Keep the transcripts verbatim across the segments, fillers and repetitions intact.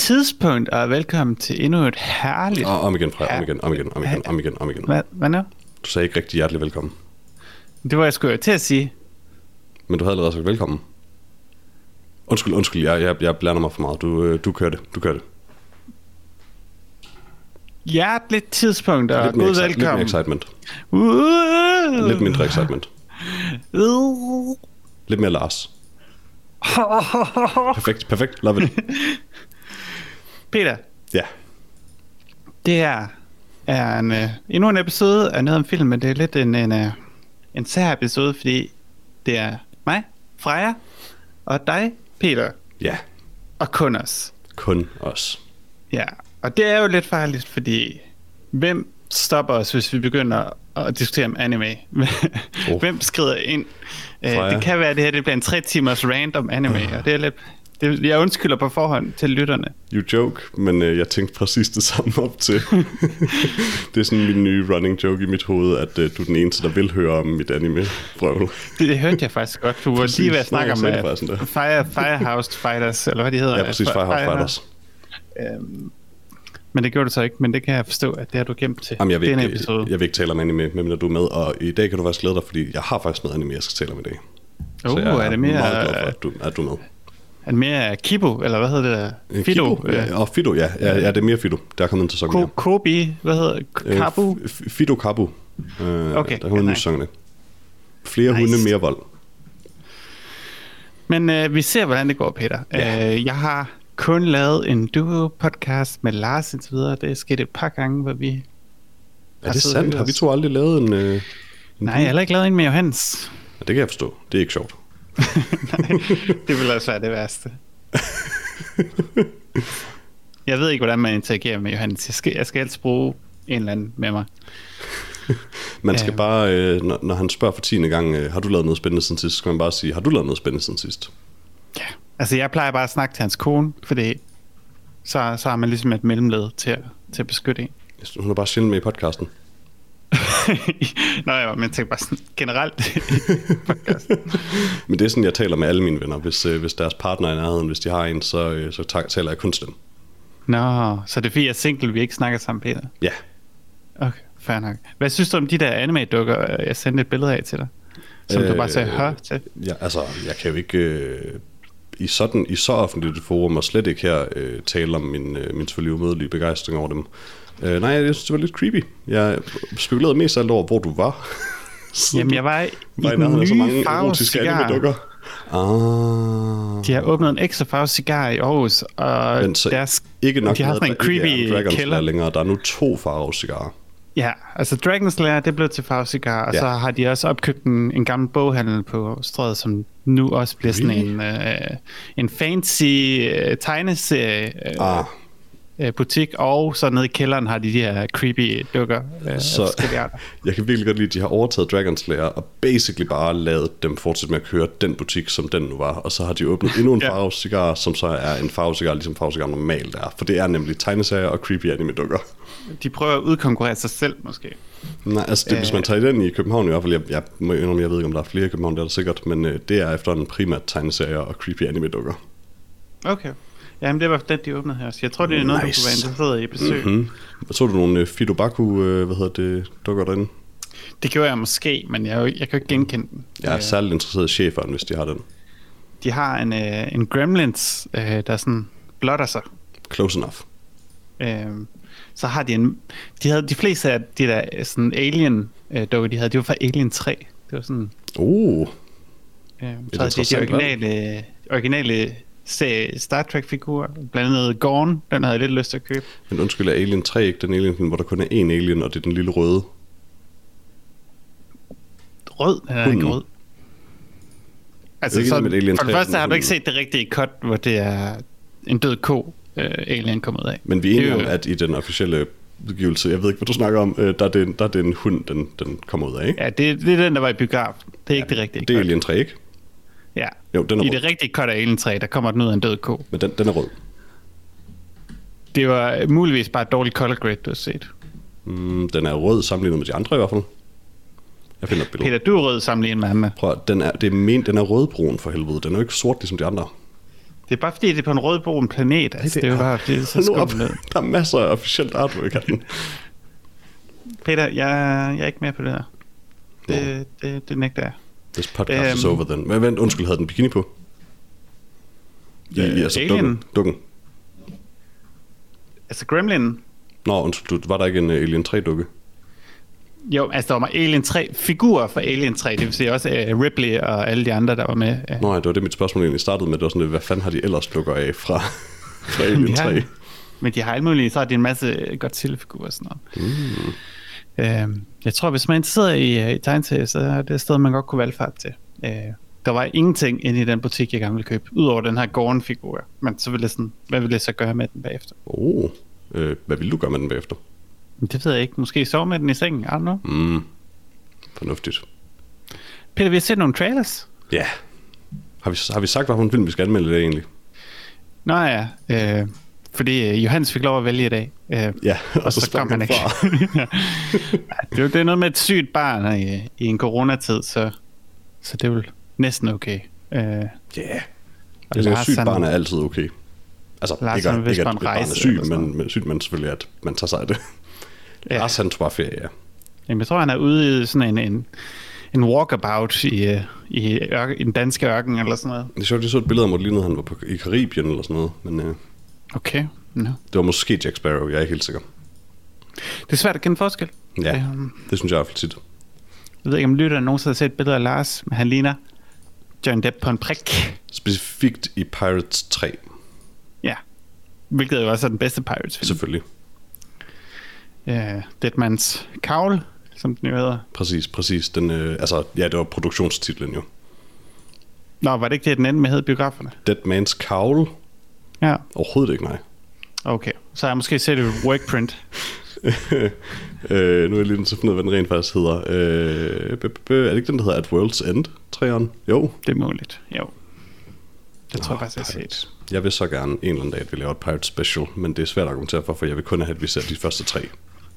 tidspunkt, og velkommen til endnu et herligt... Og om igen, Freja, om igen, om igen, om igen, om igen, om igen. Hvad, hvad nu? Du sagde ikke rigtig hjertelig velkommen. Det var jeg sgu til at sige. Men du havde allerede sagt velkommen. Undskyld, undskyld, jeg, jeg, jeg blander mig for meget. Du, du kører det, du kører det. Hjerteligt tidspunkt, og god exci- velkommen. Lidt mere excitement. Uh, Lidt mindre excitement. uh. Lidt mere Lars. Perfekt, perfekt, love it. Peter, Ja. det her er en, uh, endnu en episode af noget om film, men det er lidt en, en, uh, en sær episode, fordi det er mig, Freja, og dig, Peter. Ja. Og kun os. Kun os. Ja, og det er jo lidt farligt, fordi hvem stopper os, hvis vi begynder at diskutere om anime? oh. Hvem skrider ind? Freja. Det kan være, at det her det bliver en tre timers rant om anime, uh. og det er lidt... Det, jeg undskylder på forhånd til lytterne. You joke, men øh, jeg tænkte præcis det samme op til. Det er sådan min nye running joke i mit hoved, at øh, du er den eneste, der vil høre om mit anime-prøvel. Det, det hørte jeg faktisk godt. Du var lige ved at snakke om uh, Fire, Firehouse Fighters, eller hvad de hedder. Ja, præcis, Firehouse Fire, Fighters. Øhm, men det gjorde du så ikke, men det kan jeg forstå, at det har du gemt til Jamen, jeg vil denne ikke, episode. Jeg, jeg vil ikke tale om anime, medmindre du er med, og i dag kan du faktisk glæde dig, fordi jeg har faktisk noget anime, jeg skal tale om i dag. Uh, så jeg er, er det mere, meget glad for, at du, at du er med. Er det mere Kibo, eller hvad hedder det der? Fido? Kibo? Ja, og Fido, ja. ja. Ja, det er mere Fido. Der er kommet en sæson mere. Kobi, hvad hedder det? Kabu? Øh, Fido Kabu. Øh, okay, der kommer en ny sæson af. Flere nice. Hunde, mere vold. Men øh, vi ser, hvordan det går, Peter. Ja. Øh, jeg har kun lavet en duo-podcast med Lars indtil videre. Det er sket et par gange, hvor vi... Er det sandt? Har vi to aldrig lavet en... Øh, en Nej, jeg har heller ikke lavet en med Johannes. Ja, det kan jeg forstå. Det er ikke sjovt. Nej, det vil også være det værste. Jeg ved ikke, hvordan man interagerer med Johannes. Jeg skal, jeg skal helst bruge en eller anden med mig. Man skal øh. bare, øh, når, når han spørger for tiende gang, øh, har du lavet noget spændende siden sidst, så skal man bare sige, har du lavet noget spændende siden sidst? Ja, altså jeg plejer bare at snakke til hans kone, fordi så, så har man ligesom et mellemled til at, til at beskytte en. Hun er bare sjældent med i podcasten. Nå ja, men tænk bare sådan generelt podcast. Men det er sådan, jeg taler med alle mine venner. Hvis, øh, hvis deres partner er i nærheden, hvis de har en, så, øh, så taler jeg kun til dem. Nå, så det er fordi jeg er single, vi ikke snakker sammen, Peter? Ja. Okay, fair nok. Hvad synes du om de der anime-dukker, jeg sendte et billede af til dig? Som øh, du bare sagde hør til? Ja, altså, jeg kan jo ikke... Øh, i, sådan, I så offentligt et forum, og slet ikke her øh, tale om min, øh, min selvfølgelig umødelige begejstring over dem. Uh, nej, jeg synes, det var lidt creepy. Jeg spekulerede mest alt over, hvor du var. Jamen, jeg var i, var i den nye farve-cigar. Ah. De har åbnet en ekstra farve-cigar i Aarhus, og deres, ikke nok de har sådan en creepy kælder. Længere. Der er nu to farve-cigarer. Ja, altså Dragon's Lair, det blev til farve-cigar, og ja. Så har de også opkøbt en, en gammel boghandel på Strøget, som nu også bliver sådan really? en, uh, en fancy uh, tegneserie. Uh, ah. butik, og så nede i kælderen har de de her creepy dukker. Så jeg kan virkelig godt lide, at de har overtaget Dragon's Lair og basically bare lavet dem fortsætte med at køre den butik, som den nu var, og så har de åbnet endnu en ja. farvecigar, som så er en farvecigar, ligesom farvecigar normalt er, for det er nemlig tegneserier og creepy anime dukker. De prøver at udkonkurrere sig selv, måske. Nej, altså det, Æh... hvis man tager den i København i hvert fald, jeg, jeg, jeg, jeg ved ikke, om der er flere i København, det er der sikkert, men øh, det er efterhånden primært tegneserier og creepy anime dukker. Okay. Jamen, det var den, de åbnede her. Så jeg tror, det er noget, nice. Du kunne være interesseret i at besøge. Mm-hmm. Så du nogle uh, Fidobaku, uh, hvad hedder det, dukker derinde? Det gjorde jeg måske, men jeg, jeg kan ikke genkende den. Jeg er særligt interesseret i cheferen, hvis de har den. De har en, uh, en Gremlins, uh, der sådan blotter sig. Close enough. Uh, så har de en... De havde de fleste af de der sådan alien uh, dukker, de havde, de var fra Alien tre. Det var sådan... Oh. Uh, så havde de de originale... originale Star Trek-figurer, blandt andet Gorn, den havde jeg lidt lyst til at købe. Men undskyld, er Alien tre ikke den alien, hvor der kun er én alien, og det er den lille røde? Rød? Den er Hunden. ikke rød. Altså, så, for det tre, første har du ikke set det rigtige cut, hvor det er en død ko, uh, alien kommer ud af. Men vi er enige om, at i den officielle udgivelse, jeg ved ikke, hvad du snakker om, uh, der, er det, der er det en hund, den, den kommer ud af, ikke? Ja, det, det er den, der var i biograf. Det er ikke ja, det rigtige det er cut. Alien tre, ikke? Ja, jo, den er i rød. det rigtige cut af Alien tre, der kommer den ud af en død ko. Men den, den er rød. Det var muligvis bare et dårligt color grade, du har set. Mm, den er rød sammenlignet med de andre i hvert fald. Jeg finder et billede. Peter, du er rød sammenlignet med andre. Prøv, den er, det er men, den er rødbrun for helvede. Den er jo ikke sort ligesom de andre. Det er bare fordi, det er på en rødbrun planet. Altså, det, det er jo bare fordi, det er så skummelt. Der er masser af officielt artwork af den. Peter, jeg, jeg er ikke med på det her. Det, det, det, det nægter jeg. This podcast um, is over then. Men vent, undskyld, havde den bikini på? I, øh, altså dukken, dukken. Altså Gremlin? Nå, undskyld, var der ikke en uh, Alien tre dukke? Jo, altså der var Alien tre figurer fra Alien tre, det vil sige også uh, Ripley og alle de andre, der var med. Uh. Nå ja, det var det, mit spørgsmål egentlig startede med. Det var sådan, hvad fanden har de ellers dukker af fra, fra Alien tre? Ja, men de har alt muligt, så er det en masse Godzilla-figurer og sådan noget. Mm. Uh, jeg tror, hvis man er interesseret i, i tegneserier, så er det et sted, man godt kunne valgfarte til. Uh, der var ingenting inde i den butik, jeg gerne ville købe, udover den her Gorn-figur. Men så ville jeg sådan, hvad ville jeg så gøre med den bagefter? Oh, øh, hvad ville du gøre med den bagefter? Det ved jeg ikke. Måske sove med den i sengen. I don't know. Mm. Fornuftigt. Peter, vi har set nogle trailers. Ja. Har vi, har vi sagt, hvad for en film vi skal anmelde det egentlig? Nå ja, øh, fordi Johannes fik lov at vælge i dag. Øh, ja, og, og så, så kom han ikke. ja. det, det er noget med et sygt barn i, i en coronatid, så, så det er vel næsten okay. Ja. Øh, yeah. Altså, et sygt barn er altid okay. Altså, Lars, ikke, ikke, ikke at et barn er syg, men, men sygt man selvfølgelig, at man tager sig af det. Ja. Lars, han tog bare ferie, ja. Jamen, jeg tror, han er ude i sådan en, en, en walkabout i, i, ørken, i den danske ørken, eller sådan noget. Det er sjovt, jeg så et billede af Morten, han var på, i Karibien, eller sådan noget. Men, uh, okay, no. Det var måske Jack Sparrow, jeg er ikke helt sikker. Det er svært at kende forskel. Ja, det, um, det synes jeg i hvert fald tit. Jeg ved ikke, om lytteren nogensinde har set et billede af Lars, men han ligner Johnny Depp på en prik. Specifikt i Pirates tre. Ja, hvilket jo også er den bedste Pirates-film. Selvfølgelig. Ja, Deadmans Cowl, som den jo hedder. Præcis, præcis. Den, øh, altså, ja, det var produktionstitlen jo. Nå, var det ikke det, den endte med hed biograferne? Deadmans Cowl? Ja. Overhovedet ikke, nej. Okay, så har jeg måske set et workprint. øh, nu er jeg lige så fundet ud af, hvad den rent faktisk hedder. Øh, b- b- er det ikke den, der hedder At World's End? Træeren? Jo. Det er muligt, jo. Det tror oh, jeg faktisk, jeg har set. Jeg vil så gerne en eller anden dag, at vi laver et Pirate Special, men det er svært at argumentere for, for jeg vil kun have, at vi ser de første tre.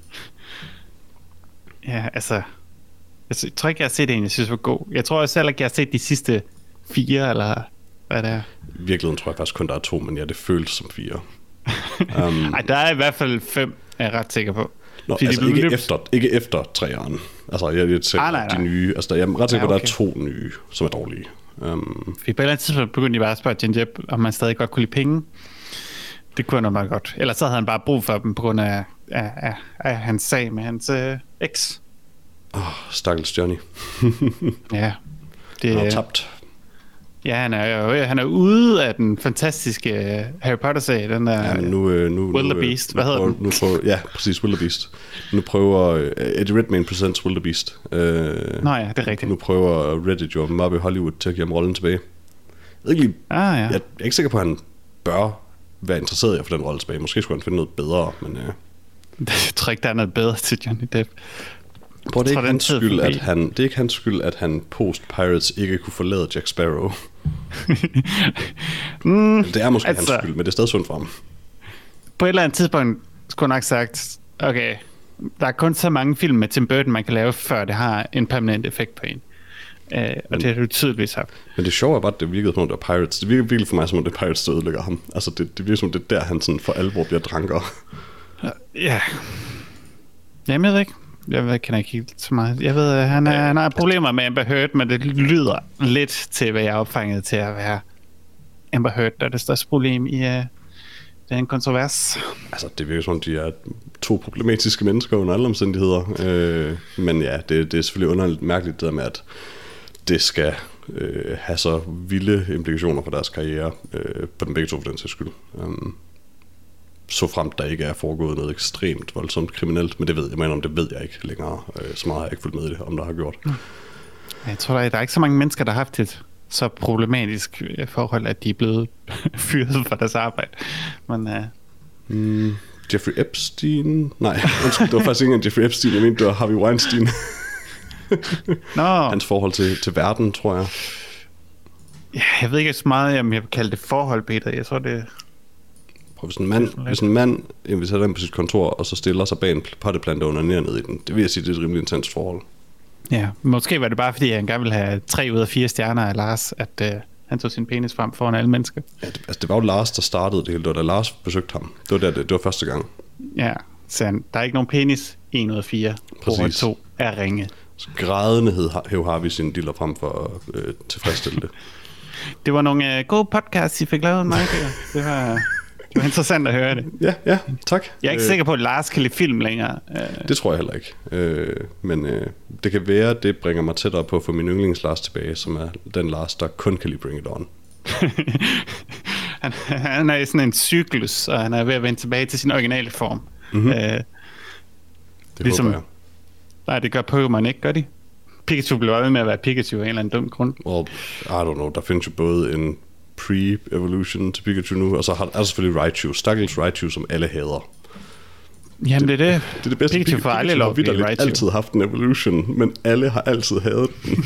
Ja, altså... Jeg tror ikke, jeg har set en, jeg synes var god. Jeg tror også heller ikke, jeg har set de sidste fire, eller hvad det er. I virkeligheden tror jeg faktisk kun, der er to, men ja, det føles som fire. um, Ej, der er i hvert fald fem, er jeg ret sikker på. Nå, altså ikke, løb... efter, ikke efter træeren. Altså, jeg er til ah, de nye. Altså, jeg er ret sikker på, ja, okay. At der er to nye, som er dårlige. Um... Fordi på et eller andet tidspunkt begyndte de bare at spørge Johnny Depp, om man stadig godt kunne lide penge. Det kunne han nok meget godt. Ellers så havde han bare brug for dem på grund af, af, af, af hans sag med hans øh, eks. Åh, oh, stakkels Johnny. Ja. Det, han har tabt. Ja, han er jo han er ude af den fantastiske Harry Potter-sag, den der ja, nu, nu, Wildebeest. Hvad hedder prøver, den? Nu prøver, ja, præcis, Wildebeest. Nu prøver uh, Eddie Redmayne presents Wildebeest. Uh, Nå ja, det er rigtigt. Nu prøver Reddit jo Mobby Hollywood til at give ham rollen tilbage. Jeg er, ikke lige, ah, ja. jeg er ikke sikker på, at han bør være interesseret i at få den rolle tilbage. Måske skulle han finde noget bedre, men... Uh... Jeg tror ikke, der er noget bedre til Johnny Depp. Prøv, det, er ikke hans skyld, at han, det er ikke hans skyld, at han post-Pirates ikke kunne forlade Jack Sparrow. mm, det er måske altså, hans skyld, men det er stadig sundt for ham. På et eller andet tidspunkt skulle han nok sagt, okay, der er kun så mange film med Tim Burton, man kan lave, før det har en permanent effekt på en. Uh, og men, det har du tydeligvis haft. Men det sjove er bare, at det virkede som om det var Pirates. Det virker virkelig for mig, som om det er Pirates, der ødelægger ham. Altså, det, det virker som om det er der, han sådan for alvor bliver dranker. Ja. Yeah. Jamen, jeg ved ikke. Jeg ved, kender ikke helt så meget. Jeg ved, han, er, han har problemer med Amber Heard, men det lyder lidt til, hvad jeg er opfanget til at være Amber Heard, der er det største problem i uh, den kontrovers. Altså, det virker som, de er to problematiske mennesker under alle omstændigheder. Øh, men ja, det, det er selvfølgelig underligt mærkeligt det der med, at det skal øh, have så vilde implikationer for deres karriere øh, på den begge to for den sags skyld. Um, så fremt der ikke er foregået noget ekstremt voldsomt kriminelt, men det ved jeg, men om det ved jeg ikke længere. Så meget har jeg ikke fulgt med i det, om der har gjort. Jeg tror, der er, der er ikke så mange mennesker, der har haft et så problematisk forhold, at de er blevet fyret for deres arbejde. Men, uh... mm, Jeffrey Epstein? Nej, det var faktisk ikke en Jeffrey Epstein, jeg mente, det var Harvey Weinstein. no. Hans forhold til, til verden, tror jeg. Ja, jeg ved ikke så meget, om jeg vil kalde det forhold, Peter. Jeg tror, det Hvis en mand, hvis en mand inviterer dem på sit kontor, og så stiller sig bag en potteplante under ned i den, det vil jeg sige, det er et rimelig intenst forhold. Ja, måske var det bare, fordi han gerne ville have tre ud af fire stjerner af Lars, at uh, han tog sin penis frem foran alle mennesker. Ja, det, altså det var jo Lars, der startede det hele. Det var da Lars besøgte ham. Det var, der, det, det var første gang. Ja, så han, der er ikke nogen penis. en ud af fire. Præcis. to er ringe. Så grædende hæv har vi sin diller frem for at øh, tilfredsstille det. Det var nogle øh, gode podcasts, I fik lavet mig. Det var, det var interessant at høre det. Ja, ja, tak. Jeg er ikke øh, sikker på, at Lars kan lide film længere. Øh. Det tror jeg heller ikke. Øh, men øh, det kan være, at det bringer mig tættere på at få min yndlings Lars tilbage, som er den Lars, der kun kan lide Bring It On. han, han er i sådan en cyklus, og han er ved at vende tilbage til sin originale form. Mm-hmm. Øh, det ligesom, håber jeg. Nej, det gør Pokémon ikke, gør de? Pikachu blev ved med at være Pikachu af en eller anden dum grund. Well, I don't know. Der findes jo både en pre-evolution til Pikachu nu, og så er der selvfølgelig Raichu. Stakkels Raichu, som alle hader. Jamen det, det er det. Det er det bedste. Pikachu får aldrig lov at blive Raichu. Altid haft en evolution, men alle har altid hadet den.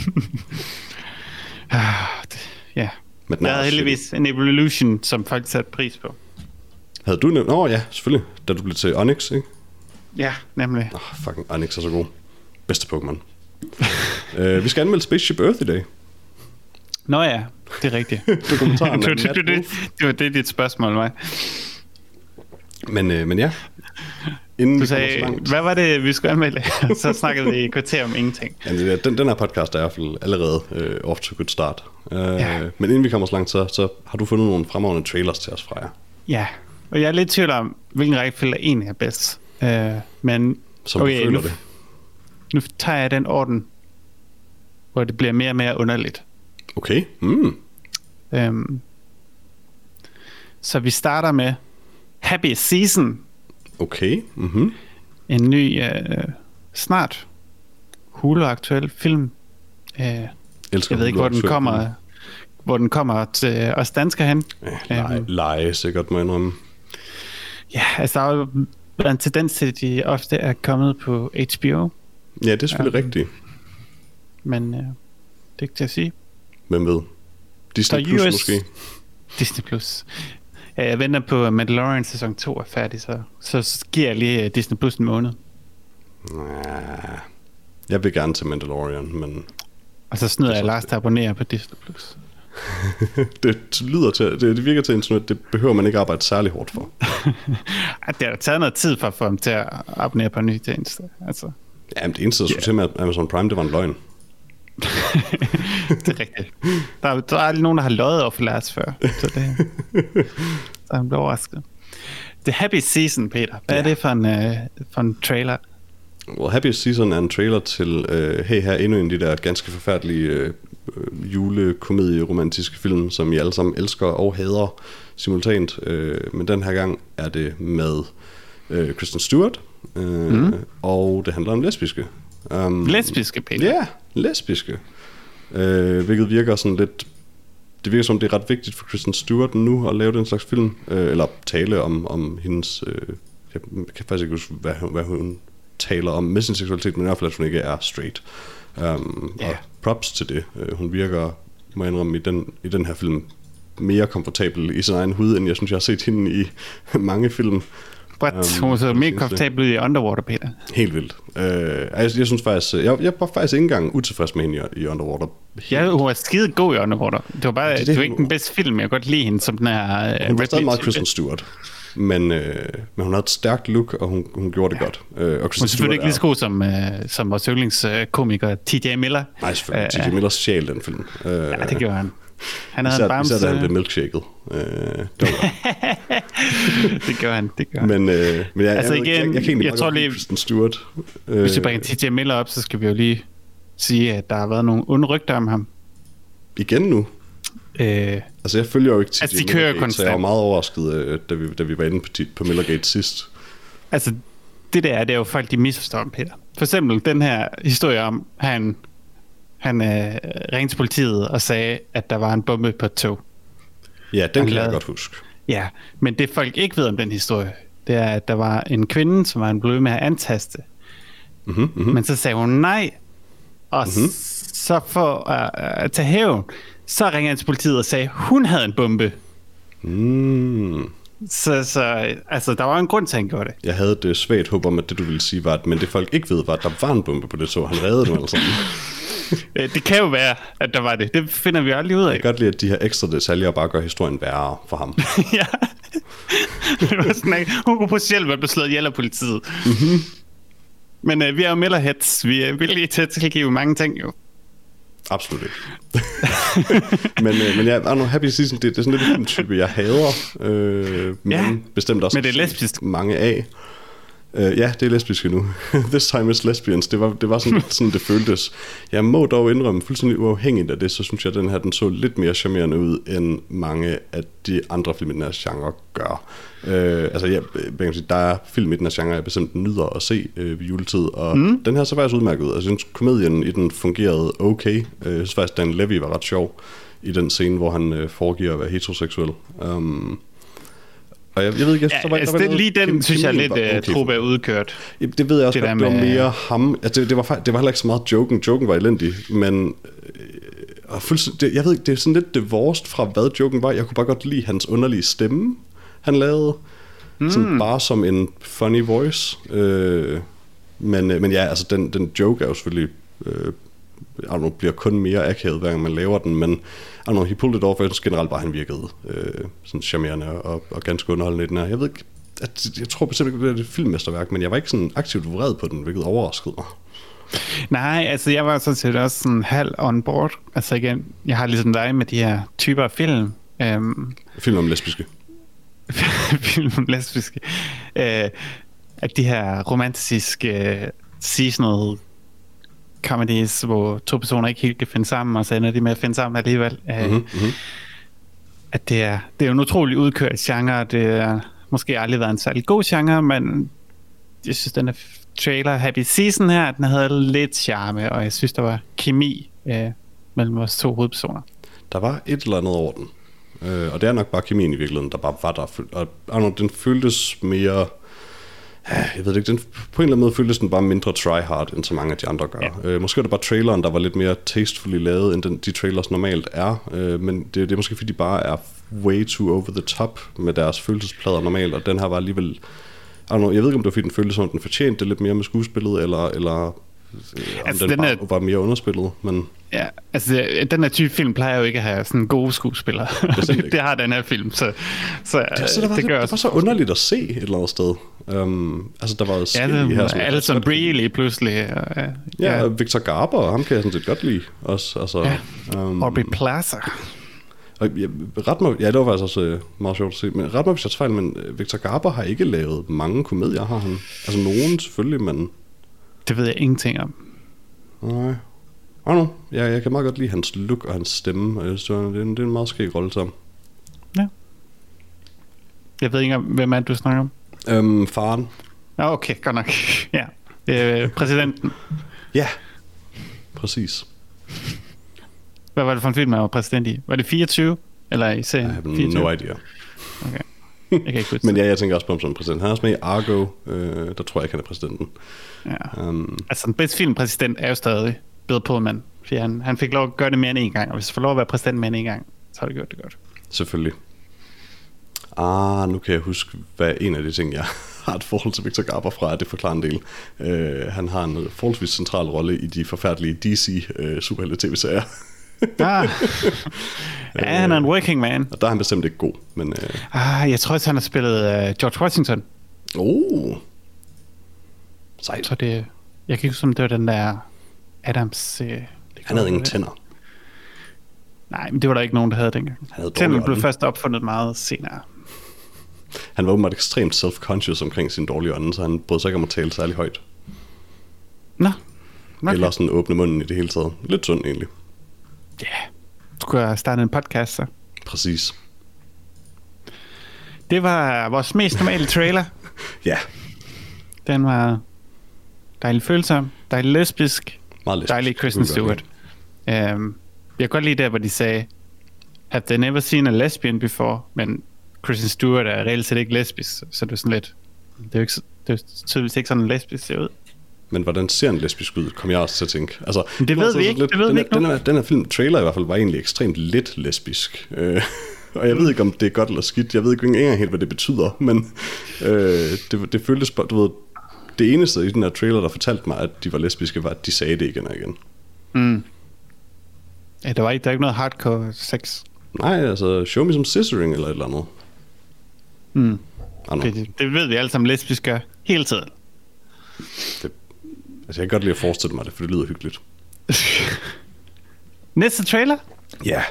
ja. Men der havde heldigvis en evolution, som folk satte pris på. Havde du nævnt? Nå ja, selvfølgelig. Da du blev til Onix, ikke? Ja, nemlig. Oh, fucking Onix er så god. Bedste Pokémon. uh, vi skal anmelde Spaceship Earth i dag. Nå ja, det er rigtigt. Dokumentaren det, det, det, det, det var det, dit spørgsmål var. Men, øh, men ja. Inden du sagde, hvad var det, vi skulle anmelde? Så snakkede vi i kvarter om ingenting. Ja, den, den her podcast er i hvert fald allerede øh, off to a good start. Uh, ja. Men inden vi kommer så langt, så, så har du fundet nogle fremragende trailers til os, Freja. Ja, og jeg er lidt i tvivl om, hvilken rækkefølge der egentlig er bedst. Uh, men Som okay, du føler nu, det. Nu tager jeg den orden, hvor det bliver mere og mere underligt. Okay. Mm. Um, så vi starter med Happy Season. Okay. Mm-hmm. En ny, uh, snart Hulu-aktuel film. Uh, Elsker jeg ved ikke, hvor den kommer, film. hvor den kommer til os danskere hen. Ja, lege, um, lege sikkert, må jeg indrømme. Ja, altså der er jo en tendens til, at de ofte er kommet på H B O. Ja, det er selvfølgelig um, rigtigt. Men uh, det er ikke til at sige. Hvem ved? Disney Plus måske? Disney Plus. Ja, jeg venter på, at Mandalorian sæson to er færdig, så, så giver jeg lige Disney Plus en måned. Nah, jeg vil gerne til Mandalorian, men... Og så snyder jeg Lars til at abonnere på Disney Plus. det lyder til, det, det virker til internet, det behøver man ikke arbejde særlig hårdt for. Det har taget noget tid for at få ham til at abonnere på en ny tjeneste. Altså. Ja, men det eneste, der skulle til med Amazon Prime, det var en løgn. Det er rigtigt. Der er, der er aldrig nogen, der har løjet over for Lars før. Så det, så han blev overrasket. The Happy Season, Peter. Hvad ja. er det for en, uh, for en trailer? Well, Happy Season er en trailer til uh, hey, her er endnu en af de der ganske forfærdelige uh, julekomedie-romantiske film, som I alle sammen elsker og hader simultant. Uh, men den her gang er det med uh, Kristen Stewart, uh, mm. og det handler om lesbiske. Um, lesbiske, Peter? Ja, lesbiske. Uh, hvilket virker sådan lidt... Det virker som, det er ret vigtigt for Kristen Stewart nu at lave den slags film, uh, eller tale om, om hendes... Uh, jeg kan faktisk ikke huske, hvad, hvad hun taler om med sin seksualitet, men i hvert fald, at hun ikke er straight. Um, yeah. Og props til det. Uh, hun virker, må jeg indrømme, i den, i den her film mere komfortabel i sin egen hud, end jeg synes, jeg har set hende i mange film. What? Um, hun er så mere komfortabel i Underwater, Peter. Helt vildt. Uh, jeg, jeg synes faktisk, jeg, jeg var faktisk ikke engang utilfreds med hende i, i Underwater. Helt. Ja, hun var skide god i Underwater. Det var bare, det, det, det var ikke den bedste film. Jeg kan godt lide hende som den her... Uh, hun var stadig meget Kristen Stewart. Men, øh, men hun havde et stærkt look, og hun, hun gjorde det ja. godt. Øh, og hun er selvfølgelig ikke lige så god som, øh, som vores yndlingskomiker T J Miller. Nej, selvfølgelig. T J Miller stjal den film. Øh, ja, det gjorde han. Han havde især, en bamse. Især da han blev milkshaket. Øh, det, det gør han, det gør han. Men, øh, men jeg, altså jeg, igen, jeg, jeg, jeg kan egentlig jeg tror lige, Kristen Stewart. Øh, hvis vi bringer T J Miller op, så skal vi jo lige sige, at der har været nogle onde rygter om ham. Igen nu? Øh, altså jeg følger jo ikke T J altså, Millergate, så jeg var meget overrasket, da vi, da vi var inde på, på Millergate sidst. Altså det der er, det er jo folk, de misforstår, Peter. For eksempel den her historie om, han, han øh, ringte til politiet og sagde, at der var en bombe på et tog. Ja, den han kan lavede. jeg godt huske. Ja, men det folk ikke ved om den historie, det er, at der var en kvinde, som var en blevet med at antaste. Mm-hmm, mm-hmm. Men så sagde hun nej, og mm-hmm. så for at uh, tage hævn, så ringer han til politiet og sagde, hun havde en bombe. Mm. Så, så altså, der var en grund til, at han gjorde det. Jeg havde det svagt håb om, at det du ville sige var, at men det folk ikke ved, var, at der var en bombe på det tog. Han reddede den altså. Det kan jo være, at der var det. Det finder vi aldrig ud af. Jeg kan godt lide, at de her ekstra detaljer bare gør historien værre for ham. Ja. Det var sådan, at hun kunne potentielt være blevet slået ihjel af politiet. Mm-hmm. Men øh, vi er jo Millerheads. Vi er villige til at tilgive mange ting, jo. Absolut ikke. men, øh, men ja, Arno, Happy Season, det, det er sådan lidt en type, jeg hader. Øh, men ja, bestemt også men det er lesbisk. Mange af. Uh, ja, det er lesbiske nu. This time is lesbians. Det var, det var sådan, sådan, det føltes. Jeg må dog indrømme, fuldstændig uafhængigt af det, så synes jeg, at den her den så lidt mere charmerende ud, end mange af de andre film i den her genre gør. Uh, altså, jeg, jeg kan sige, der er film i den her genre, jeg bestemt nyder at se uh, ved juletid, og mm. den her så faktisk udmærket ud. Jeg synes, komedien i den fungerede okay. Uh, jeg synes faktisk, Dan Levy var ret sjov i den scene, hvor han uh, foregiver at være heteroseksuel. Um, Og jeg, jeg ved ikke, jeg synes, ja, der var, altså der var det, lige den, kemi, synes jeg er lidt okay. truppe er udkørt. Ja, det ved jeg også, det, det var med... mere ham. Altså det, det, var, det var heller ikke så meget joken. Joken var elendig, men øh, det, jeg ved ikke, det er sådan lidt divorced fra, hvad joken var. Jeg kunne bare godt lide hans underlige stemme, han lavede. Mm. Sådan bare som en funny voice. Øh, men, men ja, altså den, den joke er jo selvfølgelig... Øh, know, bliver kun mere akavet, hver gang man laver den, men I don't know, he pulled it off, og jeg synes generelt bare, han virkede øh, sådan charmerende og, og ganske underholdende i den her. Jeg ved ikke, at, jeg tror bestemt ikke, det er et filmmesterværk, men jeg var ikke sådan aktivt vred på den, hvilket overraskede mig. Nej, altså jeg var sådan set også sådan halv on board. Altså igen, jeg har ligesom dig med de her typer af film. Øhm, film om lesbiske. film om lesbiske. Øh, at de her romantiske uh, seasonal comedies, hvor to personer ikke helt kan finde sammen, og så ender de med at finde sammen alligevel. Mm-hmm. Uh, at det er, det er jo en utrolig udkørt genre. Det er måske aldrig været en særlig god genre, men jeg synes, den er trailer Happy Season her, den havde lidt charme, og jeg synes, der var kemi øh, mellem vores to hovedpersoner. Der var et eller andet over den, øh, og det er nok bare kemien i virkeligheden, der bare var der. Og know, den føltes mere, jeg ved ikke, den, på en eller anden måde føltes den bare mindre tryhard, end så mange af de andre gør. Ja. Øh, måske var det bare traileren, der var lidt mere tastefully lavet, end den, de trailers normalt er, øh, men det, det er måske fordi, de bare er way too over the top med deres følelsesplader normalt, og den her var alligevel... Know, jeg ved ikke, om det var fordi, den føltes som, den fortjente lidt mere med skuespillet, eller, eller øh, altså, om den, den bare er, var mere underspillet, men... Ja, altså den her type film plejer jo ikke at have sådan gode skuespillere. Det, det har den her film, så, så det, så det, var, det, gør det, det var så underligt at se et eller andet sted. Um, altså der var jo ja, det, her, som Alison Brie lige pludselig. Og, ja, ja, og Victor Garber, ham kan jeg sådan set godt lide også. Altså, ja. um, Aubrey Plaza. Og ja, ret mig, ja, det var faktisk også uh, meget sjovt at se, men ret mig, hvis jeg tager fejl, men Victor Garber har ikke lavet mange komedier, har han? Altså nogen selvfølgelig, men... Det ved jeg ingenting om. Nej. I don't know. Ja, jeg kan meget godt lide hans look og hans stemme, og det er en, det er en meget skæg rolle sammen. Ja. Jeg ved ikke, hvem er det, du snakker om? Øhm, faren. Ja, okay, godt nok. Ja, øh, præsidenten. Ja, præcis. Hvad var det for en film, man var præsident i? Var det fireogtyve? Eller i serien? I have no idea. Okay. Jeg kan ikke huske. Men ja, jeg tænker også på ham som præsident. Han er også med i Argo, øh, der tror jeg ikke, han er præsidenten. Ja. Um, altså, den bedste filmpræsident er jo stadig Bill Pullman, fordi han, han fik lov at gøre det mere end en gang, og hvis han får lov at være præsident mere end en gang, så har det gjort det godt. Selvfølgelig. Ah, nu kan jeg huske, hvad en af de ting, jeg har et forhold til Victor Garber fra, at det forklarer en del. Uh, han har en forholdsvis central rolle i de forfærdelige D C uh, superhelte-tv-serier. Ah. Ja, han er en working man. Og der er han bestemt ikke god. Men, uh... ah, jeg tror også, han har spillet uh, George Washington. Oh. Sejt. Jeg tror, det, jeg kan ikke huske, om det var den der Adams... Uh, han havde ingen tænder. Nej, men det var der ikke nogen, der havde dengang. Tænderne blev først opfundet meget senere. Han var åbenbart ekstremt self-conscious omkring sin dårlige ånde, så han brød sig ikke om at tale særlig højt. Nå. Okay. Eller sådan åbne munden i det hele taget. Lidt synd egentlig. Ja, yeah. Skulle jeg starte en podcast så? Præcis. Det var vores mest normale trailer. Ja. Den var dejlig følsom, dejlig lesbisk, meget lesbisk. Dejlig Kristen Stewart. Um, jeg kan godt lide der, hvor de sagde, have they never seen a lesbian before, men Kristen Stewart er reelt set ikke lesbisk, så det er sådan lidt, det er jo ikke, det er tydeligvis ikke sådan en lesbisk ser ud. Men hvordan ser en lesbisk ud, kom jeg også til at tænke. Altså, det ved vi ikke, lidt, det ved den, vi ikke den, her, den her film, trailer i hvert fald, var egentlig ekstremt lidt lesbisk. Øh, og jeg ved ikke, om det er godt eller skidt. Jeg ved ikke engang helt, hvad det betyder. Men øh, det, det føltes bare, du ved, det eneste i den her trailer, der fortalte mig, at de var lesbiske, var, at de sagde det igen og igen. Mm. Ja, der var ikke, der er ikke noget hardcore sex. Nej, altså, show me some scissoring eller et eller andet. Mm. Det, det ved vi alle sammen lesbisk gør hele tiden. Det, altså, jeg kan godt lide at forestille mig det, for det lyder hyggeligt. Næste trailer? Ja. Yeah.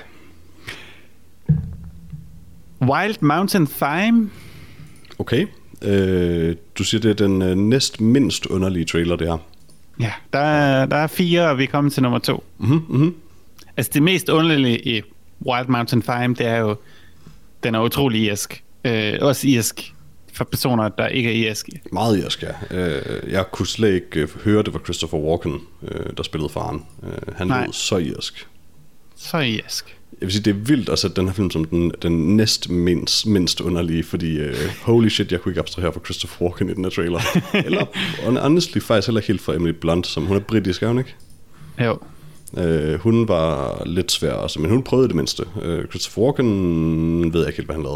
Wild Mountain Thyme. Okay. Øh, du siger, det er den øh, næst mindst underlige trailer, det her. Ja, der er, der er fire, og vi er kommet til nummer to. Mm-hmm, mm-hmm. Altså det mest underlige i Wild Mountain Thyme, det er jo, den er utrolig irsk. Øh, også irsk for personer, der ikke er irske. Meget irsk, ja. Øh, jeg kunne slet ikke øh, høre, det var Christopher Walken, øh, der spillede faren. Øh, han lød så irsk. Så irsk. Jeg vil sige, det er vildt at sætte den her film som den, den næst mindst, mindst underlige, fordi uh, holy shit, jeg kunne ikke abstrahere for Christopher Walken i den her trailer. Eller honestly faktisk heller helt for Emily Blunt, som hun er britisk, er hun ikke? Jo. Uh, hun var lidt svær, altså, men hun prøvede det mindste. Uh, Christopher Walken ved jeg ikke helt, hvad han lavede.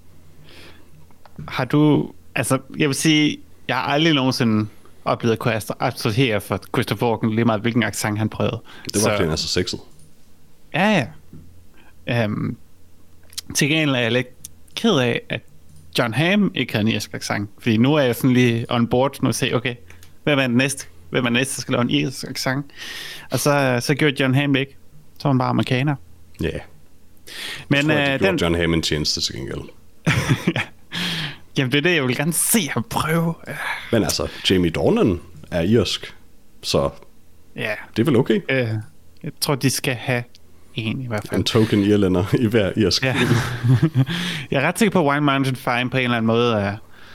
Har du, altså jeg vil sige, jeg har aldrig nogensinde oplevet at kunne abstrahere for Christopher Walken, lige meget hvilken accent han prøvede. Det var så... fordi han er så sexet. Ja, ja. Um, til gengæld er jeg lidt ked af, at John Hamm ikke havde en irsk accent, fordi nu er jeg sådan lige on board nu og siger, okay, hvem er den næste? Hvem er den næste, der skal lave en irsk accent? Og så, så gjorde John Hamm det ikke. Så var han bare amerikaner. Ja. Yeah. Men tror, jeg, uh, den... den... John Hamm en tjeneste til gengæld. Jamen det er det, jeg vil gerne se ham prøve. Men altså, Jamie Dornan er irsk, så ja. Det er vel okay? Uh, jeg tror, de skal have en i hvert fald. En token irlænder i hver irsk. Ja. Jeg er ret sikker på, at Wild Mountain Thyme på en eller anden måde er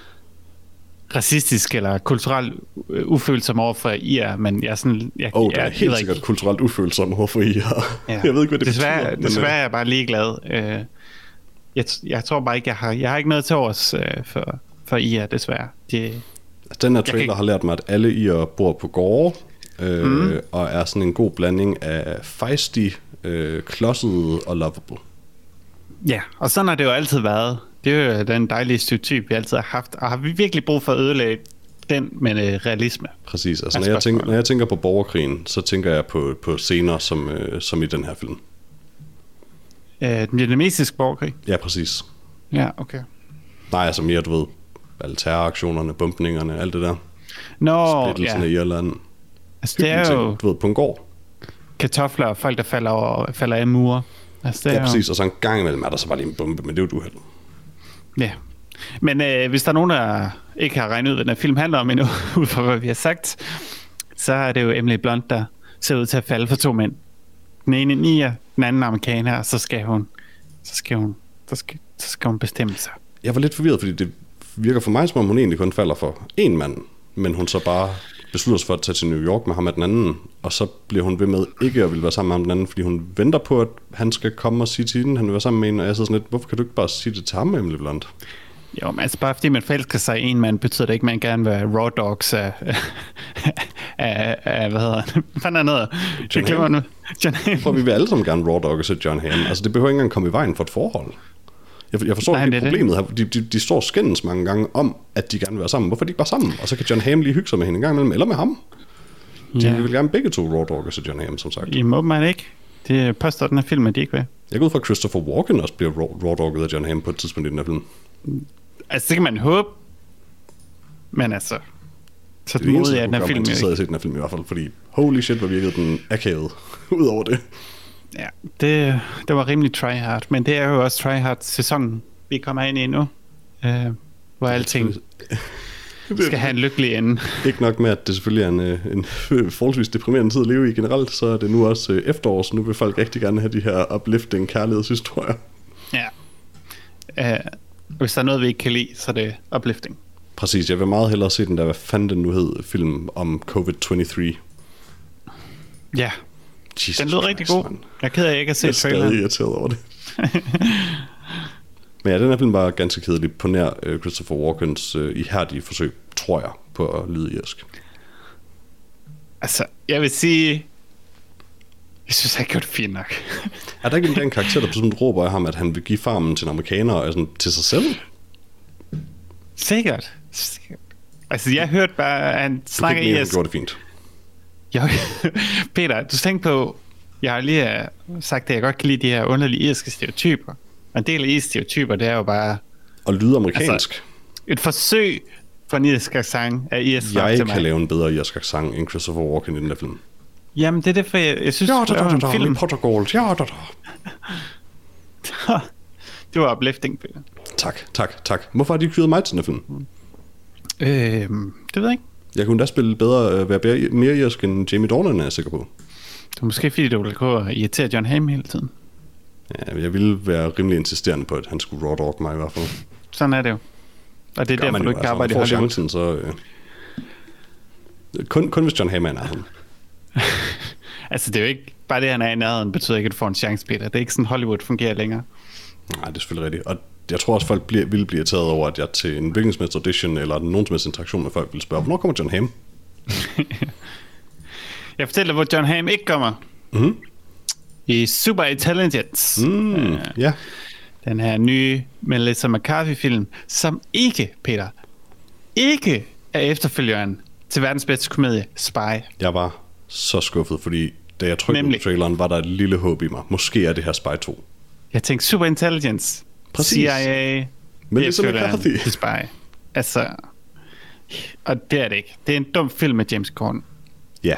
racistisk eller kulturelt ufølsom over for I R, men jeg er sådan... Jeg, oh, det er jeg, helt jeg, sikkert ikke kulturelt ufølsom over for I R. Ja. Jeg ved ikke, hvad det desværre, betyder. Desværre er jeg bare ligeglad. Jeg, jeg tror bare ikke, jeg har, jeg har ikke noget til års for, for I R, desværre. De, Den her trailer ikke... har lært mig, at alle I R bor på gårde, øh, mm. og er sådan en god blanding af feisty, øh, klodset og lovable. Ja, og sådan har det jo altid været. Det er jo den dejlige stereotyp, vi altid har haft. Og har vi virkelig brug for at ødelægge den med øh, realisme? Præcis. Altså, når, jeg tænker, når jeg tænker på borgerkrigen, så tænker jeg på, på scener som, øh, som i den her film. Øh, den vietnamesiske borgerkrig? Ja, præcis. Ja, okay. Nej, altså mere, du ved, alle terroraktionerne, bumpningerne, alt det der. Nå, Splittelsen ja. af Irland. Altså, det er jo... Ting, du ved, på en gård. Kartofler og folk, der falder, over, falder af mure. Altså, det ja, er præcis. Jo... Og så en gang imellem er der så bare lige en bombe, men det er jo et uheld. Ja. Men øh, hvis der er nogen, der ikke har regnet ud, hvad den film handler om endnu, ud fra hvad vi har sagt, så er det jo Emily Blunt, der ser ud til at falde for to mænd. Den ene nier, den anden amerikaner, og så skal hun, så skal hun, så skal, så skal hun bestemme sig. Jeg var lidt forvirret, fordi det virker for mig, som om hun egentlig kun falder for én mand, men hun så bare beslutter sig for at tage til New York med ham af den anden, og så bliver hun ved med ikke at ville være sammen med ham den anden, fordi hun venter på, at han skal komme og sige til hende, han vil være sammen med hende, og jeg sidder sådan lidt, hvorfor kan du ikke bare sige det til ham, Emily Blunt? Jo, men altså bare fordi man forelsker sig i en mand, betyder det ikke, at man gerne vil være raw dogs af, af, af hvad hedder han? Hvad fanden er noget? John Hamm. John Hamm. Jeg tror, vi vil alle sammen gerne raw dogge til John Hamm. Altså, det behøver ikke engang komme i vejen for et forhold. Jeg, jeg forstår Nej, ikke problemet her. De, de, de står skændes mange gange om, at de gerne vil være sammen. Hvorfor er de ikke bare sammen? Og så kan John Hamm lige hygge sig med hende en gang imellem, eller med ham. De ja. vil gerne begge to raw dogge til John Hamm, som sagt. I må man ikke. Det påstår den her film, at de ikke vil. Jeg går ud fra, at Christopher Walken også bliver raw, raw dogget af John Hamm på et tidspunkt i den her film. Altså, det kan man håbe. Men altså... Så det modig er den her film. Jeg er set den her film i hvert fald, fordi holy shit, hvor virkede den akavet ud over det. Ja, det, det var rimelig tryhard, men det er jo også tryhard-sæsonen, vi kommer ind i nu, øh, hvor alting skal have en lykkelig ende. Ikke nok med, at det selvfølgelig er en, en forholdsvis deprimerende tid at leve i generelt, så er det nu også efterår, så nu vil folk rigtig gerne have de her uplifting kærlighedshistorier. Ja. Uh, hvis der er noget, vi ikke kan lide, så er det uplifting. Præcis, jeg vil meget hellere se den der, hvad fanden den nu hed, film om covid treogtyve. Ja, Jesus den lød Christ, rigtig god. Man. Jeg er ked af, at jeg ikke har set traileren. Jeg er stadig irriteret over det. Men ja, den her film var ganske kedelig på nær uh, Christopher Walkens uh, ihærdige forsøg, tror jeg, på at lyde irsk. Altså, jeg vil sige, jeg synes, jeg gjorde det fint nok. Er der ikke en karakter, der sådan råber af ham, at han vil give farmen til en amerikaner og sådan, til sig selv? Sikkert. Sikkert. Altså, jeg hørte bare, at han snakker irsk. Du gjorde det fint. Jo, Peter, du tænker på, Jeg har lige uh, sagt, at jeg godt kan lide de her underlige irske stereotyper. Og en del af irske stereotyper, det er jo bare... Og lyde amerikansk. Altså, et forsøg for en irsk accent af irsk. Jeg kan lave en bedre irsk accent end Christopher Walken i den der film. Jamen, det er det, for jeg, jeg synes, ja, da, da, da, da, film... Portugal. Ja, da, da. Det var uplifting, Peter. Tak, tak, tak. Hvorfor har de kyret mig til den her film? Øhm, det ved jeg ikke. Jeg kunne da spille bedre, være mere irsk end Jamie Dornan, er jeg sikker på. Det er måske fordi, du ville gå og irritere John Hamm hele tiden. Ja, jeg ville være rimelig insisterende på, at han skulle raw dog mig i hvert fald. Sådan er det jo. Og det er derfor, du ikke kan altså, arbejde i Hollywood. Chancen, så, øh... kun, kun hvis John Hamm er nærheden. Altså, det er jo ikke bare det, han er i nærheden, betyder ikke, at du får en chance, Peter. Det er ikke sådan, Hollywood fungerer længere. Nej, det er selvfølgelig rigtigt. Og jeg tror også, folk bliver, ville blive taget over, at jeg til en hvilken som helst audition, eller nogen som helst interaktion med folk, ville spørge, hvornår kommer John Hamm? Jeg fortæller, hvor John Hamm ikke kommer. Mm-hmm. I Super Intelligence. Mm, uh, yeah. Den her nye Melissa McCarthy-film, som ikke, Peter, ikke er efterfølgeren til verdens bedste komedie, Spy. Jeg var så skuffet, fordi da jeg trykkede på traileren, var der et lille håb i mig. Måske er det her Spy to. Jeg tænkte Super Intelligence, præcis. C I A, Melissa McCarthy. Spy. Altså, og det er det ikke. Det er en dum film med James Corden. Ja.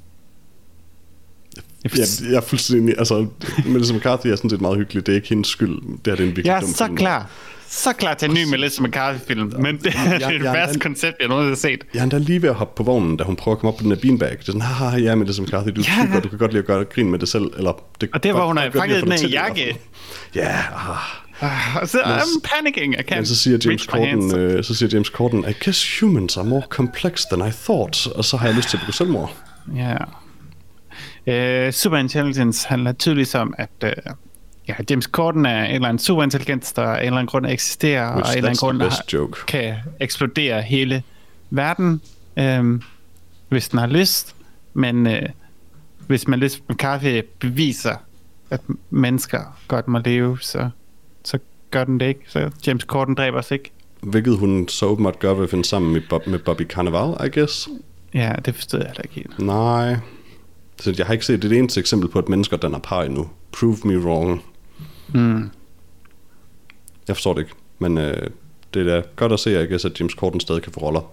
Jeg, jeg er fuldstændig, altså, Melissa McCarthy er sådan set meget hyggelig. Det er ikke hendes skyld. Det er det en virkelig jeg er dum så film. klar. Så klar til en ny Melissa McCarthy-film. Men det er jeg, det jeg, værste jeg, koncept, jeg nogensinde har set. Jeg er endda lige ved at hoppe på vognen, da hun prøver at komme op på den her beanbag. Det er sådan, haha, ja, Melissa McCarthy, du, ja. typer, du kan godt lide at gøre grin med det selv. Eller, det og det var, hun har fanget den her jakke. Ja, ah. Så I'm panicking. I can't men så siger James Corden, øh, så siger James Corden, I guess humans are more complex than I thought. Og så har jeg lyst til at begå selvmord. Ja. Uh, Super Intelligence handler tydeligt om, at uh, ja, James Corden er en eller anden superintelligens, der af en eller anden grund eksisterer, Which og en eller anden grund har, kan eksplodere hele verden, um, hvis den har lyst. Men uh, hvis man lyst med kaffe beviser, at mennesker godt må leve, så, så gør den det ikke. Så James Corden dræber os ikke. Hvilket hun så åbenbart gør ved at finde sammen med, Bob, med Bobby Cannavale, I guess. Ja, det forstod jeg heller ikke helt. Nej. Så jeg har ikke set det, det eneste eksempel på, at mennesker danner par endnu. Prove me wrong. Mm. Jeg forstår det ikke. Men øh, det er da godt at se, jeg guess, at James Corden stadig kan få roller.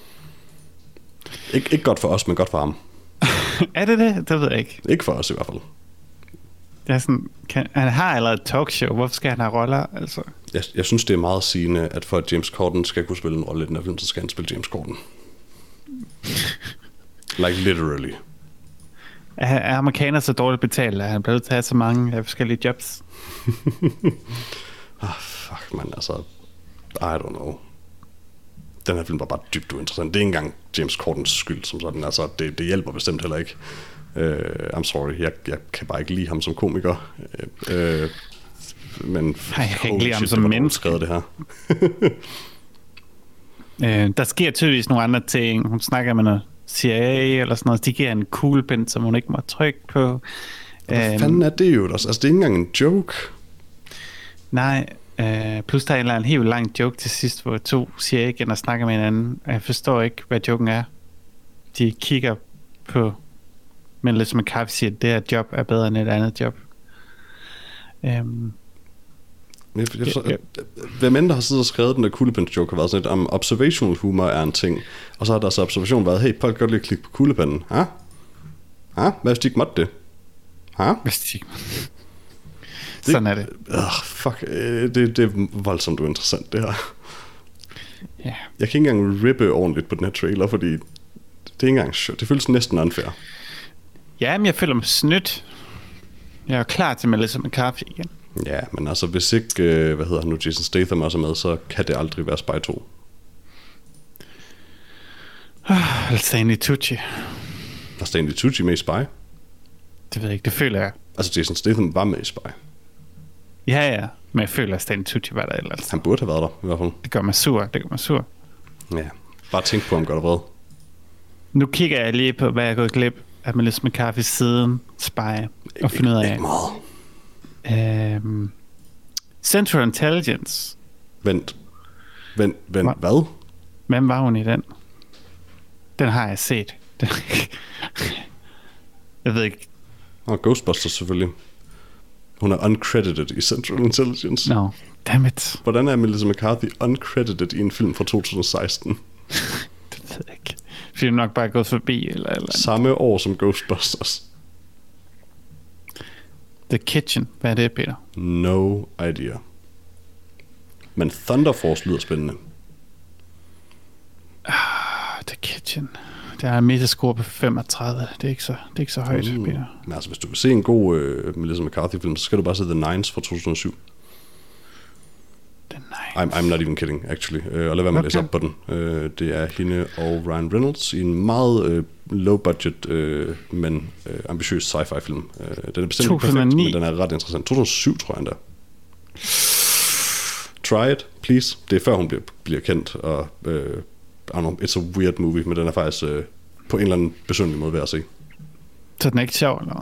Ik- ikke godt for os, men godt for ham. Er det det? Det ved jeg ikke. Ikke for os i hvert fald. Det er sådan, kan, han har allerede et talkshow. Hvorfor skal han have roller? Altså? Jeg, jeg synes, det er meget sigende, at for at James Corden skal kunne spille en rolle i den her film, så skal han spille James Corden. Like literally. Er, er amerikaner så dårligt betalt, at han bliver nødt til at have så mange uh, forskellige jobs? ah, fuck, man, altså... I don't know. Den her film var bare dybt uinteressant. Det er ikke engang James Cordens skyld, som sådan. Altså, det, det hjælper bestemt heller ikke. Uh, I'm sorry, jeg, jeg kan bare ikke lide ham som komiker. Uh, uh, men... Nej, jeg kan ikke lide ham som menneske. Det her. uh, der sker tydeligvis nogle andre ting. Hun snakker med noget C I A eller sådan noget. De giver en kuglepen, som hun ikke må trykke på. Hvad um, fanden er det jo? Altså, det er ikke engang en joke. Nej, uh, plus der er en eller anden helt lang joke til sidst, hvor to C I A igen og snakker med hinanden. Jeg forstår ikke, hvad joken er. De kigger på, men lidt som en kaffe siger, at det her job er bedre end et andet job. Um, Jeg, jeg, jeg, hvem end der har siddet og skrevet den der kuglepens joke har været sådan lidt om observational humor er en ting, og så har der så observation været, hey, folk kan godt lige klikke på kuglepennen. Ha? Ha? Hvad hvis de ikke måtte det? Ha? Hvis de ikke Sådan er det. Uh, fuck, det, det er voldsomt uinteressant det her. Ja. Jeg kan ikke engang rippe ordentligt på den her trailer, fordi det er ikke engang sjovt. Det føles næsten unfair. Ja, men jeg føler mig snydt. Jeg er klar til Melissa McCarthy igen. Ja, men altså hvis ikke, øh, hvad hedder han nu, Jason Statham også er med, så kan det aldrig være Spy to. Eller Stanley Tucci. Er Stanley Tucci med i Spy? Det ved jeg ikke, det føler jeg. Altså Jason Statham var med i Spy. Ja, ja, men jeg føler, at Stanley Tucci var der ellers. Han burde have været der, i hvert fald. Det gør mig sur, det gør mig sur. Ja, bare tænk på, om gør der vred. Nu kigger jeg lige på, hvad jeg er gået glip af Melissa McCarthy siden Spy, og finder ud af. Ikke meget. Øhm, Central Intelligence. Vent. Vent, vent, Hva? hvad? Hvem var hun i den? Den har jeg set. Jeg ved ikke. Og Ghostbusters selvfølgelig. Hun er uncredited i Central Intelligence. No, damn it. Hvordan er Melissa McCarthy uncredited i en film fra to tusind og seksten? Det ved jeg ikke. Fordi hun nok bare er gået forbi eller eller samme år som Ghostbusters. The Kitchen. Hvad er det, Peter? No idea. Men Thunder Force lyder spændende. Uh, The Kitchen. Der er metascore på femogtredive. Det er ikke så, det er ikke så højt, mm. Peter. Men altså, hvis du vil se en god uh, Melissa McCarthy-film, så skal du bare se The Nines fra to tusind og syv. The Nines. I'm, I'm not even kidding, actually. Uh, og lad være med at læse op på den. Uh, det er hende og Ryan Reynolds i en meget uh, low-budget, uh, men uh, ambitiøs sci-fi-film. Uh, den er bestemt ikke perfekt, men den er ret interessant. to tusind og syv, tror jeg endda. Try it, please. Det er før hun bliver, bliver kendt, og uh, I don't know, it's a weird movie, men den er faktisk uh, på en eller anden besynderlig måde værd at se. Så den er ikke sjov, eller?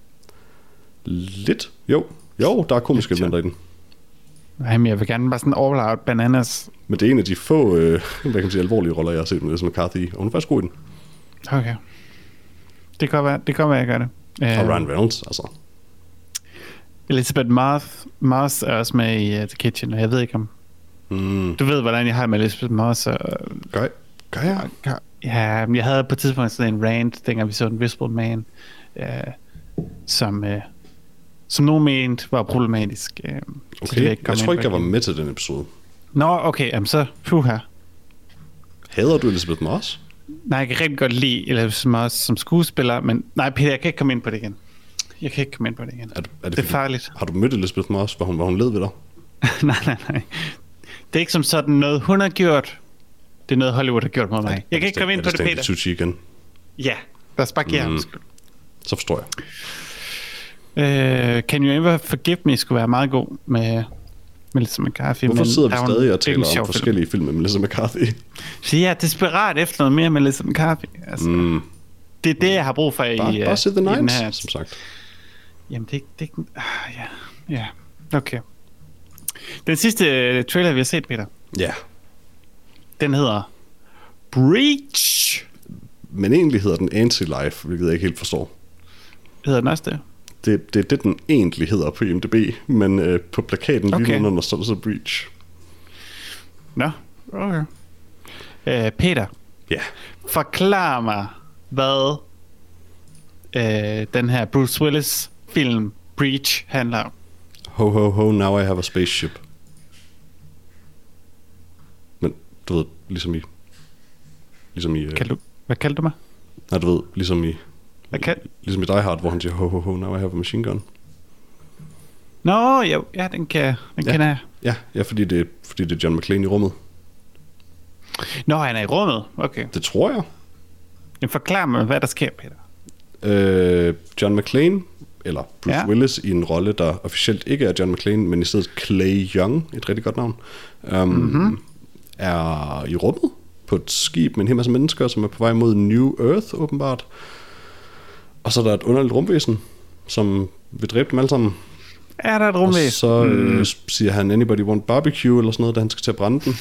Lidt, jo. Jo, der er komiske elementer i den. Jamen, jeg vil gerne bare sådan all out bananas. Men det er en af de få, øh, hvad kan man sige, alvorlige roller, jeg har set med Melissa McCarthy, og hun er faktisk god i den. Okay. Det kan være, det kan være, jeg gør det. Og uh, Ryan Reynolds, altså. Elizabeth Moss, Moss er også med i uh, The Kitchen, og jeg ved ikke om... Mm. Du ved, hvordan jeg har med Elizabeth Moss. Og, gør, gør jeg? Gør, ja, jeg havde på et tidspunkt sådan en rant, dengang vi så Invisible Man, uh, som... Uh, som nogen mente var problematisk. Øh, okay, jeg, jeg tror ikke, jeg var med til den episode. Nå, okay, jamen så, puha. Hader du Elizabeth Moss? Nej, jeg kan rigtig godt lide Elizabeth Moss som skuespiller, men nej, Peter, jeg kan ikke komme ind på det igen. Jeg kan ikke komme ind på det igen. Er, er det, det er farligt. Har du mødt Elizabeth Moss, hvor hun, hvor hun led ved dig? nej, nej, nej. Det er ikke som sådan noget, hun har gjort. Det er noget, Hollywood har gjort mod mig. Jeg, jeg kan ikke komme ind på det, Peter. Er det igen? Ja, lad os bare give ham. Så forstår jeg. Uh, Can You Ever Forgive Me skulle være meget god med Melissa McCarthy. Hvorfor sidder vi stadig og taler om forskellige film med Melissa McCarthy? Så jeg er desperat efter noget mere Melissa McCarthy. Altså, mm. Det er det, jeg har brug for bare, i, uh, bare se The Nines, her, som sagt. Jamen, det, det uh, ja, ja, okay. Den sidste uh, trailer, vi har set, Peter. Ja. Yeah. Den hedder Breach. Men egentlig hedder den Anti-Life, hvilket jeg ikke helt forstår. Hedder den også det? Det, det er det, den egentlig hedder på I M D B, men øh, på plakaten okay. lige under, står der så Breach. Nå, okay. Øh, Peter. Ja. Yeah. Forklar mig, hvad øh, den her Bruce Willis film Breach handler om. Ho, ho, ho, now I have a spaceship. Men du ved, ligesom i... Ligesom i... Øh, Kald du, hvad kaldte du mig? Nej, du ved, ligesom i... Kan... Ligesom i Die Hard, hvor han siger, ho, ho, ho, now I have a machine gun. Nå, jo, ja, den, kan, den ja. kender jeg. Ja, ja fordi, det, fordi det er John McClane i rummet. Nå, han er i rummet? Okay. Det tror jeg. Men forklar mig, hvad der sker, Peter. Øh, John McClane, eller Bruce ja. Willis, i en rolle, der officielt ikke er John McClane, men i stedet Clay Young, et rigtig godt navn, um, mm-hmm. er i rummet på et skib med en hel masse mennesker, som er på vej mod New Earth, åbenbart. Og så er der et underligt rumvæsen, som vil dræbe dem alle sammen. Er der et rumvæsen? Og så øh, mm. siger han, anybody want barbecue, eller sådan noget, da han skal til at brænde den.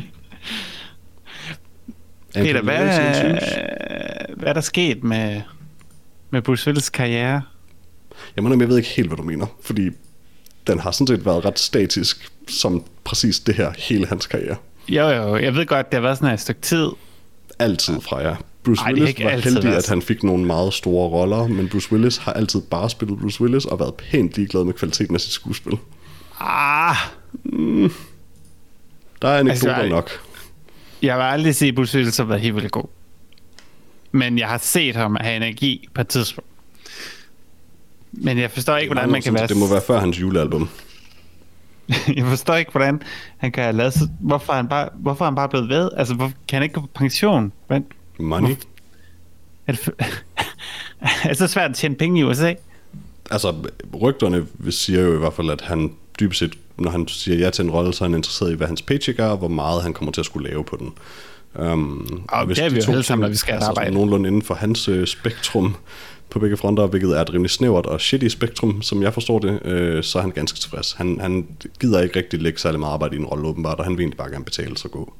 Peter, hvad, hvad er der sket med, med Bruce Willis karriere? Jeg mener, jeg ved ikke helt, hvad du mener, fordi den har sådan set været ret statisk, som præcis det her, hele hans karriere. Jo, jo, jeg ved godt, det har været sådan et stykke tid. Altid fra jer. Bruce Ej, Willis var heldig, været. At han fik nogle meget store roller, men Bruce Willis har altid bare spillet Bruce Willis og været pænt ligeglad med kvaliteten af sit skuespil. Ah, mm. Der er anekdoter altså, nok. Jeg har aldrig set Bruce Willis har været helt vildt god. Men jeg har set ham have energi på et tidspunkt. Men jeg forstår ikke, hvordan man kan være... Det må være før hans julealbum. Jeg forstår ikke, hvordan han kan have lavet... Hvorfor er han bare, hvorfor er han bare blevet ved? Altså, hvorfor kan han ikke gå på pension? Hvad? Money. Er det, er det så svært at tjene penge i U S A? Altså, rygterne siger jo i hvert fald, at han dybest set, når han siger ja til en rolle, så er han interesseret i, hvad hans paycheck er, og hvor meget han kommer til at skulle lave på den. Um, og det er vi jo alle sammen, når vi skal altså, arbejde. Nogenlunde inden for hans øh, spektrum på begge fronter, hvilket er et rimelig snævert og shitty spektrum, som jeg forstår det, øh, så er han ganske tilfreds. Han, han gider ikke rigtig lægge særlig meget arbejde i en rolle, åbenbart, og han vil egentlig bare gerne betale sig gå.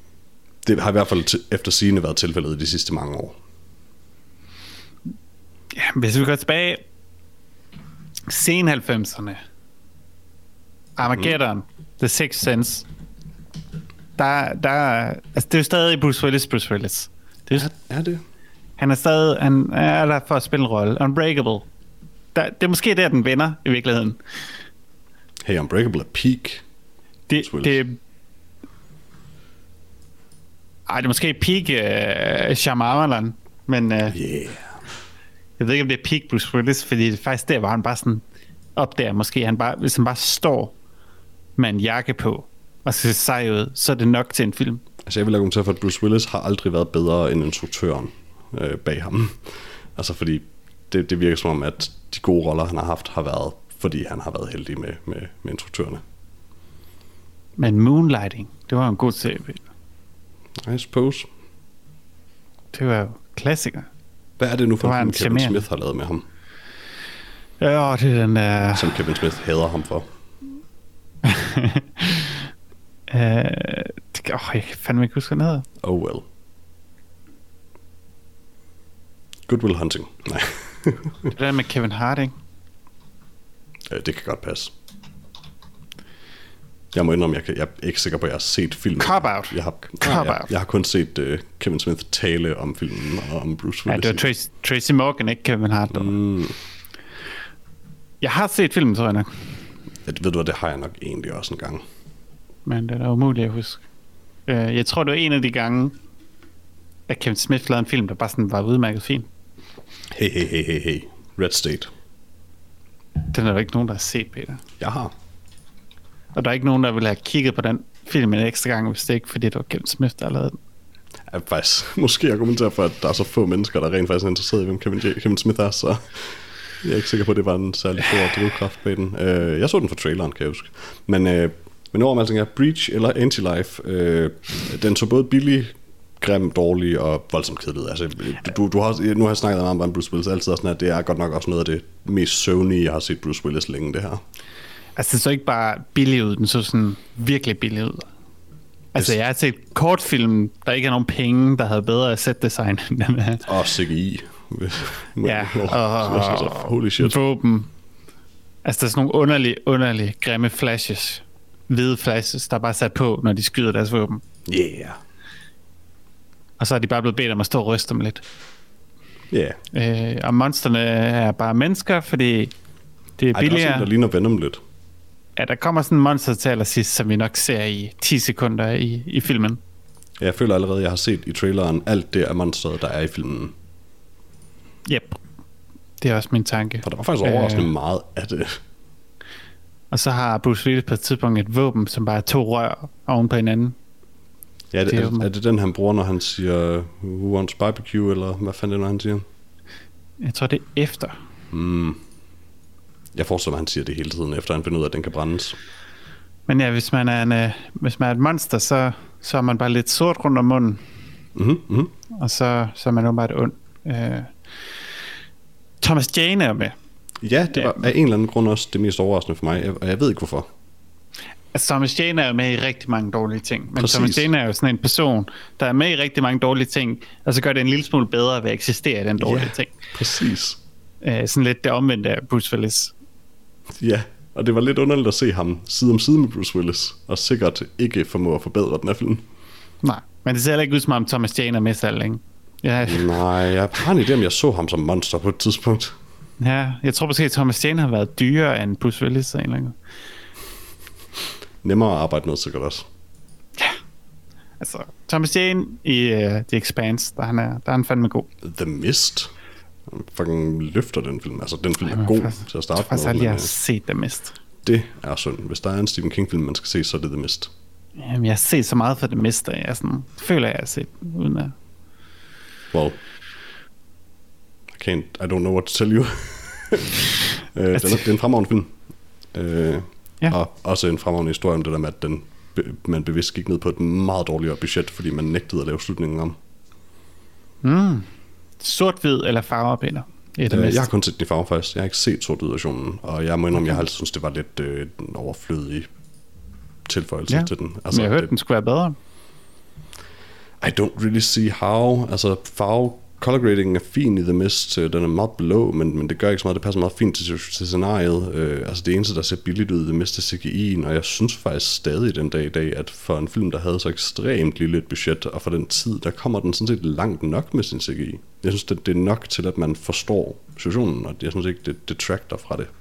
Det har i hvert fald t- efter sigende været tilfældet i de sidste mange år. Ja, hvis vi går tilbage sen halvfemserne, Armageddon, mm. The Sixth Sense, der, der, altså det er jo stadig Bruce Willis, Bruce Willis. Det er, er, er det? Han er stadig, han er der for at spille en rolle. Unbreakable. Der, det er måske der, den vender i virkeligheden. Hey, Unbreakable er peak. Det, det, ej, det er måske peak uh, Shyamalan, men uh, yeah. jeg ved ikke, om det er peak Bruce Willis, fordi det faktisk der, var han bare sådan op der, måske han bare, hvis han bare står med en jakke på, og ser sej ud, så er det nok til en film. Altså jeg vil argumentere for, at Bruce Willis har aldrig været bedre end instruktøren øh, bag ham. Altså fordi det, det virker som om, at de gode roller, han har haft, har været, fordi han har været heldig med, med, med instruktørerne. Men Moonlighting, det var en god serie. I suppose. Det var jo klassiker. Hvad er det nu for det en film, Kevin Smith har lavet med ham? Ja, det er den der... Uh... Som Kevin Smith hader ham for. Uh, det, oh, jeg kan fandme ikke huske, hvad den hedder. Oh well. Good Will Hunting. Nej. Det der med Kevin Hart, ikke? Ja, det kan godt passe. Jeg må indrømme, jeg, kan, jeg er ikke sikker på, at jeg har set filmen. Cop Out. Jeg har, Cop nej, Out. Jeg, jeg har kun set uh, Kevin Smith tale om filmen og om Bruce Willis. Ja, det var Tracy, Tracy Morgan, ikke Kevin Hart. Mm. Jeg har set filmen, tror jeg nok. Ja, ved du hvad, det har jeg nok egentlig også en gang. Men det er da umuligt at huske. Uh, jeg tror, det var en af de gange, at Kevin Smith lavede en film, der bare sådan var udmærket fin. Hey, hey, hey, hey, hey. Red State. Den er der ikke nogen, der har set, Peter. Jeg har. Og der er ikke nogen, der ville have kigget på den film en ekstra gang, hvis det ikke, fordi det var Kevin Smith, der har lavet den. Jeg er faktisk måske argumentere for, at der er så få mennesker, der rent faktisk er interesseret i, hvem Kevin, J- Kevin Smith er, så jeg er ikke sikker på, at det var en særlig stor drivkraft bag den. Uh, jeg så den for traileren, kan jeg huske. Men, uh, men over alting er Breach eller Anti-Life, uh, den så både billig, grim, dårlig og voldsomt kedelig. Altså, du, du har, nu har jeg snakket meget om Bruce Willis altid, og sådan, at det er godt nok også noget af det mest søvnige, jeg har set Bruce Willis længe, det her. Altså, det så ikke bare billig ud, den så sådan virkelig billig ud. Altså, jeg har set kortfilm, der ikke er nogen penge, der havde bedre set-design end den her. Og C G I. Ja, og holy shit. Våben. Altså, der er sådan nogle underlige, underlige, grimme flashes. Hvide flashes, der er bare sat på, når de skyder deres våben. Yeah. Og så er de bare blevet bedt om at stå og ryste dem lidt. Ja. Yeah. Øh, og monsterne er bare mennesker, fordi det er billigere. Ej, billigere. det er også en, der ligner Venom lidt. Ja, der kommer sådan en monster til allersidst, som vi nok ser i ti sekunder i, i filmen. Ja, jeg føler allerede, at jeg har set i traileren alt det af monsteret, der er i filmen. Yep. Det er også min tanke. For der var faktisk overraskende øh, meget af det. Og så har Bruce Willis på et tidspunkt et våben, som bare er to rør oven på hinanden. Ja, det, det er, er, er det den, han bruger, når han siger who wants barbecue, eller hvad fanden det er, når han siger? Jeg tror, det er efter. Mm. Jeg forestiller mig, at han siger det hele tiden, efter han finder ud af, at den kan brændes. Men ja, hvis man er, en, uh, hvis man er et monster, så, så er man bare lidt sort rundt om munden. Mm-hmm, mm-hmm. Og så, så er man jo bare et ond. Uh, Thomas Jane er med. Ja, det var af en eller anden grund også det mest overraskende for mig, og jeg ved ikke hvorfor. Altså, Thomas Jane er jo med i rigtig mange dårlige ting, men Præcis. Thomas Jane er jo sådan en person, der er med i rigtig mange dårlige ting, og så gør det en lille smule bedre ved at eksistere i den dårlige ja, ting. Præcis. Uh, sådan lidt det omvendte af Bruce Willis. Ja, og det var lidt underligt at se ham side om side med Bruce Willis, og sikkert ikke formå at forbedre den her film. Nej, men det ser heller ikke ud som om Thomas Jane er med så længe. Ja. Nej, jeg har en idé, om jeg så ham som monster på et tidspunkt. Ja, jeg tror måske, at Thomas Jane har været dyrere end Bruce Willis så en eller anden. Nemmere at arbejde med, sikkert også. Ja, altså Thomas Jane i uh, The Expanse, der han er, der er han fandme god. The Mist? Han fucking løfter den film. Altså, den film er god faktisk, til at starte med. Jeg tror faktisk aldrig, jeg har set The Mist. Det er synd. Hvis der er en Stephen King-film, man skal se, så er det The Mist. Jamen, jeg har set så meget for The Mist, og jeg sådan, føler, jeg har set den, uden at... Well, I can't, I don't know what to tell you. uh, den er, det er en fremragende film. Uh, ja. Og også en fremragende historie om det der med, at den, man bevidst gik ned på et meget dårligere budget, fordi man nægtede at lave slutningen om. Mm. Sort-hvid eller farver, Peter? Uh, jeg har kun set den i farve faktisk. Jeg har ikke set sort-hvid versionen, og jeg må indrømme, okay. jeg har altid synes det var lidt øh, en overflødig tilføjelse ja. til den. Altså, men jeg hørte, det, den skulle være bedre. I don't really see how. Altså, farve color grading er fin i The Mist, den er meget blå, men, men det gør ikke så meget, det passer meget fint til, til scenariet. Øh, altså det eneste, der ser billigt ud i The Mist, er C G I'en, og jeg synes faktisk stadig den dag i dag, at for en film, der havde så ekstremt lille et budget, og for den tid, der kommer den sådan set langt nok med sin C G I. Jeg synes, det, det er nok til, at man forstår situationen, og jeg synes ikke, det detracter fra det.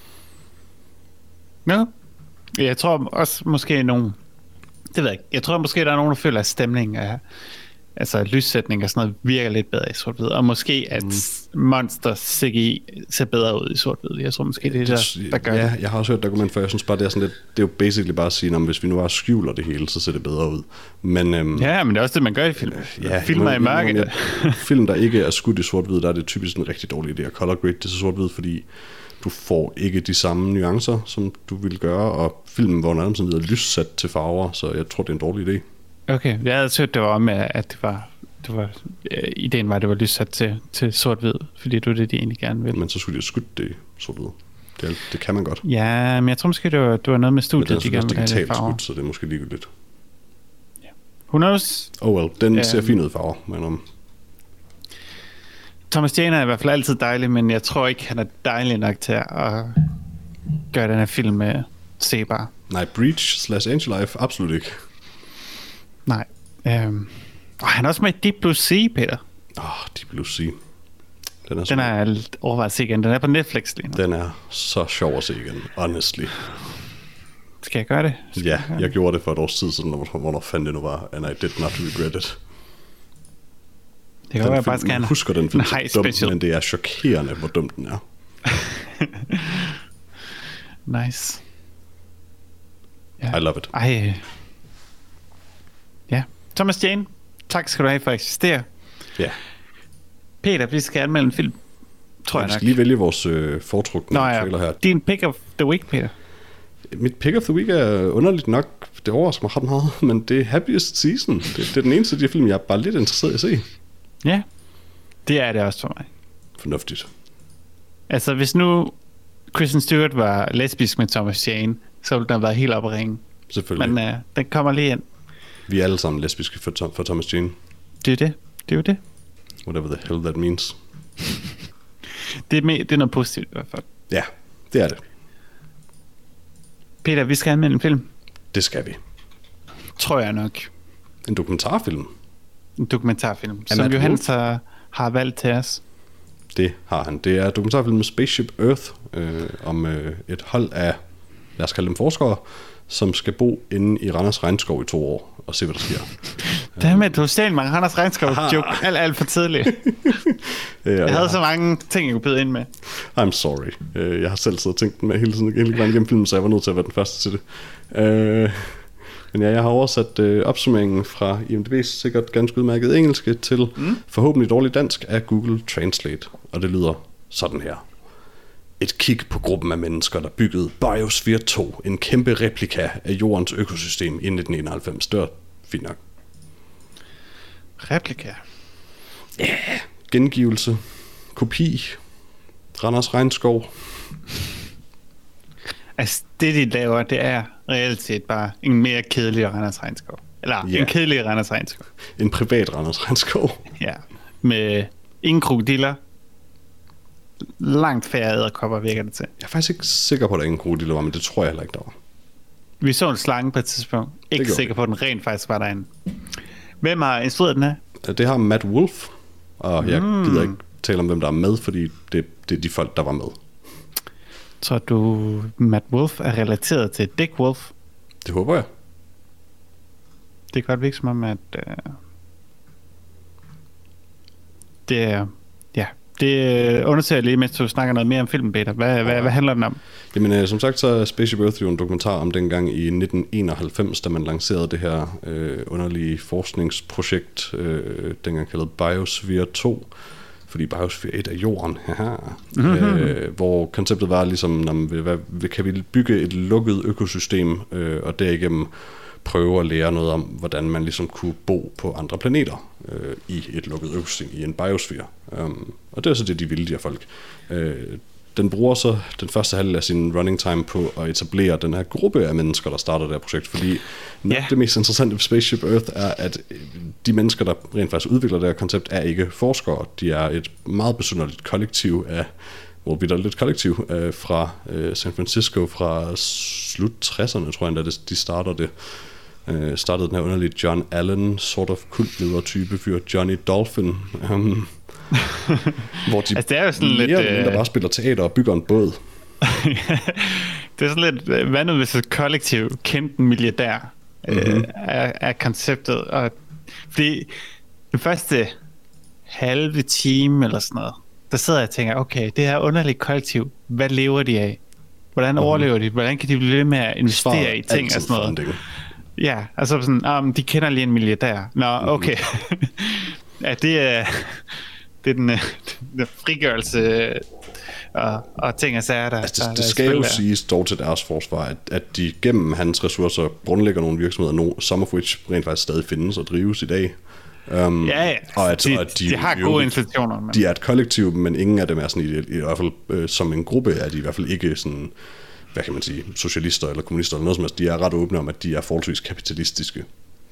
Ja, jeg tror også måske nogen, det ved jeg ikke, jeg tror måske, der er nogen, der føler, at stemningen er, altså lyssætning og sådan noget, virker lidt bedre i sort-hvid, og måske at mm. Monsters C G I ser bedre ud i sort-hvid. Jeg tror måske, det er det, der, der gør ja, det. Jeg har også hørt et dokument, for jeg synes bare, det er sådan lidt, det er jo basically bare at sige, at hvis vi nu bare skjuler det hele, så ser det bedre ud. Men, øhm, ja, men det er også det, man gør i film. Ja, Filmer i mørke. Film, der ikke er skudt i sort-hvid, der er det typisk en rigtig dårlig idé at color grade det til sort-hvid, fordi du får ikke de samme nuancer, som du ville gøre, og filmen var nærmest sådan lidt lyssat til farver, så jeg tror, det er en dårlig idé. Okay, jeg havde hørt, det var om, at det var, det var øh, ideen var, at det var lyssat til, til sort-hvid, fordi det var det, de egentlig gerne ville. Men så skulle de have skudt det sort-hvid. Det, det kan man godt. Ja, men jeg tror måske, det var, det var noget med studiet, de gerne ville have det farver. Skudt, så det er måske ligegyldigt. Ja. Who knows? Oh well, den um, ser fin ud i farver, men om... Thomas Jane er i hvert fald altid dejlig, men jeg tror ikke, han er dejlig nok til at gøre den her film uh, sebar. Nej, Breach slash Angel Life, absolut ikke. Nej. Um, og han er også med i Deep Blue Sea, Peter. Åh, oh, Deep Blue Sea. Den er, den er overvejet at se igen. Den er på Netflix lige nu. Den er så sjov at se igen, honestly. Skal jeg gøre det? Skal ja, jeg, jeg gjorde det for et års tid siden, hvornår fanden det nu var, and I did not regret it. Det kan være, bare skal jeg husker den film nej, så dum, men det er chokerende, hvor dum den er. Nice. Yeah. I love it. Ej. Ja. Thomas Jane, tak skal du have for at eksistere. Ja. Peter, vi skal anmelde en film, tror jeg, jeg nok. Vi skal lige vælge vores øh, foretrukne Nå, ja. trailer her. Din pick of the week, Peter. Mit pick of the week er underligt nok, det overrasker mig ret meget, men det er Happiest Season. Det, det er den eneste af de film, jeg er bare lidt interesseret i at se. Ja, det er det også for mig. Fornuftigt. Altså, hvis nu Kristen Stewart var lesbisk med Thomas Jane, så ville den have været helt oppe at ringe. Selvfølgelig. Men uh, den kommer lige ind. Vi er alle sammen lesbiske for, Tom, for Thomas Jane. Det er det. Det er jo det. Whatever the hell that means. det, er med, det er noget positivt i hvert fald. Ja, det er det. Peter, vi skal anmelde en film. Det skal vi. Tror jeg nok. En dokumentarfilm. En dokumentarfilm, er som Johannes har, har valgt til os. Det har han. Det er dokumentarfilmen Spaceship Earth, øh, om øh, et hold af, lad os kalde dem forskere, som skal bo inde i Randers Regnskov i to år, og se, hvad der sker. Dammit, du har stjælet mange Randers Regnskov-joke alt, alt for tidligt. ja, jeg havde ja. så mange ting, jeg kunne byde ind med. I'm sorry. Jeg har selv siddet og tænkt med hele tiden hele vejen igennem filmen, så jeg var nødt til at være den første til det. Uh, men ja, jeg har oversat uh, opsummeringen fra I M D B's sikkert ganske udmærket engelske til mm. forhåbentlig dårligt dansk af Google Translate, og det lyder sådan her. Et kig på gruppen af mennesker, der byggede Biosphere to, en kæmpe replika af jordens økosystem i nitten enoghalvfems. Det var fint nok. Replika? Ja, yeah. Gengivelse, kopi, Randers Regnskov. Altså, det de laver, det er reelt set bare en mere kedelig Randers Regnskov. Eller yeah. en kedelig Randers Regnskov. En privat Randers Regnskov. Ja, med ingen krokodiller. Langt færre edderkopper virker det til. Jeg er faktisk ikke sikker på, at der ingen krokodiller var, men det tror jeg heller ikke, der var. Vi så en slange på et tidspunkt. Ikke sikker på, at den rent faktisk var derinde. Hvem har instrueret den her? Det har Matt Wolf, og jeg mm. gider ikke tale om, hvem der er med, fordi det, det er de folk, der var med. Tror du, Matt Wolf er relateret til Dick Wolf? Det håber jeg. Det kan godt virke som om, at uh, det er... Ja, det undersøger jeg lige, mens du snakker noget mere om filmen, Peter. Hvad, ja. hvad, hvad handler den om? Jamen, øh, som sagt, så er Spaceship Earth jo en dokumentar om dengang i nitten enoghalvfems, da man lancerede det her øh, underlige forskningsprojekt, øh, dengang kaldet Biosphere to, fordi Biosphere et er jorden, mm-hmm. øh, hvor konceptet var ligesom, når, hvad, kan vi bygge et lukket økosystem, øh, og derigennem prøve at lære noget om, hvordan man ligesom kunne bo på andre planeter øh, i et lukket økosystem, i en biosfære. Um, og det er så det, de ville, de her folk. Øh, den bruger så den første halvdel af sin running time på at etablere den her gruppe af mennesker, der starter det her projekt, fordi nok yeah. det mest interessante ved Spaceship Earth er, at de mennesker, der rent faktisk udvikler det her koncept, er ikke forskere. De er et meget besynderligt kollektiv af, hvor vi der er lidt kollektiv, øh, fra øh, San Francisco fra slut tresserne, tror jeg endda, de starter det. Øh, startede den her underlige John Allen, sort of kultleder-type fyr, Johnny Dolphin, um, hvor de altså, det er jo sådan lidt, der bare spiller teater og bygger en båd. Det er sådan lidt, hvad nu hvis et kollektiv kendte en milliardær mm-hmm. øh, af, af konceptet, og fordi den første halve time eller sådan noget, der sidder jeg og tænker, okay, det her underlige kollektiv, hvad lever de af? Hvordan mm-hmm. overlever de? Hvordan kan de blive ved med at investere Svaret i ting og sådan noget? Ja, altså sådan, um, de kender lige en milliardær. Nå, okay. Mm-hmm. Ja, det er, det er den, den frigørelse og, og ting og sager, der... Altså, det, der, det skal jo siges dog til deres forsvar, at, at de gennem hans ressourcer grundlægger nogle virksomheder, no, some of which rent faktisk stadig findes og drives i dag. Um, ja, ja. Og at, de, og at de, de har jo, gode intentioner. Men... De er et kollektiv, men ingen af dem er sådan i, i, i hvert fald øh, som en gruppe, er de i hvert fald ikke sådan... hvad kan man sige, socialister eller kommunister eller noget som helst, de er ret åbne om, at de er forholdsvis kapitalistiske.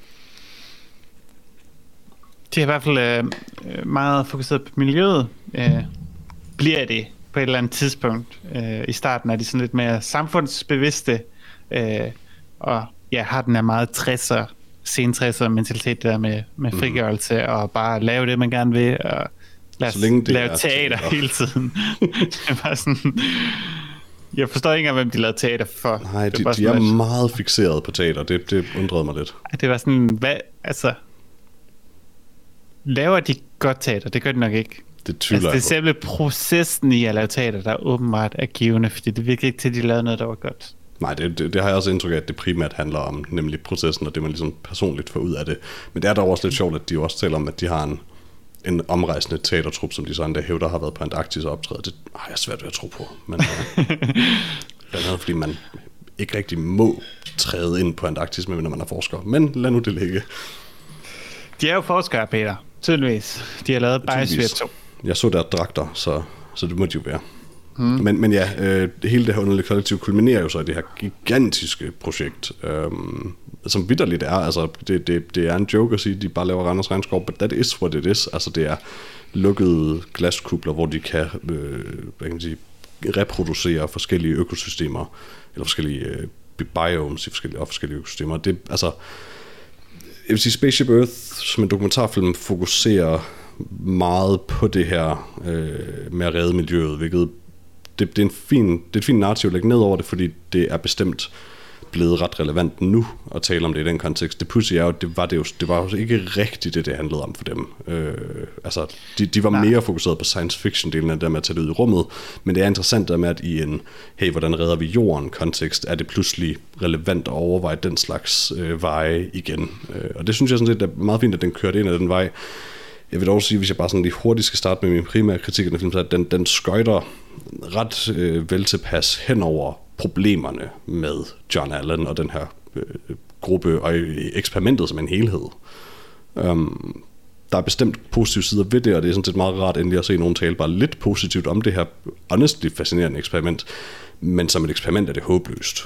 De er i hvert fald øh, meget fokuseret på miljøet. Øh, bliver det på et eller andet tidspunkt. Øh, I starten er de sådan lidt mere samfundsbevidste, øh, og ja, har den her meget tresser, sen tresser mentalitet der med, med frigørelse, mm. og bare lave det, man gerne vil, og lad os lave teater, teater hele tiden. Det er bare sådan... Jeg forstår ikke engang, hvem de lavede teater for. Nej, de, de er lidt... meget fikseret på teater. Det, det undrede mig lidt. Det var sådan, hvad, altså... Laver de godt teater? Det gør de nok ikke. Det tvivler altså, jeg det er selve processen i at lave teater, der åbenbart er givende, fordi det virker ikke til, at de lavede noget, der var godt. Nej, det, det, det har jeg også indtryk af, at det primært handler om, nemlig processen, og det man ligesom personligt får ud af det. Men det er dog også lidt sjovt, at de også taler om, at de har en, en omrejsende teatertrup, som de sådan der hævder har været på Antarktis og optrædet. Det har jeg svært ved at tro på. Men øh, blandt andet, fordi man ikke rigtig må træde ind på Antarktis, medmindre man er forsker. Men lad nu det ligge. De er jo forskere, Peter. Tydeligvis. De har lavet Biosphere to. Jeg så der dragter, så, så det må de jo være. Hmm. Men, men ja, øh, hele det her underlige kollektiv kulminerer jo så i det her gigantiske projekt, øh, som vitterligt er, altså det, det, det er en joke at sige, at de bare laver Randers Regnskov, but that is what it is. Altså det er lukkede glaskubler, hvor de kan, øh, hvad kan man sige, reproducere forskellige økosystemer, eller forskellige øh, biomes i forskellige, og forskellige økosystemer. Det, altså, jeg vil sige, Spaceship Earth som en dokumentarfilm fokuserer meget på det her øh, med at redde miljøet, hvilket det, det, er en fin, det er et fint narrativ at lægge ned over det, fordi det er bestemt blevet ret relevant nu at tale om det i den kontekst. Det pudsige er jo, det var, det jo, det var jo ikke rigtigt det, det handlede om for dem. Øh, altså, de, de var Nej. mere fokuseret på science fiction-delen af det der med at tage det ud i rummet, men det er interessant der med, at i en, hey, hvordan redder vi jorden kontekst, er det pludselig relevant at overveje den slags øh, veje igen. Øh, og det synes jeg sådan set er meget fint, at den kørte ind ad den vej. Jeg vil dog sige, hvis jeg bare sådan lige hurtigt skal starte med min primære kritik af den film, så at den, den skøjter ret øh, vel tilpas hen over problemerne med John Allen og den her øh, gruppe og eksperimentet som en helhed. Um, der er bestemt positive sider ved det, og det er sådan set meget rart endelig at se nogen tale bare lidt positivt om det her honestly fascinerende eksperiment, men som et eksperiment er det håbløst.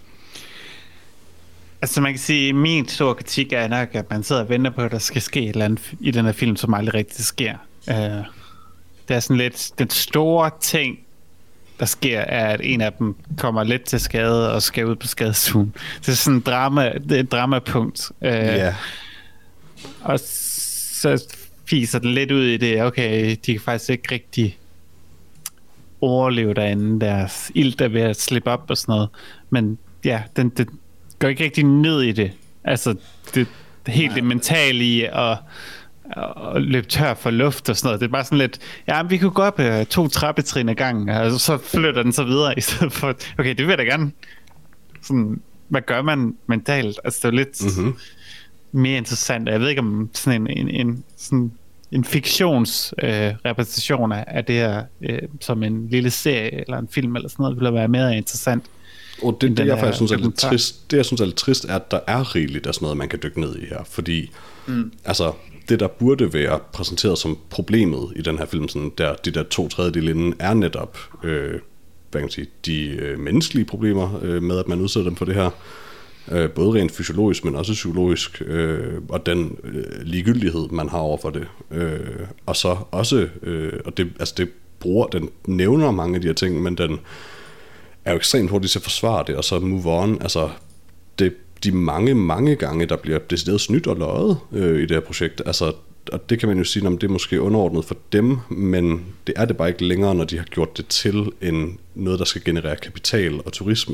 Altså man kan sige, at min store kritik er nok, at man sidder og venter på, at der skal ske et eller andet i den her film, som aldrig rigtig sker. Uh, det er sådan lidt den store ting, der sker, er, at en af dem kommer lidt til skade og skal ud på skadestuen. Det er sådan en drama, det er et dramapunkt. Uh, yeah. Og så fiser den lidt ud i det, okay, de kan faktisk ikke rigtig overleve derinde, deres ild er ved at slippe op og sådan noget. Men ja, den, den går ikke rigtig ned i det. Altså, det, det helt det mentale i at, at løbe tør for luft og sådan noget. Det er bare sådan lidt, ja, vi kunne gå op uh, to trappetrin ad gangen, og så flytter den så videre, i stedet for, okay, det vil jeg da gerne. Sådan, hvad gør man mentalt? Altså, det er lidt mm-hmm. mere interessant. Jeg ved ikke, om sådan en, en, en, sådan en fiktionsrepræsentation øh, af det her, øh, som en lille serie eller en film eller sådan noget, ville være mere interessant. Og det, det jeg faktisk synes er lidt trist, det jeg synes er lidt trist, er, at der er rigeligt af sådan noget, man kan dykke ned i her, fordi mm. altså, det, der burde være præsenteret som problemet i den her film, sådan der, de der to tredjedel inden, er netop øh, hvad kan man sige, de øh, menneskelige problemer øh, med, at man udsætter dem for det her. Øh, både rent fysiologisk, men også psykologisk, øh, og den øh, ligegyldighed, man har over for det. Øh, og så også, øh, og det, altså det bruger, den nævner mange af de her ting, men den er jo ekstremt hurtigt til at forsvare det, og så move on. Altså, det, de mange, mange gange, der bliver decideret snydt og løjet øh, i det her projekt, altså, og det kan man jo sige, om det er måske underordnet for dem, men det er det bare ikke længere, når de har gjort det til en, noget, der skal generere kapital og turisme.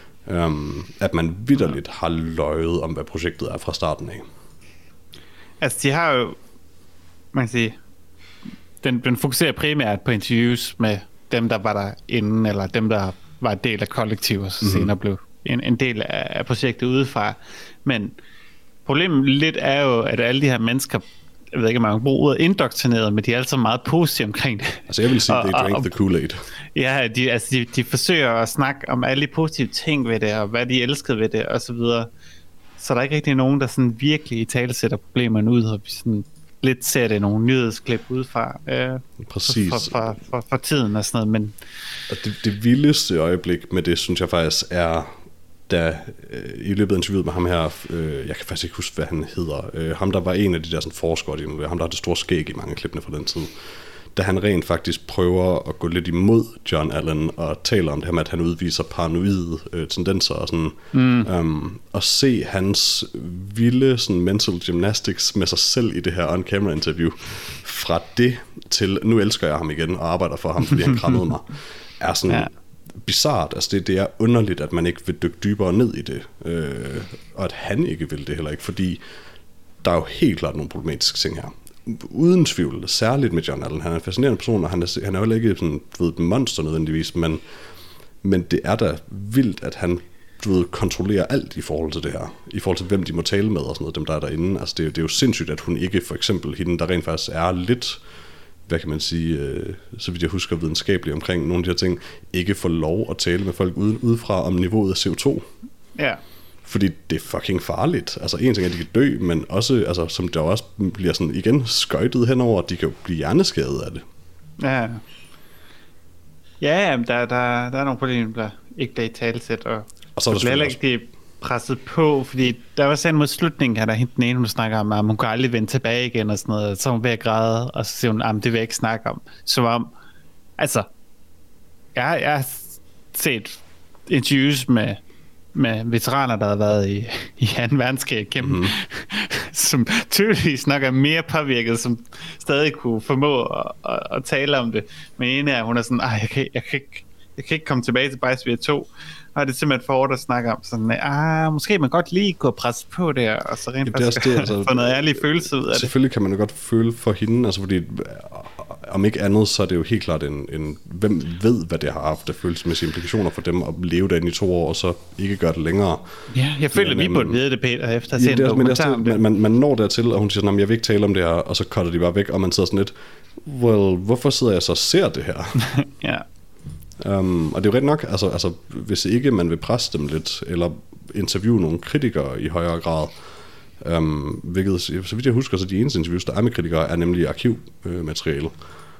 Um, at man vitterligt har løjet om, hvad projektet er fra starten af. Altså, de har jo, man kan sige, den, den fokuserer primært på interviews med dem, der var der inden, eller dem, der var en del af kollektivet, og så mm-hmm. senere blev en, en del af, af projektet udefra. Men problemet lidt er jo, at alle de her mennesker, jeg ved ikke, om man kan bruge ordet indoktrineret, men de er altså meget positive omkring det. Altså jeg vil sige, at they drank the Kool-Aid. Ja, de, altså de, de forsøger at snakke om alle de positive ting ved det, og hvad de elskede ved det, og så videre. Så der er ikke rigtig nogen, der sådan virkelig i tale sætter problemerne ud, og vi sådan lidt ser det nogle nyhedsklip udefra øh, Præcis. For, for, for, for tiden og sådan noget. Men og det, det vildeste øjeblik med det, synes jeg faktisk er, da øh, i løbet af interviewet med ham her, øh, jeg kan faktisk ikke huske, hvad han hedder, øh, ham der var en af de der sådan forskere, de, ham der har det store skæg i mange klippene fra den tid, da han rent faktisk prøver at gå lidt imod John Allen og taler om det her med, at han udviser paranoide øh, tendenser og sådan, mm. um, og se hans vilde sådan mental gymnastics med sig selv i det her on-camera interview, fra det til, nu elsker jeg ham igen og arbejder for ham, fordi han krammede mig, er sådan ja. bizarrt. Altså det, det er underligt, at man ikke vil dykke dybere ned i det, øh, og at han ikke vil det heller ikke, fordi der er jo helt klart nogle problematiske ting her. Uden tvivl, særligt med John Allen. Han er en fascinerende person, og han er, han er jo ikke sådan, du ved, et monster nødvendigvis, men, men det er da vildt, at han, du ved, kontrollerer alt i forhold til det her, i forhold til hvem de må tale med og sådan noget, dem der er derinde. Altså det, det er jo sindssygt, at hun ikke, for eksempel hende, der rent faktisk er lidt, hvad kan man sige, øh, så vidt jeg husker videnskabeligt omkring nogle af de her ting, ikke får lov at tale med folk uden, udefra om niveauet af C O to. Ja. Fordi det er fucking farligt. Altså en ting er, at de kan dø, men også, altså, som der også bliver sådan igen skøjtet henover, de kan jo blive hjerneskadet af det. Ja, ja, der, der, der er nogle problemer, der ikke bliver i talesæt, og, og så er der bliver ikke de presset på, fordi der var sådan mod slutningen, her der hende den ene, hun snakker om, at hun kan aldrig vende tilbage igen, og sådan noget, så er hun ved at græde, og så siger hun, at det vil jeg ikke snakke om. Som om, altså, jeg, jeg har set interviews med med veteraner, der har været i, i anden verdenskrig gennem, mm. som tydeligvis nok er mere påvirket, som stadig kunne formå at, at, at tale om det. Men ene er, hun er sådan, jeg kan, jeg, kan ikke, jeg kan ikke komme tilbage til Biosfære to, og det er simpelthen for hårdt at snakke om. Sådan, ah, måske man godt lige kunne presse på det, og så rent faktisk det, altså, få noget ærlig følelse ud af det. Selvfølgelig kan man jo godt føle for hende, altså fordi om ikke andet, så er det jo helt klart en, en hvem ved, hvad det har haft af følelsesmæssige implikationer for dem at leve derinde i to år, og så ikke gøre det længere. Ja, jeg føler, men, vi burde vide det, Peter, efter at ja, se en dokumentar om det. Man, man når dertil, og hun siger, jeg vil ikke tale om det her, og så cutter de bare væk, og man sidder sådan lidt, well, hvorfor sidder jeg så og ser det her? Ja. Um, og det er jo ret nok, altså, altså hvis ikke man vil presse dem lidt, eller interviewe nogle kritikere i højere grad, um, hvilket, så vidt jeg husker, så de eneste interviews, der er med kritikere, er nemlig arkivmateriale.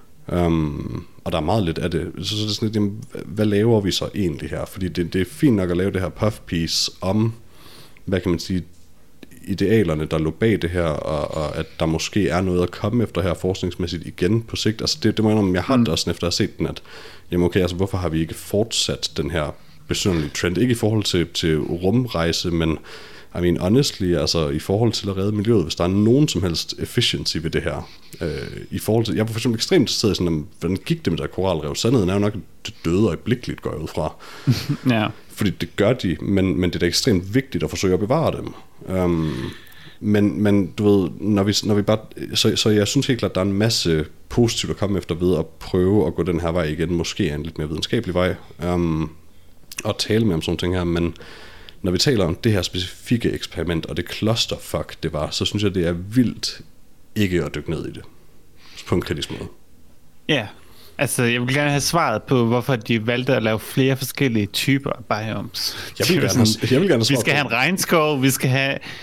Um, og der er meget lidt af det. Så, så det er sådan lidt, jamen, hvad laver vi så egentlig her? Fordi det, det er fint nok at lave det her puff piece om, hvad kan man sige, idealerne, der lå bag det her, og, og at der måske er noget at komme efter her forskningsmæssigt igen på sigt. Altså det, det må jeg om, jeg har det også efter at have set den, at jamen okay, altså hvorfor har vi ikke fortsat den her besynderlige trend? Ikke i forhold til, til rumrejse, men I mean honestly, altså i forhold til at redde miljøet, hvis der er nogen som helst efficiency ved det her. Øh, i forhold til, jeg var for eksempel ekstremt interesseret i sådan, hvordan gik det med der koralrev? Sandheden er jo nok, at det døde øjeblikkeligt, går jeg ud fra. Ja. Fordi det gør de, men, men det er da ekstremt vigtigt at forsøge at bevare dem. Um, men, men du ved, når vi, når vi bare, så, så jeg synes helt klart, at der er en masse positivt at komme efter ved at prøve at gå den her vej igen, måske en lidt mere videnskabelig vej, um, og tale med om sådan ting her, men når vi taler om det her specifikke eksperiment, og det clusterfuck det var, så synes jeg, det er vildt ikke at dykke ned i det, på en kritisk måde. Ja, altså jeg vil gerne have svaret på, hvorfor de valgte at lave flere forskellige typer af biomes. Jeg vil gerne, have, jeg vil gerne have Vi skal have en regnskov, vi skal have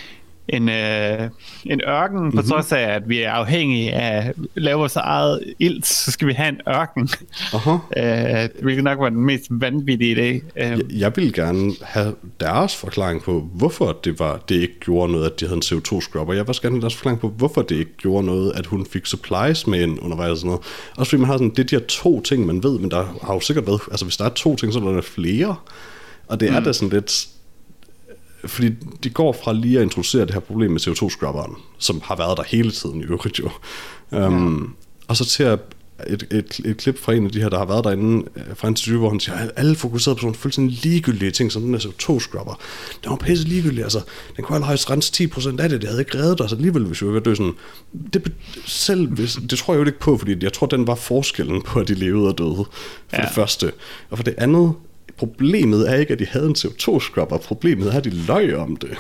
en, øh, en ørken, mm-hmm. på trods af, at vi er afhængige af at lave vores eget ilt, så skal vi have en ørken. Uh-huh. øh, hvilket nok var den mest vanvittige idé. Jeg, jeg ville gerne have deres forklaring på, hvorfor det, var, det ikke gjorde noget, at de havde en C O to scrubber. Jeg vil også gerne have deres forklaring på, hvorfor det ikke gjorde noget, at hun fik supplies med ind undervejs og sådan noget. Også fordi man har sådan, det er de her to ting, man ved, men der har jo sikkert været, altså hvis der er to ting, så er der flere. Og det er mm. da sådan lidt... Fordi de går fra lige at introducere det her problem med C O to scrubberen, som har været der hele tiden i øvrigt jo. Um, ja. Og så til at et, et, et klip fra en af de her, der har været derinde fra interview, hvor han siger, at alle fokuserede på sådan fuldstændig ligegyldige ting, som den der C O to scrubber. Den var pisse ligegyldig, altså. Den kunne allerhøjst rense ti procent af det, det havde ikke reddet os alligevel, hvis vi var ved at dø sådan. Det, selv hvis, det tror jeg jo ikke på, fordi jeg tror, den var forskellen på, at de levede og døde, for ja. det første. Og for det andet, problemet er ikke, at de havde en C O to scrubber, problemet er, at de løg om det.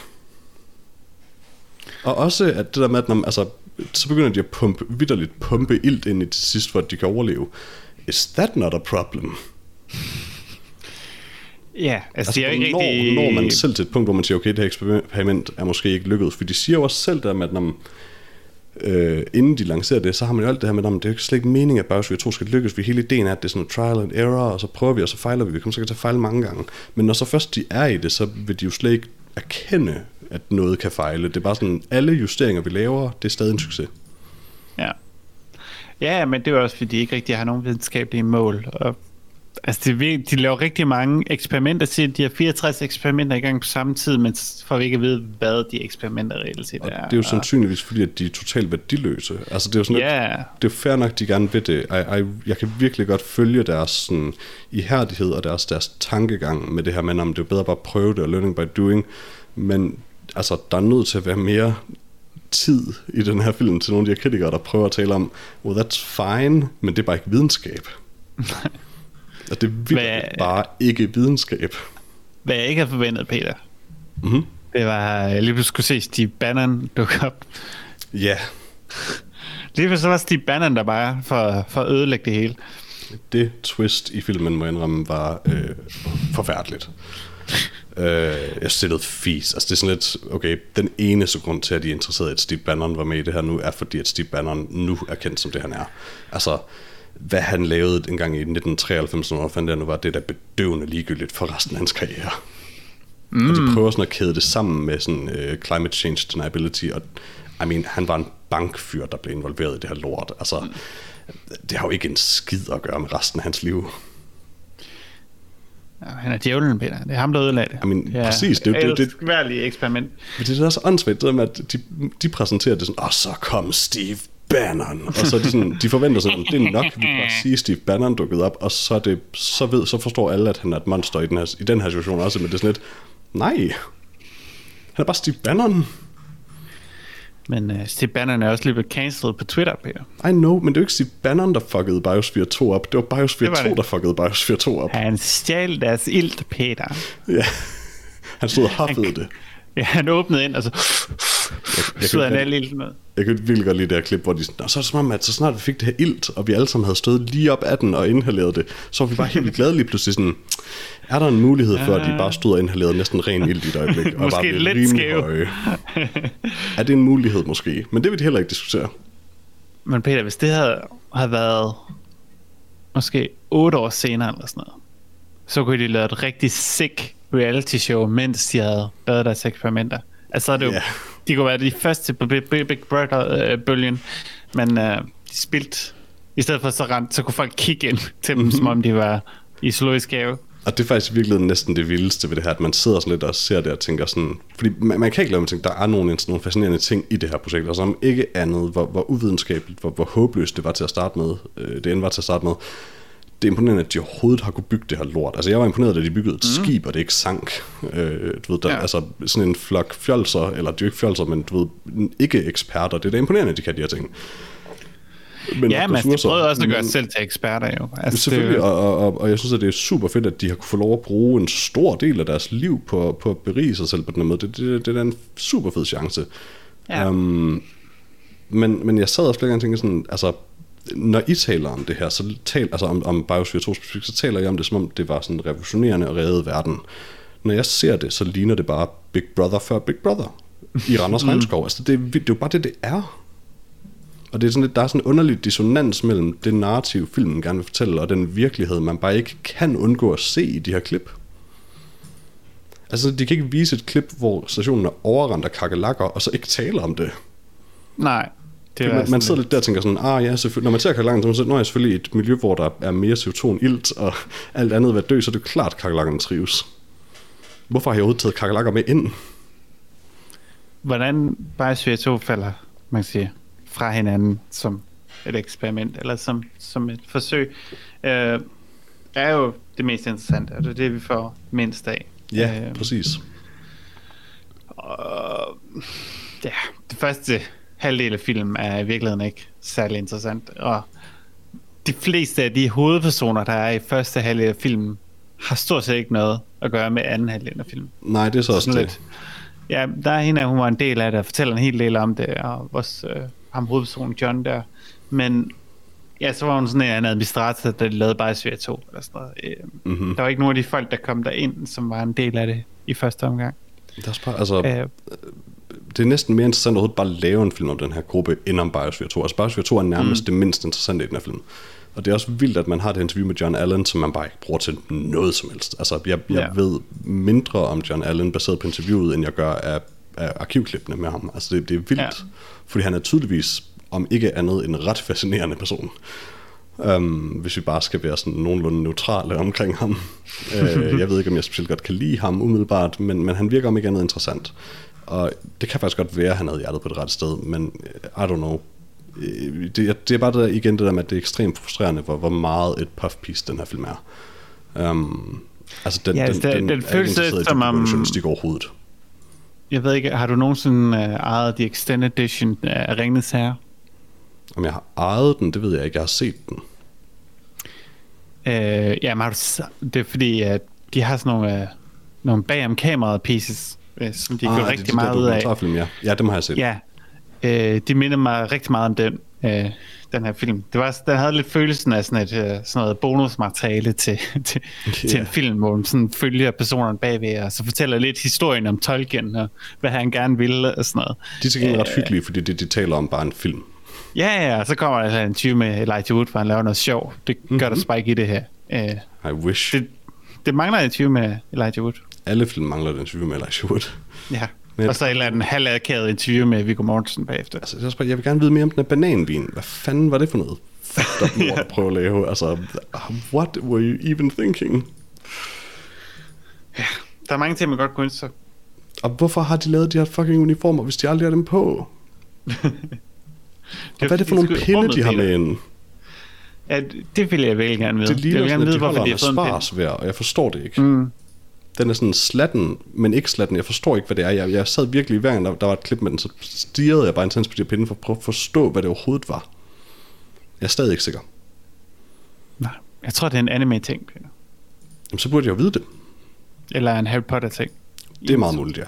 Og også, at det der med, at når, altså, så begynder de at pumpe, vitterligt pumpe ilt ind i det sidste, for at de kan overleve. Is that not a problem? Ja, altså, altså det er ikke når, rigtig... når man selv til et punkt, hvor man siger, okay, det her eksperiment er måske ikke lykkedes, for de siger jo også selv der med, at når, øh, inden de lancerer det, så har man jo alt det her med, at det er jo slet ikke meningen, at BioSphere to skal lykkes, for hele ideen er, at det er sådan en trial and error, og så prøver vi, og så fejler vi, vi kommer sikkert til at fejle mange gange. Men når så først de er i det, så vil de jo slet ikke erkende, at noget kan fejle. Det er bare sådan, alle justeringer, vi laver, det er stadig en succes. Ja. Ja, men det er også, fordi de ikke rigtig har nogen videnskabelige mål. Og, altså, de, de laver rigtig mange eksperimenter, siger de har fireogtres eksperimenter i gang på samme tid, men får vi ikke at vide, hvad de eksperimenter reelt set er. Og det er jo sandsynligvis, fordi at de er totalt værdiløse. Altså, det er jo sådan yeah. lidt, det er fair nok, de gerne vil det. I, I, jeg kan virkelig godt følge deres sådan, ihærdighed og deres, deres tankegang med det her, men om det er bedre bare at prøve det og learning by doing. Men altså, der er nødt til at være mere tid i den her film til nogle af de her kritikere, der prøver at tale om, well, that's fine, men det er bare ikke videnskab. Og det er virkelig bare ikke videnskab. Hvad jeg ikke havde forventet, Peter, mm-hmm. det var, at jeg lige pludselig skulle se Steve Bannon dukke op. Ja. Yeah. Lige pludselig var Steve Bannon der bare for, for at ødelægge det hele. Det twist i filmen, må jeg indrømme, var øh, forfærdeligt. Uh, jeg synes, det er noget fis. Altså, det er sådan lidt, okay, den eneste grund til, at de er interesseret i, at Steve Bannon var med i det her nu, er fordi, at Steve Bannon nu er kendt som det, han er. Altså, hvad han lavede engang i nitten treoghalvfems, når fandt det nu var, det der bedøvende ligegyldigt for resten af hans karriere. Mm. Og de prøver sådan at kæde det sammen med sådan uh, climate change deniability, og I mean, han var en bankfyr, der blev involveret i det her lort. Altså, mm. det har jo ikke en skid at gøre med resten af hans liv. Ja, han er djævlen, Peter. Det er ham, der ødelagde det. I mean, ja, præcis. Det er jo det, det, det eksperiment. Men det er så åndssvagt, det der med, at de, de præsenterer det sådan, og så kom Steve Bannon. Og så er de, sådan, de forventer sådan, det er nok, vi kan bare sige, Steve Bannon dukket op, og så, det, så, ved, så forstår alle, at han er et monster i den her, i den her situation også, men det er sådan lidt, nej, han er bare Steve Bannon. Men uh, Steve Bannon er også lige blevet cancelled på Twitter, Peter. I know, men det er jo ikke Steve Bannon, der fuckede BioSphere to op. Det var BioSphere det var to, det. der fuckede BioSphere to op. Han stjal deres ilt, Peter. Ja, han stod og haffede det. Ja, han åbnede ind, og så stod han alle ilten med. Jeg kunne virkelig godt lide det her klip, hvor de sådan, så er det som om, at så snart vi fik det her ilt, og vi alle sammen havde stået lige op af den og inhaleret det, så var vi bare helt glade lige pludselig sådan, er der en mulighed for, at de bare stod og inhalerede næsten ren ilt i et øjeblik, og måske bare blev lidt rimelig skæv. høje. Er det en mulighed måske? Men det vil de heller ikke diskutere. Men Peter, hvis det havde, havde været måske otte år senere eller sådan noget, så kunne de lave et rigtig sick reality show, mens de havde lavet deres eksperimenter. Altså er det jo, yeah. de kunne være de første på Big Brother-bølgen, men uh, de spilte, i stedet for så rent, så kunne folk kigge ind til dem, mm-hmm. som om de var i zoologisk have. Og det er faktisk virkelig næsten det vildeste ved det her, at man sidder sådan lidt og ser det og tænker sådan, fordi man, man kan ikke lade mig tænke, der er nogle, nogle fascinerende ting i det her projekt, og som ikke andet, hvor, hvor uvidenskabeligt, hvor, hvor håbløst det var til at starte med, øh, det end var til at starte med. Det er imponerende, at de overhovedet har kunne bygge det her lort. Altså jeg var imponeret, da de byggede et mm. skib, og det ikke sank. Øh, du ved, der, ja. Altså sådan en flok fjolser, eller de er jo ikke fjolser, men du ved, ikke eksperter. Det er da imponerende, at de kan de her ting. Men ja, men de prøvede også at gøre men, selv til eksperter jo. Altså, selvfølgelig, det, og, og, og jeg synes, at det er super fedt, at de har kunne få lov at bruge en stor del af deres liv på, på at berige sig selv på den måde. Det, det, det er en super fed chance. Ja. Um, men, men jeg sad også flere gange og tænkte sådan, altså, når I taler om det her, så tal, altså om, om BioSphere to specifikt, så taler jeg om det, som om det var sådan revolutionerende og redde verden. Når jeg ser det, så ligner det bare Big Brother før Big Brother. i Randers Regnskov. Altså, det, det er jo bare det, det er. Og det er sådan lidt, der er sådan en underlig dissonans mellem det narrativ, filmen gerne vil fortælle, og den virkelighed, man bare ikke kan undgå at se i de her klip. Altså, de kan ikke vise et klip, hvor stationen er overrendt af kakelakker, og så ikke tale om det. Nej. Det man, man sidder lidt der og tænker sådan, ah ja, selvfølgelig. Når man ser kakelakkerne, så er jeg selvfølgelig i et miljø, hvor der er mere C O to end ilt, og alt andet vil dø, så er det klart, at kakelakkerne trives. Hvorfor har jeg overhovedet taget kakelakker med ind? Hvordan Biosphere to falder, man kan sige, fra hinanden som et eksperiment, eller som, som et forsøg, øh, er jo det mest interessante, og det er det, vi får mindst af. Ja, øh, præcis. Og, ja, det første halvdel af filmen er i virkeligheden ikke særlig interessant, og de fleste af de hovedpersoner, der er i første halvdel af filmen, har stort set ikke noget at gøre med anden halvdel af filmen. Nej, det er så også det. Lidt, ja, der er hende, hun var en del af det, og fortæller en hel del om det, og også øh, ham hovedpersonen John der, men ja, så var hun sådan en anden administrator, der lavede Biosphere to, eller sådan noget. Øh, mm-hmm. Der var ikke nogen af de folk, der kom derind, som var en del af det i første omgang. Det er, bare, altså, øh, det er næsten mere interessant at bare lave en film om den her gruppe, end om Biosphere to. Altså Biosphere to er nærmest mm. det mindst interessante i den her film. Og det er også vildt, at man har det interview med John Allen, som man bare ikke bruger til noget som helst. Altså, jeg, jeg ja. ved mindre om John Allen, baseret på interviewet, end jeg gør af, af arkivklippene med ham. Altså, det, det er vildt, ja. fordi han er tydeligvis, om ikke andet, en ret fascinerende person. Um, hvis vi bare skal være sådan nogenlunde neutrale omkring ham. uh, jeg ved ikke, om jeg specielt godt kan lide ham umiddelbart, men, men han virker om ikke andet interessant. Og det kan faktisk godt være, at han havde hjertet på det rette sted, men I don't know. Det, det er bare det der, igen det der med, at det er ekstremt frustrerende, hvor, hvor meget et puff piece den her film er. Um, altså den, ja, den, det, den, den er føles lidt som om journalistik overhovedet. Jeg ved ikke, har du nogensinde uh, ejet The Extended Edition af Ringenes Herre? Om jeg har ejet den, det ved jeg ikke. Jeg har set den. Uh, ja, men har du, det er fordi, at de har sådan nogle, uh, nogle bagom kameraet pieces, uh, som de ah, gør rigtig de meget ud af. Ja. ja, dem har jeg set. Ja. Øh, de minder mig rigtig meget om den, øh, den her film. Det var, den havde lidt følelsen af sådan, et, øh, sådan noget bonusmateriale til, til, yeah. til en film, hvor man sådan følger personerne bagved, og så fortæller lidt historien om Tolkien, og hvad han gerne ville, og sådan noget. De er til gengæld ret hyggelige, fordi det, de taler om bare en film. Ja, ja, og så kommer der en tyve med Elijah Wood, hvor han laver noget sjov. Det mm-hmm. gør der spike i det her. Øh, I wish. Det, det mangler en tyve med Elijah Wood. Alle film mangler den tyve med Elijah Wood. Ja. Men, og så et eller andet halvakavet interview med Viggo Mortensen bagefter. Altså, jeg, bare, jeg vil gerne vide mere om den her bananvin. Hvad fanden var det for noget? Fucked up lort at prøve at lave. Altså, what were you even thinking? Ja, der er mange ting, man godt kunne ønske sig. Og hvorfor har de lavet de her fucking uniformer, hvis de aldrig har dem på? Og hvad er det for nogle pinde, de har med ind? Ja, det vil jeg vel gerne vide. Det ligner sådan, at de holder en sparsvær, og jeg forstår det ikke. Mm. Den er sådan slatten, men ikke slatten. Jeg forstår ikke, hvad det er. Jeg, jeg sad virkelig, hver gang der, der var et klip med den, så stirrede jeg bare intens på de her pinde, for at prøve at forstå, hvad det overhovedet var. Jeg er stadig ikke sikker. Nej, jeg tror, det er en anime-ting, Peter. Jamen, så burde jeg jo vide det. Eller en Harry Potter-ting. Det er meget muligt, ja.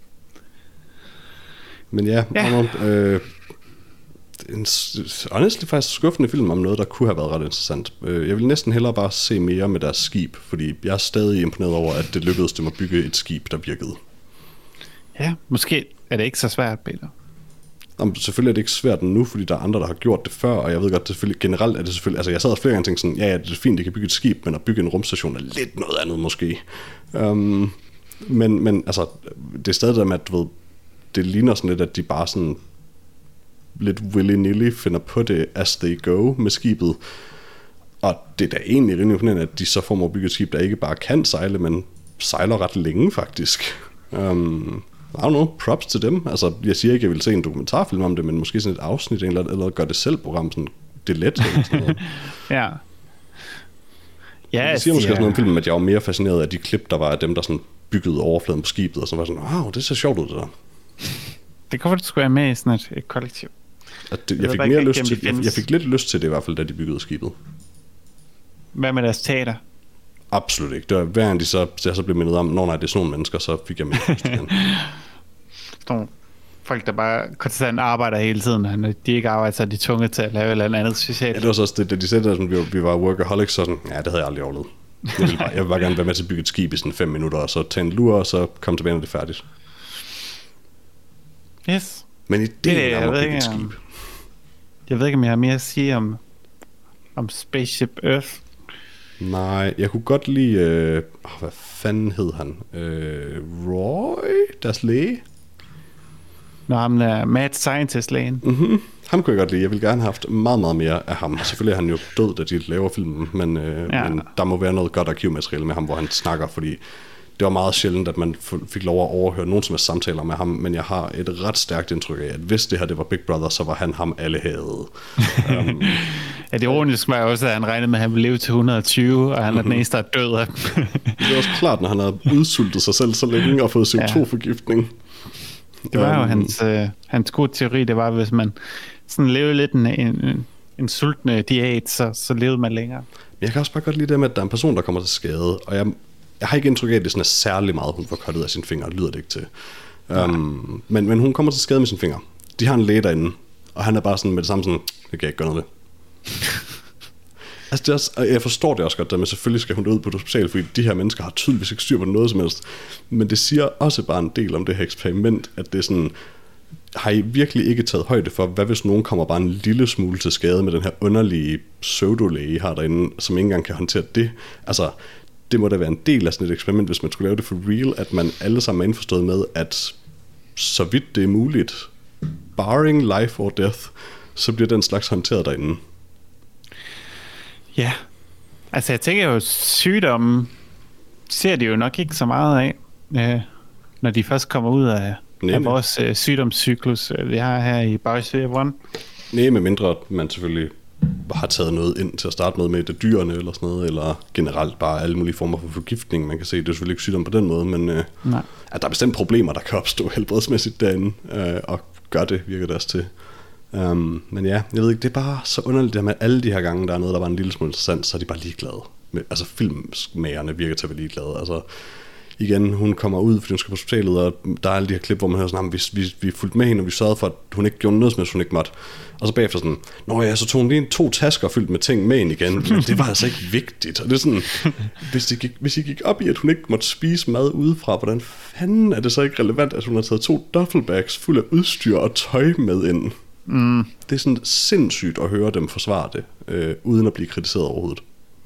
Men ja, ja. Arnold, øh, en honestly faktisk skuffende film om noget, der kunne have været ret interessant. Jeg vil næsten hellere bare se mere med deres skib, fordi jeg er stadig imponeret over, at det lykkedes dem at bygge et skib, der virkede. Ja, måske er det ikke så svært, Peter. Jamen, selvfølgelig er det ikke svært nu, fordi der er andre, der har gjort det før, og jeg ved godt, det selvfølgelig, generelt er det selvfølgelig, altså jeg sad flere gange og tænkte sådan, ja, ja, det er fint, det kan bygge et skib, men at bygge en rumstation er lidt noget andet måske. Um, men, men altså, det er stadig der med, at du ved, det ligner sådan lidt, at de bare sådan lidt willy-nilly finder på det as they go med skibet. Og det er da egentlig rimelig imponerende, at de så får at bygge et skib, der ikke bare kan sejle, men sejler ret længe faktisk. Um, I don't know, props til dem. Altså, jeg siger ikke, at jeg vil se en dokumentarfilm om det, men måske sådan et afsnit, eller, eller gør det selv program, sådan det er let. Eller sådan noget. Ja. Ja, jeg siger måske ja. Sådan noget om filmen, at jeg var mere fascineret af de klip, der var af dem, der sådan byggede overfladen på skibet, og så var sådan, wow, det ser sjovt ud, det der. Det kan være, du skulle være med i sådan et, et kollektiv. At det, jeg, fik mere lyst til, jeg, jeg fik lidt lyst til det i hvert fald, da de byggede skibet. Hvad med deres teater? Absolut ikke. Det var hver gang de så, jeg så blev mindet om, når nej, det er sådan nogle mennesker, så fik jeg mere lyst igen. Nogle folk, der bare konstant arbejder hele tiden, og når de ikke arbejder, så er de tvunget til at lave et eller andet socialt. Ja, det var så også det, da de sagde, at vi, vi var workaholics, så sådan, ja, det havde jeg aldrig overlevet. Jeg ville, bare, jeg ville bare gerne være med til at bygge et skib i sådan fem minutter, og så tage en lur, og så komme tilbage, når det er færdigt. Yes. Men ideen om at bygge et skib. Jeg ved ikke, om jeg har mere at sige om, om Spaceship Earth. Nej, jeg kunne godt lide... Øh, hvad fanden hed han? Øh, Roy? Deres læge? Nå, ham er mad scientist-lægen. Mm-hmm. Ham kunne jeg godt lide. Jeg ville gerne have haft meget, meget mere af ham. Selvfølgelig er han jo død, da de laver filmen, men, øh, ja. men der må være noget godt arkivmateriale med ham, hvor han snakker, fordi det var meget sjældent, at man fik lov at overhøre nogen som helst samtaler med ham, men jeg har et ret stærkt indtryk af, at hvis det her det var Big Brother, så var han ham alle havde. um, ja, det ironiske var også, at han regnede med, at han ville leve til et hundrede og tyve, og han mm-hmm. er den eneste, der er død af dem. Det er også klart, når han havde udsultet sig selv så længe og fået C O to forgiftning. Ja. Det var jo um, hans, øh, hans gode teori, det var, hvis man sådan levede lidt en, en, en sultne diæt, så, så levede man længere. Men jeg kan også bare godt lide det med, at der er en person, der kommer til skade, og jeg, jeg har ikke indtryk af, at det sådan er særlig meget, hun får cuttet af sine fingre, lyder det ikke til. Um, men, men hun kommer til skade med sine fingre. De har en læge derinde, og han er bare sådan med det samme sådan, det kan jeg ikke gøre noget ved. Altså det er også, jeg forstår det også godt, men selvfølgelig skal hun ud på et hospital, fordi de her mennesker har tydeligvis ikke styr på noget som helst. Men det siger også bare en del om det her eksperiment, at det er sådan, har I virkelig ikke taget højde for, hvad hvis nogen kommer bare en lille smule til skade med den her underlige pseudolæge, I har derinde, som ikke engang kan håndtere det? Altså, det må da være en del af sådan et eksperiment, hvis man skulle lave det for real, at man alle sammen er indforstået med, at så vidt det er muligt, barring life or death, så bliver den slags håndteret derinde. Ja, altså jeg tænker jo, sygdommen ser de jo nok ikke så meget af, øh, når de først kommer ud af, af vores øh, sygdomscyklus, øh, vi har her i Biosfære et. Nej, med mindre man selvfølgelig har taget noget ind til at starte med med det dyrene eller sådan noget, eller generelt bare alle mulige former for forgiftning. Man kan se, det er selvfølgelig ikke sygdom på den måde, men øh, at der er bestemt problemer, der kan opstå helbredsmæssigt derinde, øh, og gør det, virker det også til. Um, men ja, jeg ved ikke, det er bare så underligt det med alle de her gange, der er noget, der var en lille smule interessant, så er de bare ligeglade. Med, altså filmmagerne virker til at være ligeglade. Altså igen, hun kommer ud, fordi hun skal på hospitalet, og der er alle de her klip, hvor man hører sådan, vi, vi, vi fulgte med hende, og vi sørgede for, at hun ikke gjorde noget, som hun ikke måtte. Og så bagefter sådan, nå ja, så tog hun lige en to tasker fyldt med ting med hende igen, men det var altså ikke vigtigt. Og det er sådan, hvis, det gik, hvis I gik op i, at hun ikke måtte spise mad udefra, hvordan fanden er det så ikke relevant, at hun har taget to duffelbags fuld af udstyr og tøj med ind? Mm. Det er sådan sindssygt at høre dem forsvare det, øh, uden at blive kritiseret overhovedet.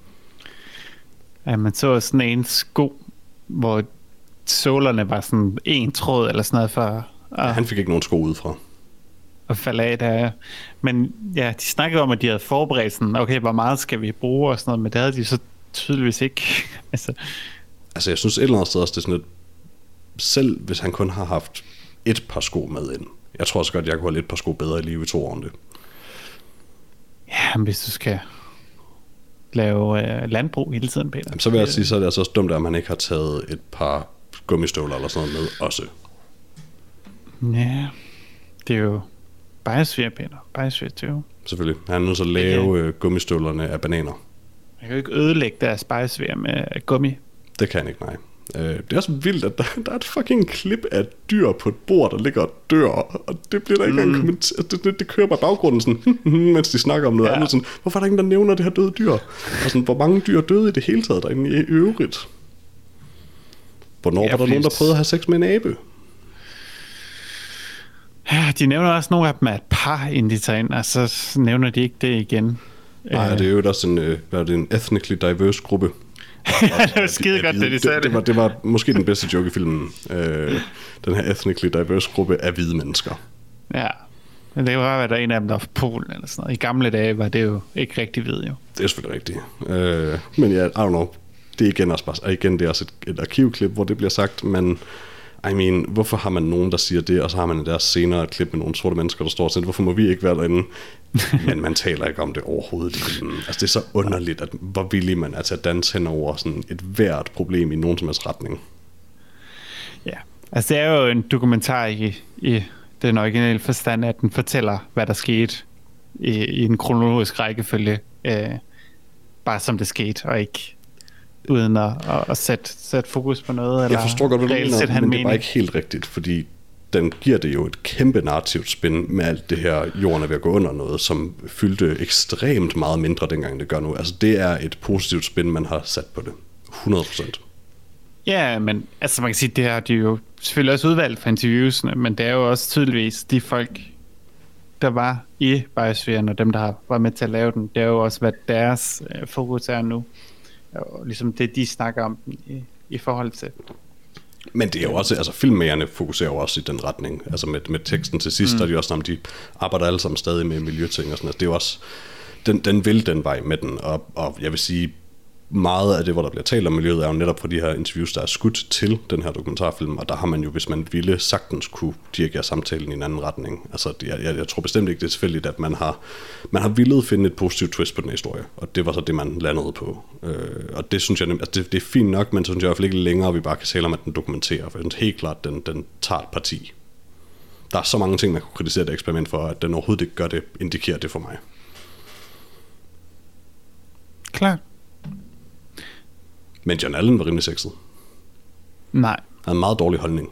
Ja, man så sådan en sko, hvor sålerne var sådan en tråd eller sådan noget for at, ja, han fik ikke nogen sko udefra at falde af der. Men ja, de snakkede om, at de havde forberedt sådan, okay, hvor meget skal vi bruge og sådan noget, men det havde de så tydeligvis ikke. altså. altså jeg synes et eller andet sted også, det er sådan et, selv hvis han kun har haft et par sko med ind, jeg tror også godt, jeg kunne have lidt par sko bedre i live i to år end det. Ja, men hvis du skal lave øh, landbrug hele tiden, Peter. Jamen, så vil jeg sige, så er det altså også dumt, at man ikke har taget et par gummistøvler eller sådan noget med også. Ja, det er jo Biosfære, Peter. Biosfære tyve. Selvfølgelig. Han er nødt til at lave øh, gummistøvlerne af bananer. Man kan jo ikke ødelægge deres Biosfære med gummi. Det kan han ikke, nej. Det er også vildt, at der, der er et fucking klip af et dyr på et bord, der ligger og dør, og det bliver der ikke engang mm. kommenteret. Det, det, det kører bare baggrunden, sådan, mens de snakker om noget ja. andet. Sådan, hvorfor er der ingen, der nævner det her døde dyr? Og sådan, hvor mange dyr døde i det hele taget derinde i øvrigt? Hvornår ja, var der nogen, der prøvede at have sex med en abe? Ja, de nævner også nogle af dem er et par, inden de tager ind, og så nævner de ikke det igen. Nej, det er jo også en, hvad er det, en ethnically diverse gruppe. Ja, det var skide godt, det de sagde det. Det var, det var måske den bedste joke i filmen. Øh, den her ethnically diverse gruppe af hvide mennesker. Ja, men det var, at der er en af dem, der var fra Polen eller sådan noget. I gamle dage var det jo ikke rigtig hvid, jo. Det er selvfølgelig rigtigt. Øh, men ja, I don't know. Det er igen også bare, og igen, det er også et, et arkivklip, hvor det bliver sagt, men I mean, hvorfor har man nogen, der siger det, og så har man der senere et klip med nogle sorte mennesker, der står sådan, hvorfor må vi ikke være derinde? Men man taler ikke om det overhovedet. Altså det er så underligt, at hvor villig man er til at danse hen over sådan et hvert problem i nogen som helst retning. Ja, altså det er jo en dokumentar i, i den originale forstand, at den fortæller, hvad der skete i, i en kronologisk rækkefølge, øh, bare som det skete, og ikke uden at, at, at sætte, sætte fokus på noget. Eller jeg forstår godt, hvad du mener, men mening. Det er bare ikke helt rigtigt, fordi den giver det jo et kæmpe narrativt spin med alt det her, jorden er ved at gå under noget, som fyldte ekstremt meget mindre dengang det gør nu. Altså det er et positivt spin, man har sat på det. hundrede procent. Ja, men altså man kan sige, det har de jo selvfølgelig også udvalgt for interviewsene, men det er jo også tydeligvis de folk, der var i biosfæren, og dem, der har været med til at lave den, det er jo også, hvad deres øh, fokus er nu. Og ligesom det, de snakker om i, i forhold til. Men det er jo også, altså filmmagerne fokuserer jo også i den retning. Altså med, med teksten til sidst, mm. der er de også, om de arbejder alle sammen stadig med miljøting og sådan noget. Det er jo også, den, den vil den vej med den, og, og jeg vil sige, meget af det, hvor der bliver talt om miljøet, er jo netop fra de her interviews, der er skudt til den her dokumentarfilm, og der har man jo, hvis man ville, sagtens kunne dirigere samtalen i en anden retning. Altså, jeg, jeg, jeg tror bestemt ikke, det er tilfældigt, at man har, man har villet finde et positivt twist på den historie, og det var så det, man landede på. Øh, og det synes jeg, altså det, det er fint nok, men så synes jeg i hvert fald ikke længere, vi bare kan tale om, at den dokumenterer, for den helt klart, den, den tager et parti. Der er så mange ting, man kunne kritisere det eksperiment for, at den overhovedet ikke gør det, indikerer det for mig. Klart. Men John Allen var rimelig sexet. Nej. Han havde en meget dårlig holdning.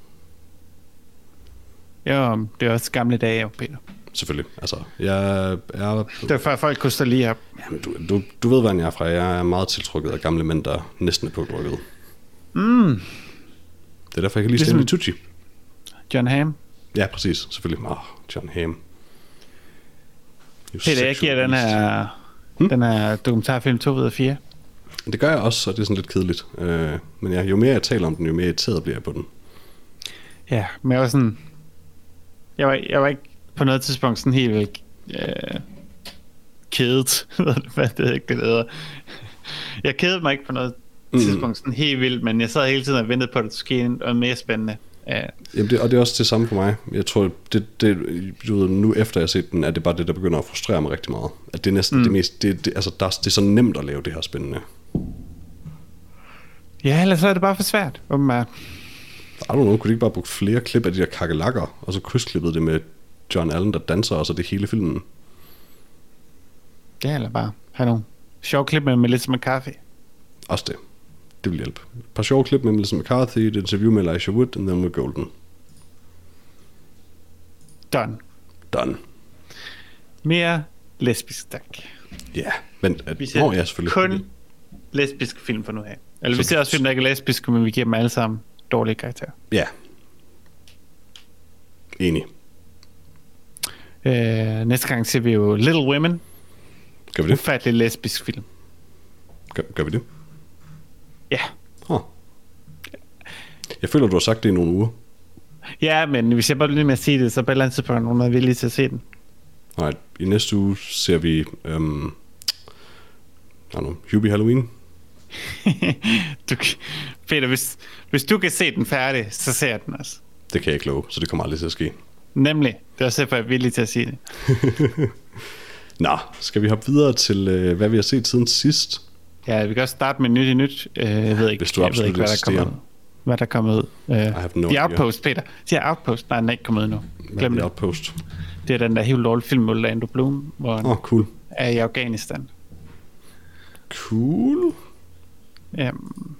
Ja, det er også gamle dage, jo, Peter. Selvfølgelig. Altså, jeg er... Det er før folk kunne stå lige op. Jamen, du, du, du ved, hvordan jeg er fra. Jeg er meget tiltrukket af gamle mænd, der næsten er pågrykket. Mm. Det er derfor, jeg kan lide Stanley Tucci. John Hamm. Ja, præcis. Selvfølgelig. Åh, oh, John Hamm. Peter, jeg giver den her, hmm? den her dokumentarfilm to ud af fire. Det gør jeg også, og det er sådan lidt kedeligt. Øh, men ja, jo mere jeg taler om den, jo mere irriteret bliver jeg på den. Ja, men jeg var sådan... Jeg var, jeg var ikke på noget tidspunkt sådan helt vildt øh, kædet. Hvad det ikke det hedder. Jeg kædede mig ikke på noget mm. tidspunkt sådan helt vildt, men jeg sad hele tiden og ventede på, at det skulle ske noget mere spændende. Ja. Jamen det, og det er også det samme for mig. Jeg tror, det, det, nu efter jeg har set den, er det bare det, der begynder at frustrere mig rigtig meget. At det er næsten mm. det mest... Det, det, altså, der, det er så nemt at lave det her spændende. Ja, ellers så er det bare for svært. Um, uh... I don't know, kunne de ikke bare bruge flere klip af de der kakelakker, og så krydsklippede det med John Allen, der danser, og så det hele filmen? Ja, eller bare have nogle sjove klip med Melissa McCarthy. Også det. Det vil hjælpe. Et par sjove klip med Melissa McCarthy, et interview med Elijah Wood, and then we're golden. Done. Done. Mere lesbisk, tak. Ja, yeah, men... At, vi ser oh, ja, selvfølgelig. kun lesbiske film for nu af. Eller så, vi ser også film, der ikke er lesbiske, men vi giver dem alle sammen dårlige karakterer. Ja. Enig. Øh, næste gang ser vi jo Little Women. Gør vi det? Ufattelig lesbisk film. Gør, gør vi det? Ja. Huh. Jeg føler, du har sagt det i nogle uger. Ja, men hvis jeg bare bliver med at sige det, så på et eller andet tidspunkt er nogen, der er villige til at se den. Nej, i næste uge ser vi um, I don't know, Hubie Halloween. du, Peter, hvis, hvis du kan se den færdig, så ser jeg den også. Det kan jeg ikke love, så det kommer aldrig til at ske. Nemlig. Det er også derfor, jeg er villig til at sige det. Nå, skal vi hoppe videre til, øh, hvad vi har set siden sidst? Ja, vi kan også starte med nyt i nyt. Uh, jeg ved ikke, hvis du jeg ved ikke hvad, der kommer ud. hvad der kommer ud. Uh, I have no The Outpost, Peter. Det er Outpost. Nej, den er ikke kommet ud nu. Glem det. Outpost. Det er den der helt lort film med Orlando Bloom, hvor oh, cool. er i Afghanistan. Cool. Um,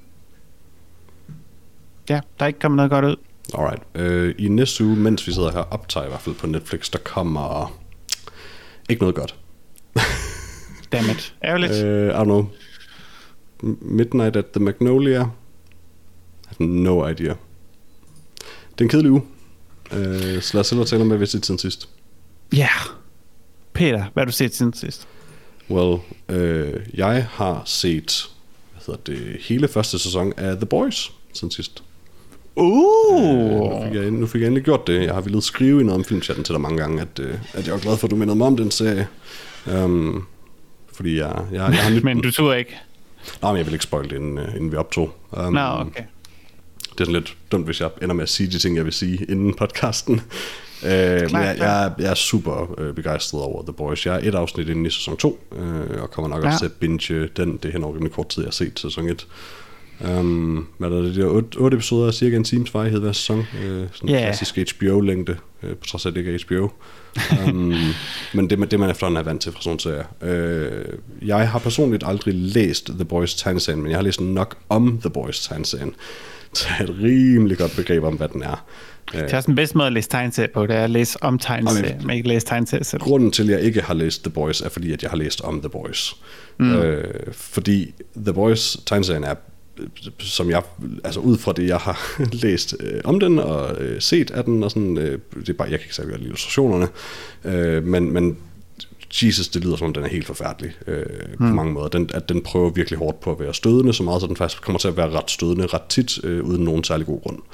ja, der er ikke kommet noget godt ud. Alright. Uh, I næste uge, mens vi sidder her optager i hvert fald på Netflix, der kommer ikke noget godt. Dammit. Ærgerligt. Uh, I don't know. Midnight at the Magnolia. I have no idea. Det er en kedelig uge. Uh, så lad os selv tale om, hvad vi har set siden sidst. Ja. Yeah. Peter, hvad har du set siden sidst? Well, uh, jeg har set hvad hedder det, hele første sæson af The Boys siden sidst. Uh. Uh, nu, fik jeg, nu fik jeg endelig gjort det. Jeg har villet skrive i noget om filmchatten til dig mange gange, at, uh, at jeg var glad for, at du mindede mig om den serie. Um, fordi jeg, jeg, jeg har nyt... Men du turde ikke? Nej, men jeg vil ikke spoil det, inden, uh, inden vi optog. Um, Nå, okay. Det er sådan lidt dumt, hvis jeg ender med at sige de ting, jeg vil sige inden podcasten. uh, klar, men jeg, jeg, jeg er super uh, begejstret over The Boys. Jeg er et afsnit inde i sæson to, uh, og kommer nok ja. også til at binge den. Det er hen over rimelig kort tid, jeg har set sæson et. Um, hvad er det, det er otte, otte episoder, cirka en times varighed hver sæson. Uh, sådan en yeah. klassisk H B O-længde, uh, på trods af det ikke er H B O. um, men det, det man efterhånden er vant til fra sådan en serie. Uh, jeg har personligt aldrig læst The Boys tegneserien, men jeg har læst nok om The Boys tegneserien. Så jeg har et rimelig godt begreb om, hvad den er. Det er også den bedste måde at læse tegneserier på, det er at læse om tegneserier, men ikke læse tegneserier selv. Grunden til, at jeg ikke har læst The Boys, er fordi, at jeg har læst om The Boys. Mm. Øh, fordi The Boys tegneserien er som jeg, altså ud fra det, jeg har læst øh, om den og øh, set af den, og sådan, øh, det er bare, jeg kan ikke særlig godt lide illustrationerne, øh, men, men Jesus, det lyder som om, den er helt forfærdelig øh, mm. på mange måder. Den, at den prøver virkelig hårdt på at være stødende, så meget, så den faktisk kommer til at være ret stødende ret tit, øh, uden nogen særlig god grund.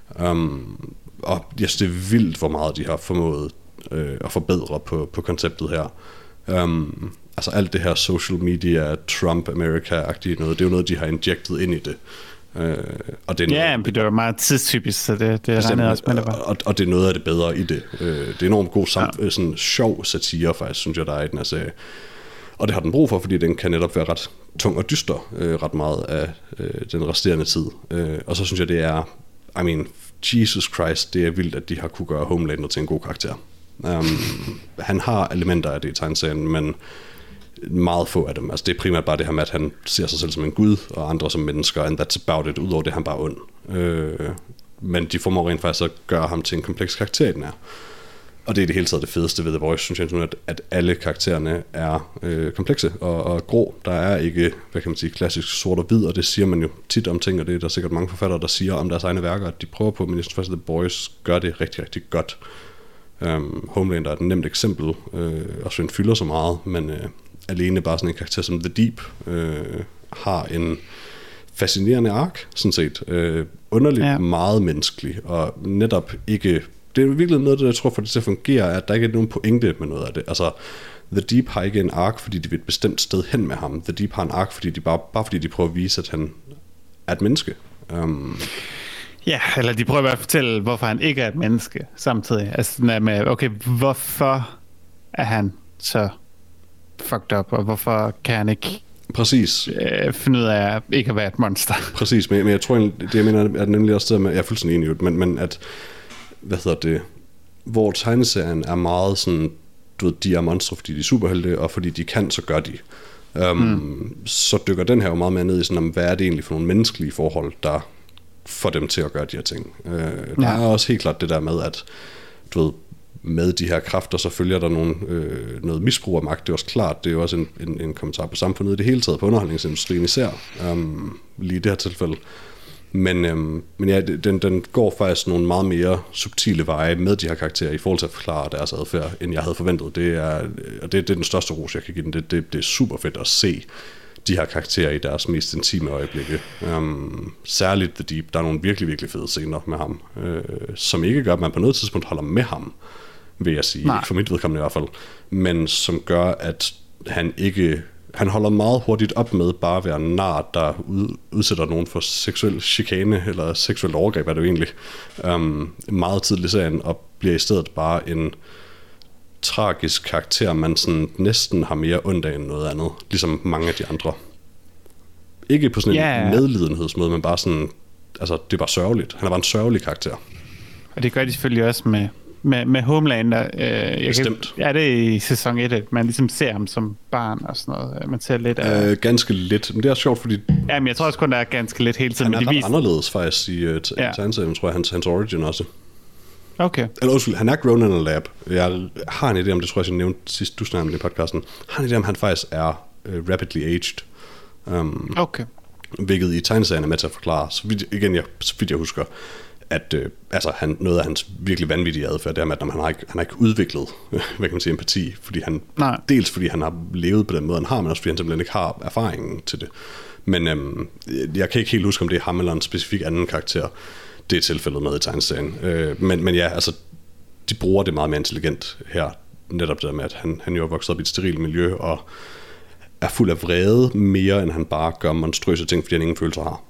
Um, og yes, det er vildt, hvor meget de har formået øh, at forbedre på, på konceptet her. Um, altså alt det her social media, Trump, America-agtige noget, det er jo noget, de har injektet ind i det. Uh, og det er ja, noget, men det er meget tidstypisk, så det, det regner også med det var. Og, og det er noget af det bedre i det. Uh, det er enormt god, sam- ja. sådan sjov satire, faktisk, synes jeg, der er i den her serie. Og det har den brug for, fordi den kan netop være ret tung og dyster øh, ret meget af øh, den resterende tid. Øh, og så synes jeg, det er, I mean, Jesus Christ, det er vildt, at de har kunne gøre Homelander til en god karakter. Um, han har elementer af det i tegneserien, men meget få af dem. Altså det er primært bare det her med, at han ser sig selv som en gud, og andre som mennesker, and that's about it. Udover det, han bare er ond. Øh, men de formår rent faktisk at gøre ham til en kompleks karakter i den her. Og det er det hele taget det fedeste ved The Voice, synes jeg, at, at alle karaktererne er øh, komplekse og, og grå. Der er ikke, hvad kan man sige, klassisk sort og hvid, og det siger man jo tit om ting, og det er der sikkert mange forfattere, der siger om deres egne værker, at de prøver på, men jeg synes faktisk, at The Voice gør det rigtig, rigtig godt. Um, Homelander er et nemt eksempel, øh, og så fylder så meget, men øh, alene bare sådan en karakter som The Deep øh, har en fascinerende ark, sådan set. Øh, underligt ja. Meget menneskelig, og netop ikke... Det er virkelig noget, der jeg tror for det til at fungere, at der ikke er nogen pointe med noget af det. Altså, The Deep har ikke en ark, fordi de vil et bestemt sted hen med ham. The Deep har en ark, fordi de bare, bare fordi de prøver at vise, at han er et menneske. Um, ja, eller de prøver at fortælle, hvorfor han ikke er et menneske samtidig. Altså sådan med, okay, hvorfor er han så fucked up, og hvorfor kan han ikke Præcis. Øh, finde ud af ikke at være et monster? Præcis, men, men jeg tror, det jeg mener, er nemlig også det, jeg er fuldstændig enig i, men, men at hvad hedder det, hvor tegneserien er meget sådan, du ved, de er monstre, fordi de er superhelte, og fordi de kan, så gør de. Um, mm. Så dykker den her jo meget mere ned i sådan, hvad er det egentlig for nogle menneskelige forhold, der får dem til at gøre de her ting. Uh, der ja. er også helt klart det der med, at du ved, med de her kræfter, så følger der nogle, øh, noget misbrug af magt. Det er også klart, det er jo også en, en, en kommentar på samfundet i det hele taget, på underholdningsindustrien især, um, lige i det her tilfælde. Men, øhm, men ja, den, den går faktisk nogle meget mere subtile veje med de her karakterer i forhold til at forklare deres adfærd, end jeg havde forventet. Det er, og det, det er den største ros, jeg kan give den. Det, det, det er super fedt at se de her karakterer i deres mest intime øjeblikke. Um, særligt The Deep. Der er nogle virkelig, virkelig fede scener med ham, øh, som ikke gør, at man på noget tidspunkt holder med ham, vil jeg sige. Nej. For mit vedkommende i hvert fald. Men som gør, at han ikke... Han holder meget hurtigt op med bare at være en nar, der udsætter nogen for seksuel chikane, eller seksuelt overgreb er det jo egentlig, um, meget tidligt i serien, og bliver i stedet bare en tragisk karakter, man sådan næsten har mere ondt af end noget andet, ligesom mange af de andre. Ikke på sådan en yeah. medlidenhedsmåde, men bare sådan, altså det er bare sørgeligt. Han er bare en sørgelig karakter. Og det gør de selvfølgelig også med Med, med Homelander, øh, jeg Bestemt. Kan, er det i sæson et, at man ligesom ser ham som barn og sådan noget? Man ser lidt af... Øh, ganske lidt, men det er sjovt, fordi... Ja, men jeg tror også kun, der er ganske lidt hele tiden. Han er men ret vis... anderledes faktisk i uh, t- ja. tegneserien, tror jeg, hans, hans origin også. Okay. Eller undskyld, han er grown in a lab. Jeg har en idé om, det tror jeg, jeg nævnte sidst, du snakkede om det i podcasten. Jeg har en idé om, han faktisk er uh, rapidly aged. Um, okay. Hvilket i tegneserien er med til at forklare, så vidt, igen, jeg, så vidt jeg husker, at øh, altså, han, noget af hans virkelig vanvittige adfærd, det er med, at han har ikke, han har ikke udviklet hvad kan man sige, empati, fordi han, Nej. dels fordi han har levet på den måde, han har, men også fordi han simpelthen ikke har erfaringen til det. Men øhm, jeg kan ikke helt huske, om det er ham eller en specifik anden karakter, det er tilfældet med i tegneserien. Øh, men, men ja, altså, de bruger det meget mere intelligent her, netop det der med, at han, han jo er vokset op i et sterilt miljø, og er fuld af vrede mere, end han bare gør monstrøse ting, fordi han ingen følelser har.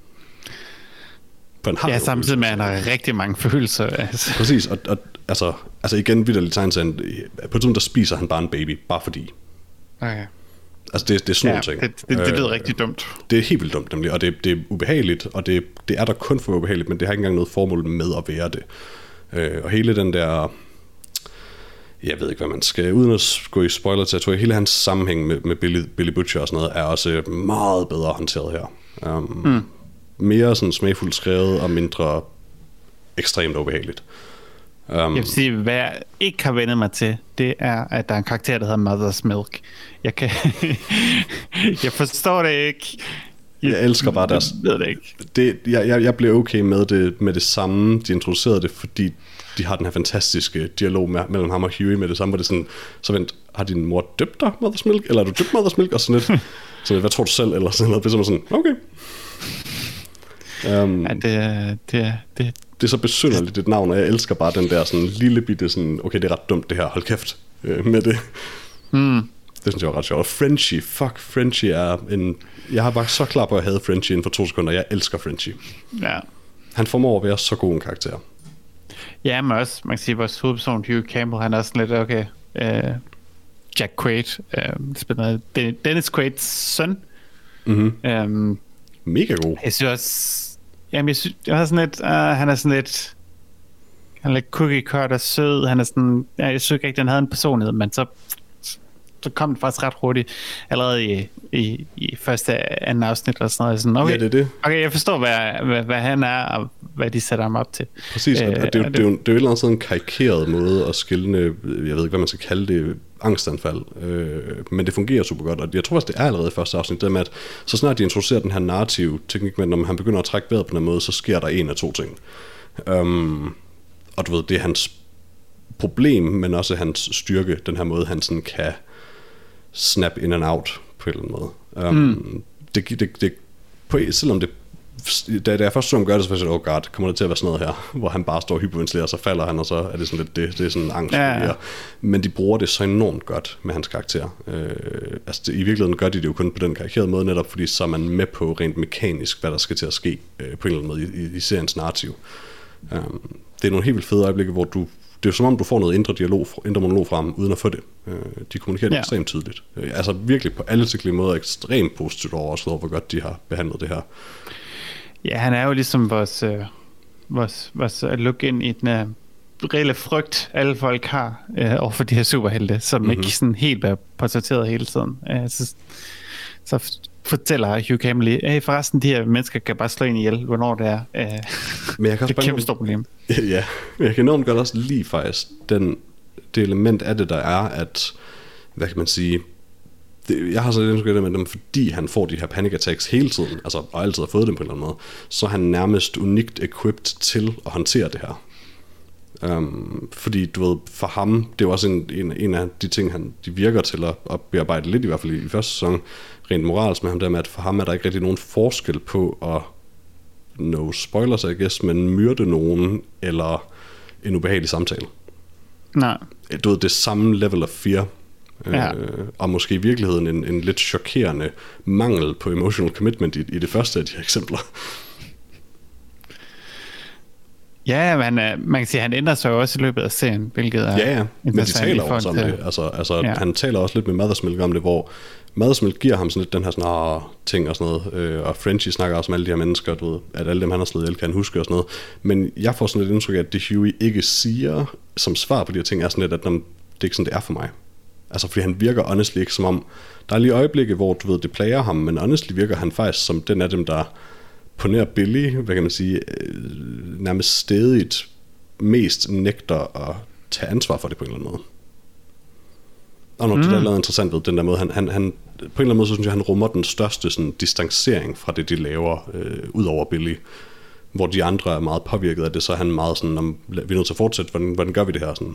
Ja, samtidig med, at han har rigtig mange følelser. Altså. Præcis, og, og altså, altså igen, vitterligt tegneserien, på et tidspunkt, der spiser han bare en baby, bare fordi. Okay. Altså, det, det er sådan ja, nogle ting. Det, det, det lyder øh, rigtig dumt. Det er helt vildt dumt, nemlig, og det, det er ubehageligt, og det, det er der kun for ubehageligt, men det har ikke engang noget formål med at være det. Øh, og hele den der... Jeg ved ikke, hvad man skal... Uden at gå i spoiler til, jeg tror, hele hans sammenhæng med, med Billy, Billy Butcher og sådan noget, er også meget bedre håndteret her. Um, mm. Mere sådan smagfuldt skrevet og mindre ekstremt ubehageligt. Um, jeg vil sige, hvad jeg ikke har vendt mig til, det er, at der er en karakter, der hedder Mother's Milk. Jeg kan, jeg forstår det ikke. Jeg elsker bare deres... Jeg ved det ikke. Det, jeg, jeg, jeg blev okay med det, med det samme. De introducerede det, fordi de har den her fantastiske dialog med, mellem ham og Huey med det samme, hvor det sådan, så vent, har din mor døbt dig, Mother's Milk? Eller har du døbt Mother's Milk? Og sådan lidt, så hvad tror du selv? Eller sådan noget. Det er sådan, okay. Um, ja, det, det, det, det er så besynderligt et navn, og jeg elsker bare den der sådan lille bitte sådan, okay, det er ret dumt det her, hold kæft øh, med det. Mm. Det synes jeg var ret sjovt. Og Frenchie, fuck, Frenchie er en... Jeg har bare så klar på, at jeg havde Frenchie inden for to sekunder. Jeg elsker Frenchie. Ja. Han formår at være så god en karakter. Ja, men også, man kan sige, vores hovedperson, Hugh Campbell, han er sådan lidt, okay, uh, Jack Quaid, uh, spiller Dennis Quaids søn. Mm-hmm. Um, Mega god. Jeg synes også, jamen jeg synes, jeg har sådan lidt, uh, han er sådan lidt, han er lidt cookie cutter sød, han er sådan, ja, jeg synes ikke rigtig, han havde en personlighed, men så så kom det faktisk ret hurtigt, allerede i, i, i første anden afsnit eller sådan noget. Sådan, okay, ja, det er det. Okay, jeg forstår, hvad, hvad, hvad han er, og hvad de sætter ham op til. Præcis, og det, det, det, det, det er jo et eller andet sådan en karikeret måde at skille, jeg ved ikke, hvad man skal kalde det, angstanfald, øh, men det fungerer super godt, og jeg tror også, det er allerede i første afsnit, det med, at så snart de introducerer den her narrative teknik, men når han begynder at trække vejret på den måde, så sker der en af to ting. Um, og du ved, det er hans problem, men også hans styrke, den her måde, han sådan kan snap in and out på en eller anden måde. Um, mm. det, det, det, på, selvom det, da, da jeg først så ham gøre det, så var jeg sådan, oh god, kommer det til at være sådan noget her, hvor han bare står og hyperventilerer, og så falder han, og så er det sådan lidt, det, det er sådan angst. Ja, ja. Men de bruger det så enormt godt med hans karakter. Øh, altså det, i virkeligheden gør de det jo kun på den karikerede måde, netop fordi så er man med på rent mekanisk, hvad der skal til at ske øh, på en eller anden måde i, i, i seriens narrativ. Um, det er nogle helt vildt fede øjeblikke, hvor du det er jo som om, du får noget indre dialog, indre monolog frem, uden at få det. De kommunikerer det ja. ekstremt tydeligt. Altså virkelig på alle tænkelige måder ekstremt positivt overrasket over, hvor godt de har behandlet det her. Ja, han er jo ligesom vores, øh, vores, vores look ind i den øh, reelle frygt, alle folk har øh, overfor de her superhelte, som mm-hmm. ikke sådan helt er portrætteret hele tiden. Øh, så, så fortæller Hugh Campbell, hey, forresten, de her mennesker kan bare slå ind ihjel, hvornår det er. Øh, men jeg kan det er et kæmpe stort problem. Ja, men jeg kan enormt godt også lide faktisk den, det element af det, der er, at, hvad kan man sige, det, jeg har så lidt med dem, fordi han får de her panic attacks hele tiden, altså og altid har fået dem på en eller anden måde, så er han nærmest unikt equipped til at håndtere det her. Um, fordi du ved, for ham, det er jo også en, en, en af de ting, han, de virker til at, at bearbejde lidt, i hvert fald i, i første sæson, rent moralsk med ham der med, at for ham er der ikke rigtig nogen forskel på at, no spoilers I guess, men myrde nogen, eller en ubehagelig samtale. Nej. Du ved, det samme level of fear, ja. øh, og måske i virkeligheden en, en lidt chokerende mangel på emotional commitment i, i det første af de her eksempler. Ja, men man kan sige, at han ændrer sig jo også i løbet af serien, hvilket er ja, ja. Men de taler også om det. Altså, altså ja. Han taler også lidt med Mother's Milk om det, hvor Mother's Milk giver ham sådan lidt den her sådan, ah, ting og sådan noget, øh, og Frenchie snakker også med alle de her mennesker, du ved, at alle dem, han har slået ihjel, kan han huske og sådan noget. Men jeg får sådan lidt indtryk af, at det Huey ikke siger som svar på de her ting, er sådan lidt, at det er ikke sådan, det er for mig. Altså, fordi han virker honestly ikke som om, der er lige øjeblikke, hvor du ved, det plager ham, men honestly virker han faktisk som den af dem, der på nær Billy, hvad kan man sige, nærmest stedigt mest nægter at tage ansvar for det på en eller anden måde. Og noget, mm. det der er lavet interessant ved den der måde, han, han, han, på en eller anden måde, så synes jeg, han rummer den største sådan, distancering fra det, de laver, øh, ud over Billy. Hvor de andre er meget påvirket af det, så er han meget sådan, om, vi er nødt til at fortsætte, hvordan, hvordan gør vi det her? Sådan,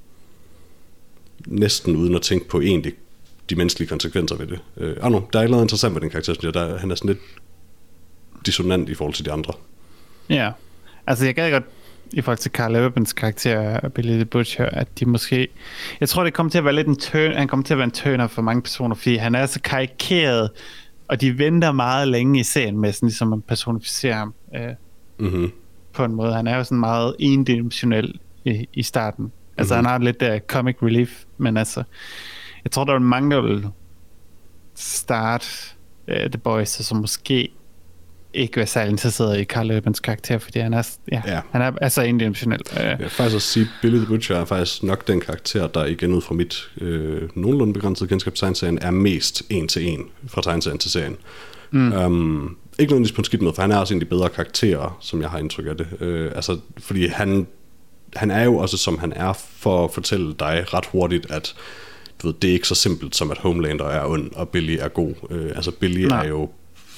næsten uden at tænke på egentlig de menneskelige konsekvenser ved det. Øh, og nu, der er noget interessant ved den karakter, synes jeg. Der, han er sådan lidt dissonant i forhold til de andre. Ja, altså jeg gad godt i forhold til Carl Urbans karakter Billy the Butcher, at de måske, jeg tror det kommer til at være lidt en turn, han kommer til at være en turner for mange personer, fordi han er så karikeret, og de venter meget længe i serien med sådan ligesom at personificere ham øh, mm-hmm. på en måde. Han er jo sådan meget endimensionel i, i starten. Altså mm-hmm. han har lidt der uh, comic relief, men altså jeg tror der er mange der vil starte uh, The Boys, og så måske ikke være særlig interesseret i Carl Urbans karakter, fordi han er, ja, ja. Han er altså endimensionel. Jeg vil faktisk også sige, Billy the Butcher er faktisk nok den karakter, der igen ud fra mit øh, nogenlunde begrænsede kendskab til tegneserien, er mest en til en fra tegneserien til serien. Mm. Um, ikke nødvendigvis på en skidt måde, for han er også en af de bedre karakterer, som jeg har indtryk af det. Uh, altså, fordi han, han er jo også, som han er, for at fortælle dig ret hurtigt, at du ved, det er ikke så simpelt som, at Homelander er ond, og Billy er god. Uh, altså, Billy Nej. er jo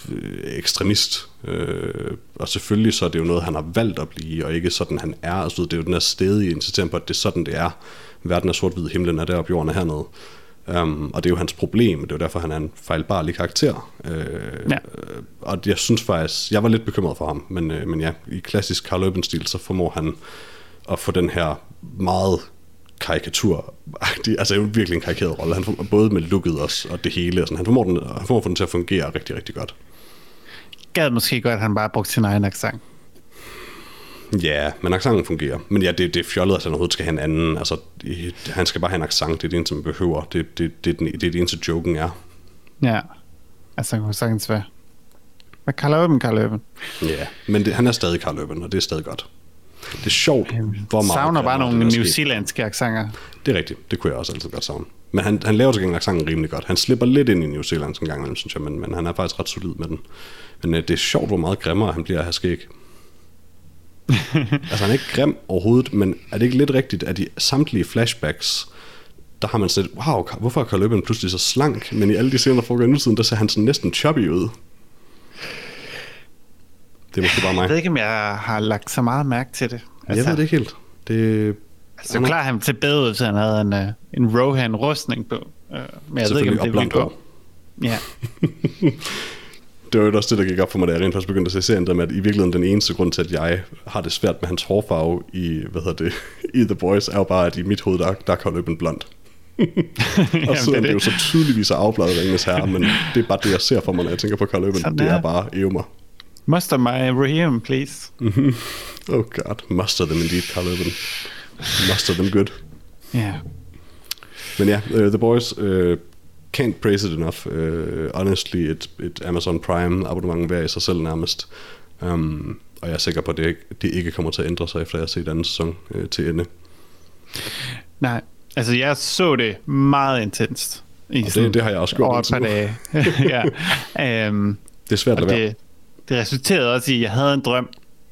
ekstremist. Øh, og selvfølgelig så er det jo noget, han har valgt at blive, og ikke sådan, han er. Altså, det er jo den her stedige insisteren på, at det er sådan, det er. Verden er sort-hvid, himlen er deroppe, jorden er hernede. Um, og det er jo hans problem, det er jo derfor, han er en fejlbarlig karakter. Øh, ja. Og jeg synes faktisk, jeg var lidt bekymret for ham, men, øh, men ja, i klassisk Karl Urban-stil, så formår han at få den her meget karikatur, altså jo virkelig en karikeret rolle, han får, både med looket også, og det hele, og sådan. Han, formår den, han formår den til at fungere rigtig, rigtig godt. Gad måske godt, at han bare brugte sin egen accent. Ja, men accenten fungerer. Men ja, det, det er fjollet, at han overhovedet skal have en anden. Altså, han skal bare have en accent, det er det eneste, man behøver. Det, det, det, det, det er det eneste, joken er. Ja, altså han kunne sagtens være. Hvad Karl Urban, Karl Urban? Ja, men det, han er stadig Karl Urban, og det er stadig godt. Det er sjovt, hvor meget... Savner bare nogle New Zealandske accenter. Det er rigtigt, det kunne jeg også altid godt savne. Men han, han laver til gengæld accenten rimelig godt. Han slipper lidt ind i New Zealand en gang imellem, synes jeg, men, men han er faktisk ret solid med den. Men uh, det er sjovt, hvor meget grimmere han bliver at have skæg. Altså han er ikke grim overhovedet, men er det ikke lidt rigtigt, at i samtlige flashbacks, der har man set, wow, hvorfor er Karl Urban pludselig så slank, men i alle de scener, der foregår i nutiden, der ser han sådan næsten chubby ud. Det er måske bare mig. Jeg ved ikke, om jeg har lagt så meget mærke til det. Altså, jeg ved det ikke helt. Det... Altså, det er klart, han til bedre ud, så han havde en, uh, en Rohan-rustning på. Uh, men jeg ved ikke, om det ville gå. Ja. Det var jo også det, der gik op for mig, da jeg rent faktisk begyndte at se serien, der med, at i virkeligheden den eneste grund til, at jeg har det svært med hans hårfarve i, hvad hedder det, i The Boys, er jo bare, at i mit hoved, der, der er Karl Urban blond. Og så er det, det jo så tydeligvis er afbladet Ringenes Herre, men det er bare det, jeg ser for mig, når jeg tænker på Karl Urban. Sådan det er, er bare Eomer. Muster my Raheem, please. Mm-hmm. Oh god, muster them indeed, Karl Urban. Muster them good. Ja. Yeah. Men ja, uh, The Boys... Uh, can't praise it enough. Uh, honestly, et, et Amazon Prime abonnement hver i sig selv nærmest. Um, og jeg er sikker på, at det, det ikke kommer til at ændre sig, efter jeg har set anden sæson uh, til ende. Nej, altså jeg så det meget intenst. I det, det har jeg også gjort. Over et par dage. ja. um, det er svært at være. Det, det resulterede også i, at jeg havde en drøm.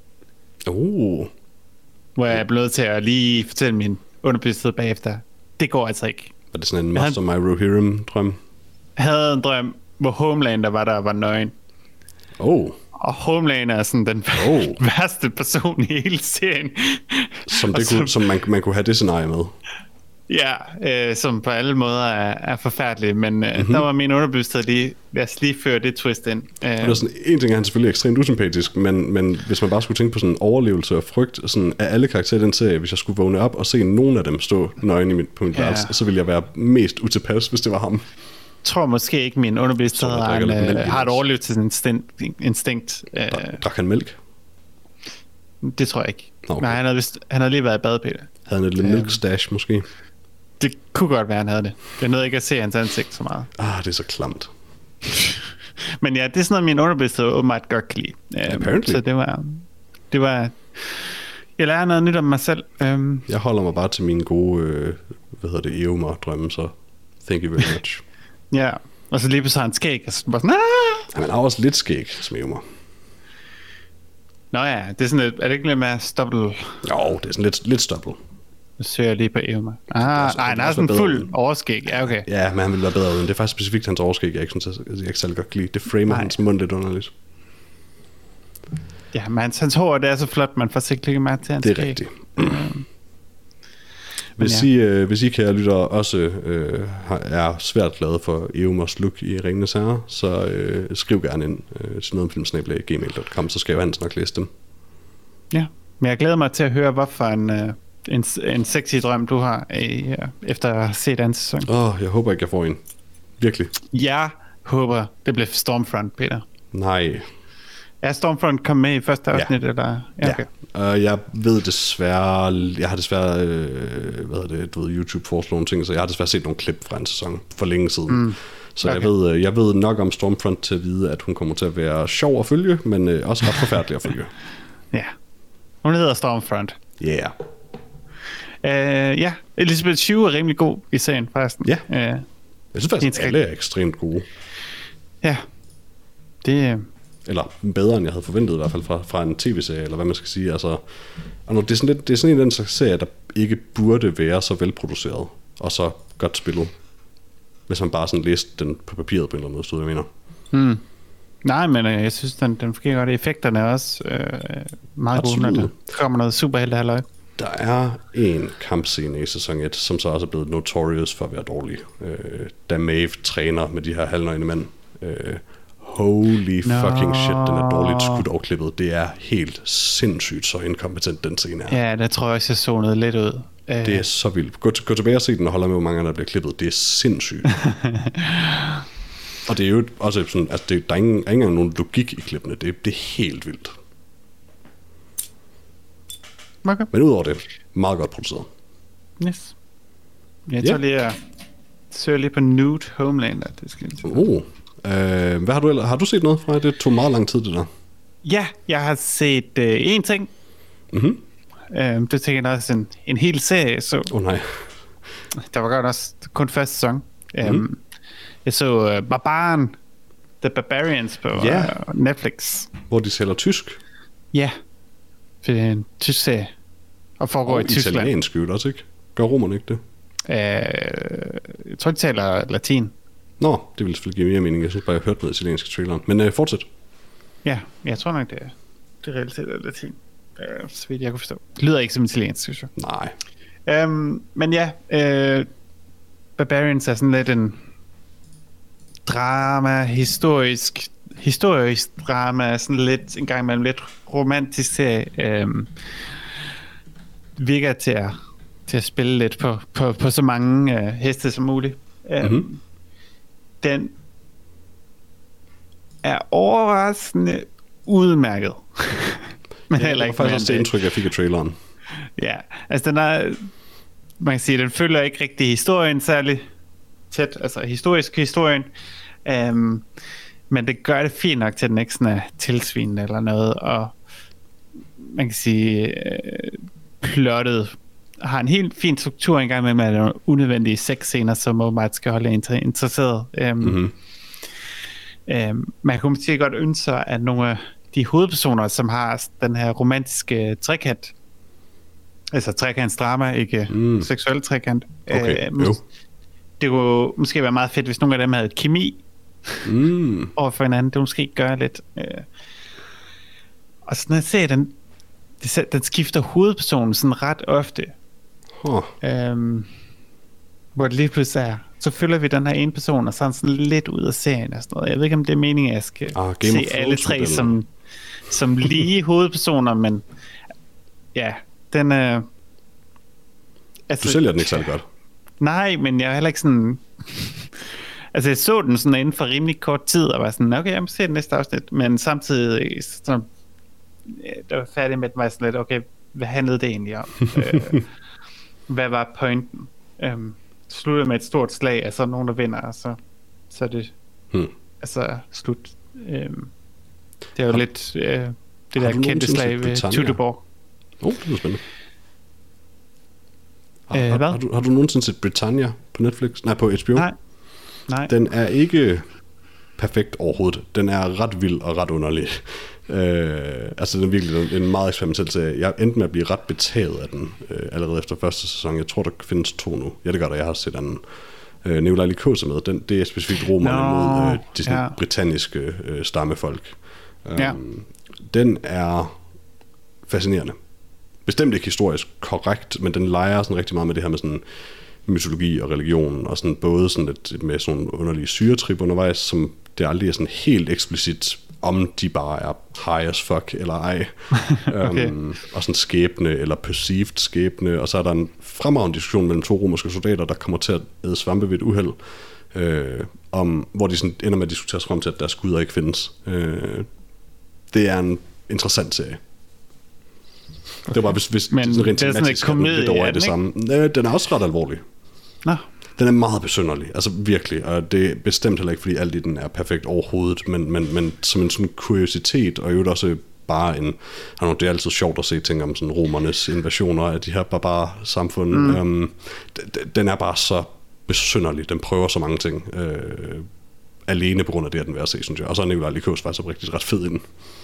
Oh. Hvor jeg blev nødt til at lige fortælle min underbevidsthed bagefter. Det går altså ikke. Var det sådan en Master My Rohirrim drøm? Jeg havde en drøm, hvor Homelander var der var nøgen. Oh. Og Homelander er sådan den oh. værste person i hele serien. Som, det kunne, som man, man kunne have det scenarie med. Ja, øh, som på alle måder er, er forfærdelig, men øh, mm-hmm. der var min underbevidsthed lige, lad os lige føre det twist ind. Øh. Det er sådan, en ting er han selvfølgelig ekstremt usympatisk, men, men hvis man bare skulle tænke på sådan overlevelse og frygt, sådan af alle karakterer i den serie, hvis jeg skulle vågne op og se nogen af dem stå nøgen i mit, på mit værelse, ja. Så ville jeg være mest utilpas, hvis det var ham. Jeg tror måske ikke, min underbevidsthed har, en, øh, har et overlevelsesinstinkt. Instinkt, øh. Drak han mælk? Det tror jeg ikke. Okay. Nej, han havde, vist, han havde lige været i bad, Peter. Havde han et lille milk stash måske? Det kunne godt være, han havde det. Jeg nåede ikke at se hans ansigt så meget. Ah, det er så klamt. Men ja, det er sådan noget, min underbevidsthed åbenbart godt kan lide. Apparently. Så det var... Det var... Jeg lærer noget nyt om mig selv. Um... Jeg holder mig bare til mine gode, øh, hvad hedder det, Eomer-drømme, så thank you very much. Ja, og så lige pludselig har han skæg, og så bare sådan... Aah! Ja, man har også lidt skæg som Eomer. Nå ja, det er sådan lidt... Er det ikke lidt mere stoppel? Jo, det er sådan lidt, lidt stoppel. Nu søger jeg lige på Eomer. Ah, nej, han har sådan en fuld overskæg. Ja, okay. Ja, men han ville være bedre uden. Det er faktisk specifikt hans overskæg, jeg ikke synes, jeg, jeg ikke særlig godt lide. Det framer nej. Hans mund lidt underligt. Ja, men hans, hans hår, det er så flot, man får sikkert ikke mærke til hans skæg. Det er rigtigt. Hvis, ja. I, øh, hvis I, kære lyttere, også øh, er svært glade for Eomers look i Ringenes Herre, så øh, skriv gerne ind øh, til nogetomfilmsnabel-a gmail punktum com, så skal han nok læse dem. Ja, men jeg glæder mig til at høre, hvorfor en, øh, en, en sexy drøm du har, øh, efter at have set anden sæson. Åh, oh, jeg håber ikke, jeg får en. Virkelig. Jeg håber, det bliver Stormfront, Peter. Nej. Er Stormfront kommet med i første afsnit? Ja. Eller? Ja, okay. Ja. Uh, jeg ved desværre, jeg har desværre, øh, hvad hedder det, du ved, YouTube foreslår nogle ting, så jeg har desværre set nogle klip fra en sæson for længe siden. Mm. Så okay. jeg, ved, jeg ved nok om Stormfront til at vide, at hun kommer til at være sjov at følge, men øh, også ret forfærdelig at følge. Ja, hun hedder Stormfront. Ja. Yeah. Uh, ja, Elizabeth Shue er rimelig god i serien, forresten. Ja, uh, jeg synes faktisk, at alle er ekstremt gode. Ja, det... Eller bedre, end jeg havde forventet, i hvert fald fra, fra en tv-serie, eller hvad man skal sige. Altså, og det, er sådan lidt, det er sådan en den slags serie, der ikke burde være så velproduceret, og så godt spillet, hvis man bare sådan læste den på papiret på en eller anden måde, stod jeg mener. Hmm. Nej, men øh, jeg synes, den, den fungerer godt. Effekterne er også øh, meget Absolut. gode, når der kommer noget superhelte halløj. Der er en kampscene i sæson et, som så også er blevet notorious for at være dårlig. Øh, da Maeve træner med de her halvnøgne mænd. Øh, holy no. fucking shit, den er dårligt skudt og klippet. Det er helt sindssygt, så inkompetent den scene er. Ja, der tror jeg også, jeg zonede lidt ud. Det er så vildt. Gå, gå tilbage og se den og holde med, hvor mange der bliver klippet. Det er sindssygt. Og det er jo også sådan, altså det, der er ikke engang nogen logik i klippene. Det, det er helt vildt. Okay. Men udover det, meget godt produceret. Yes. Jeg tager lige at søge lige på Nude Homelander. Det skal jeg oh. øh, hvad har du har du set noget fra? Det tog meget lang tid, det der. Ja, jeg har set øh, én ting. Mhm. Øh, det tænker jeg også en, en hel serie. Så Åh oh, nej. der var godt også kun første sæson. Mm-hmm. Um, jeg så uh, Barbaren, The Barbarians på yeah. uh, Netflix. Hvor de sælger tysk. Ja, for det er en tysk serie. Og foregår og i Tyskland. Og italiensk jo også, ikke? Gør romerne ikke det? Uh, jeg tror, de taler latin. Nå, det ville selvfølgelig give mere mening. Jeg synes bare, jeg hørte noget italiensk i traileren. Men uh, fortsæt. Ja, jeg tror nok, det er, det reelt set er latin. Uh, så vidt jeg kunne forstå. Det lyder ikke som italiensk, synes jeg. Nej. Um, men ja, uh, Barbarians er sådan lidt en drama, historisk historisk drama, sådan lidt en gang imellem lidt romantisk serie, um, virker til at, til at spille lidt på, på, på så mange uh, heste som muligt. Um, mm-hmm. Den er overraskende udmærket. Men ja, heller det ikke var faktisk også det indtryk, jeg fik af traileren. Ja, altså den er, man kan sige, den følger ikke rigtig historien særlig tæt, altså historisk historien, um, men det gør det fint nok til, at den ikke sådan er tilsvinende eller noget, og man kan sige, uh, plottet har en helt fin struktur engang med, med nogle unødvendige sexscener, som åbenbart skal holde en interesseret. Um, mm-hmm. um, man kunne måske godt ønske sig, at nogle af de hovedpersoner, som har den her romantiske trekant, altså trekantsdrama, ikke mm. seksuel trekant. Okay, øh, mås- det kunne måske være meget fedt, hvis nogle af dem havde kemi mm. over for hinanden. Det kunne måske gøre lidt. Øh. Og sådan at se, den, den skifter hovedpersonen sådan ret ofte. Huh. Øhm, hvor det lige pludselig er, så følger vi den her ene person, og så er han sådan lidt ud af serien og sådan noget. Jeg ved ikke, om det er meningen, at jeg skal ah, se alle tre som, som lige hovedpersoner, men ja, den er... Øh, altså, du sælger den ikke særlig godt. Nej, men jeg er heller ikke sådan... altså, jeg så den sådan inden for rimelig kort tid, og var sådan, okay, jeg må se det næste afsnit, men samtidig, så, der var færdig med, at var sådan lidt, okay, hvad handlede det egentlig om? øh, hvad var pointen? Øhm, slutter med et stort slag, altså nogen, der vinder, og så, så er det hmm. altså slut. Øhm, det er jo har, lidt øh, det der kendte slag ved Tudeborg. Åh, oh, det er spændende. Har, øh, har, har, du, har du nogensinde set Britannia på Netflix? Nej, på H B O? Nej. Nej. Den er ikke perfekt overhovedet. Den er ret vild og ret underlig. Øh, altså den er virkelig en meget eksperimentel serie. Jeg endte med at blive ret betaget af den øh, allerede efter første sæson. Jeg tror, der findes to nu. Ja, det gør der. Jeg har set den. Øh, Nikolaj Likose med. Den, det er specifikt romerne no, mod øh, de sådan, ja. britanniske øh, stammefolk. Ja. Øh, den er fascinerende. Bestemt ikke historisk korrekt, men den leger sådan rigtig meget med det her med sådan mytologi og religion, og sådan både sådan et, med sådan underlige syretrip undervejs, som det aldrig er sådan helt eksplicit, om de bare er high as fuck eller ej. okay. um, og sådan skæbne eller perceived skæbne, og så er der en fremragende diskussion mellem to romerske soldater, der kommer til at æde svampe ved et uheld, øh, om, hvor de sådan ender med at diskutere sig frem til, at deres guder ikke findes. Øh, det er en interessant serie. Okay. Det var bare, hvis, hvis men sådan rent det er sådan en komedie, lidt over i det samme. Nej, den er også ret alvorlig. Nå. Den er meget besynderlig, altså virkelig, og det er bestemt heller ikke, fordi alt i den er perfekt overhovedet, men, men, men som en sådan kuriositet, og jo også bare en, det er altid sjovt at se ting om sådan romernes invasioner af de her barbar-samfund. Mm. Um, den er bare så besynderlig, den prøver så mange ting, øh, alene på grund af det, at den er værd at se, synes jeg. Og så er Nikolaj Likose faktisk rigtig ret fed i den.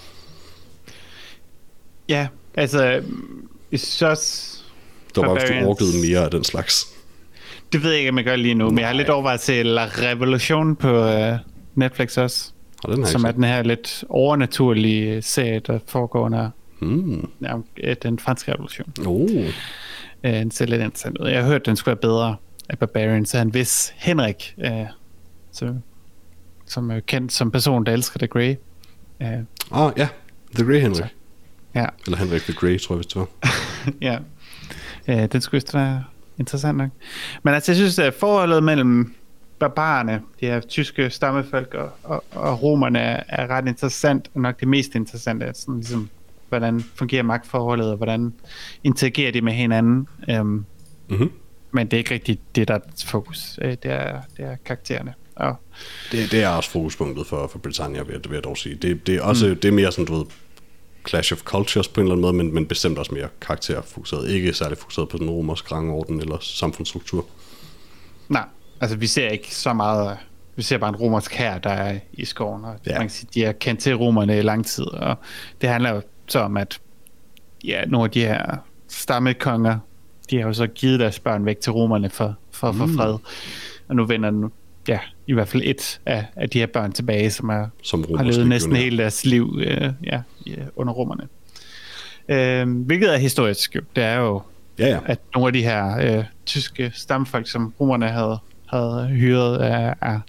Ja, altså, jeg synes også... Der var også, du orkede mere af den slags. Det ved jeg ikke, om jeg gør lige nu, men jeg har lidt overvejet til La Revolution på uh, Netflix også. Og den som er den her lidt overnaturlige serie, der foregår under mm. ja, den franske revolution. Oh. Den ser lidt interessant ud. Jeg har hørt, at den skulle være bedre af Barbarian, så han vis Henrik, øh, så, som er kendt som person, der elsker The Grey. Øh, ah, ja. The Grey Henrik. Ja. Eller Henrik The Grey, tror jeg, hvis det var. Ja. Øh, den skulle vist være interessant nok. Men altså, jeg synes, at forholdet mellem barbarerne, de her tyske stammefolk og, og, og romerne er, er ret interessant, og nok det mest interessante, sådan ligesom, hvordan fungerer magtforholdet, og hvordan interagerer de med hinanden. Um, mm-hmm. Men det er ikke rigtigt det, der er fokus. Det er, det er karaktererne. Og det, det er også fokuspunktet for, for Britannia, vil jeg, vil jeg dog sige. Det, det er også mm. det er mere sådan, du ved, clash of cultures på en eller anden måde, men, men bestemt også mere karakterfokuseret. Ikke særlig fokuseret på den romerske rangorden eller samfundsstruktur. Nej, altså vi ser ikke så meget. Vi ser bare en romersk hær, der er i skoven, og ja. Man kan sige, de har kendt til romerne i lang tid, og det handler jo så om, at ja, nogle af de her stammekonger, de har jo så givet deres børn væk til romerne for, for at få mm. fred, og nu vender den, ja, i hvert fald et af, af de her børn tilbage, som, er, som har levet næsten hele deres liv øh, ja, under romerne. Øh, hvilket er historisk jo, det er jo, ja, ja. At nogle af de her øh, tyske stamfolk, som romerne havde, havde hyret, er, er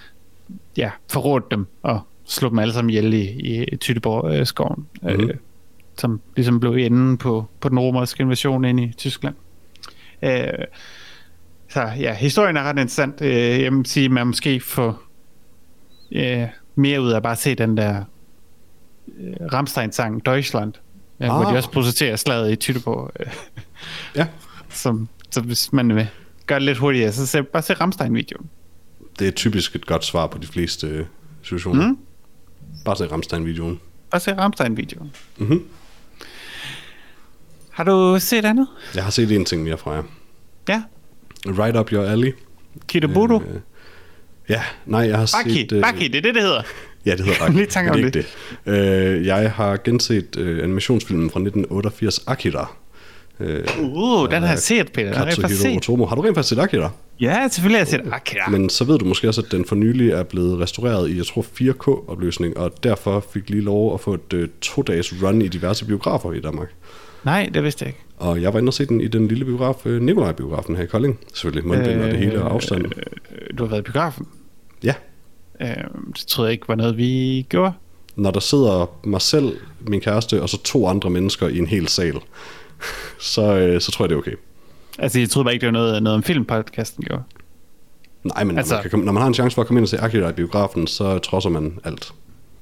ja, forrådt dem og slog dem alle sammen ihjel i, i Tüteborg-skoven, mm-hmm. øh, som ligesom blev enden på, på den romerske invasion ind i Tyskland. Øh, så ja, historien er ret interessant. Øh, jeg må sige, man måske får øh, mere ud af at bare se den der øh, Rammstein-sang Deutschland, øh, ah. hvor de også producerer slaget i Tüteborg. Øh, ja. Som, så hvis man vil gøre det lidt hurtigere, så se, bare se Rammstein-videoen. Det er typisk et godt svar på de fleste situationer. Mm. Bare se Rammstein-videoen. Bare se Rammstein-videoen. Mm-hmm. Har du set andet? Jeg har set en ting mere fra jer. Ja. Right Up Your Alley. Kitabudo? Øh, ja, nej, jeg har Baki. set... Øh, Baki, det er det, det hedder. Ja, det hedder Baki. Lige tanker om det. det. Øh, jeg har genset øh, animationsfilmen fra nitten otteogfirs, Akira. Uh, den har jeg set, Peter. Den har jeg faktisk set. Otomo. Har du rent faktisk set Akira? Ja, selvfølgelig har jeg set Akira. Men så ved du måske også, at den for nylig er blevet restaureret i, jeg tror, fire K-opløsning, og derfor fik lige lov at få et uh, to-dages run i diverse biografer i Danmark. Nej, det vidste jeg ikke. Og jeg var inde og se den i den lille biograf, uh, Nikolaj-biografen her i Kolding. Selvfølgelig, mundbind øh, og det hele og afstand. Øh, du har været i biografen? Ja. Øh, det troede jeg ikke var noget, vi gjorde. Når der sidder mig selv, min kæreste, og så to andre mennesker i en hel sal, så, øh, så tror jeg, det er okay. Altså, jeg troede bare ikke, det var noget, noget om filmpodcasten gjorde. Nej, men altså, når, man kan, når man har en chance for at komme ind og se Akira i biografen, så trodser man alt.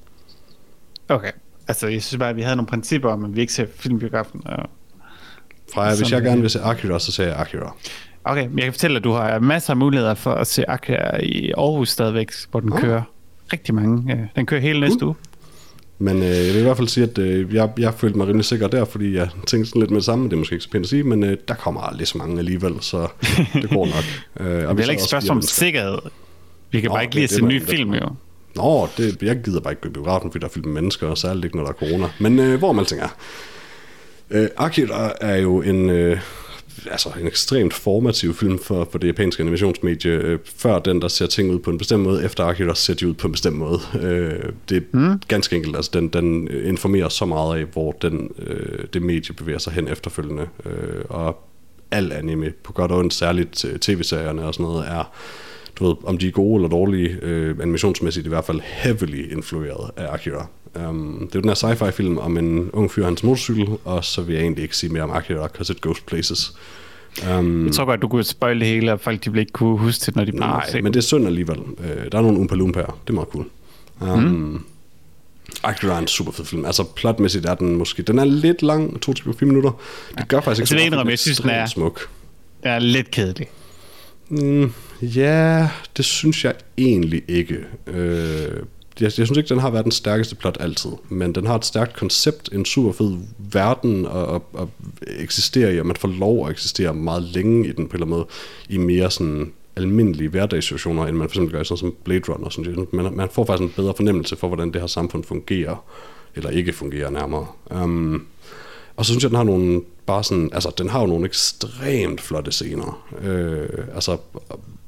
Okay. Altså, jeg synes bare, at vi havde nogle principper om, at vi ikke ser filmbiografen. Og Freja, hvis jeg gerne vil se Akira, så ser jeg Akira. Okay, men jeg kan fortælle, at du har masser af muligheder for at se Akira i Aarhus stadigvæk, hvor den oh. kører rigtig mange. Den kører hele næste uh. uge. Men øh, jeg vil i hvert fald sige, at øh, jeg, jeg følte mig rimelig sikker der, fordi jeg tænkte sådan lidt med det samme, det er måske ikke så pænt at sige, men øh, der kommer aldrig så mange alligevel, så det går nok. Øh, og det er heller ikke et spørgsmål om sikkerhed. Vi kan Nå, bare ikke lide at se en ny film, jo. Nå, det, jeg gider bare ikke gå i biografen, fordi der er fyldt med mennesker, og særligt ikke, når der er corona. Men øh, hvor man alting er. Øh, Akira er jo en... Øh, altså en ekstremt formativ film for, for det japanske animationsmedie. Øh, før den, der ser ting ud på en bestemt måde, efter Akira ser de ud på en bestemt måde. Øh, det er mm. ganske enkelt. Altså, den, den informerer så meget af, hvor den, øh, det medie bevæger sig hen efterfølgende. Øh, og al anime, på godt og ondt, særligt tv-serierne og sådan noget, er, du ved, om de er gode eller dårlige, øh, animationsmæssigt i hvert fald heavily influeret af Akira. Um, det er jo den her sci-fi film om en ung fyr og hans motorcykel, og så vil jeg egentlig ikke sige mere om Akira, because it goes places. Um, jeg tror godt, du kunne spoil det hele, og folk de vil ikke kunne huske det, når de bliver Nej, men det er synd alligevel. Uh, der er nogle Oompa Loompaer, det er meget cool. Um, mm. Akira er en super fed film. Altså plotmæssigt er den måske, den er lidt lang, to til fire minutter. Det gør faktisk ikke altså, så meget, jeg synes, den er smuk. Den er lidt kedelig. Mm, ja, det synes jeg egentlig ikke. Øh, jeg, jeg synes ikke, den har været den stærkeste plot altid, men den har et stærkt koncept, en super fed verden at, at, at eksistere i, og man får lov at eksistere meget længe i den på en eller anden måde, i mere sådan almindelige hverdagssituationer, end man for eksempel gør sådan som Blade Runner og sådan noget. Man, man får faktisk en bedre fornemmelse for, hvordan det her samfund fungerer, eller ikke fungerer nærmere. Um, og så synes jeg, den har nogle bare sådan, altså den har jo nogle ekstremt flotte scener. Øh, altså de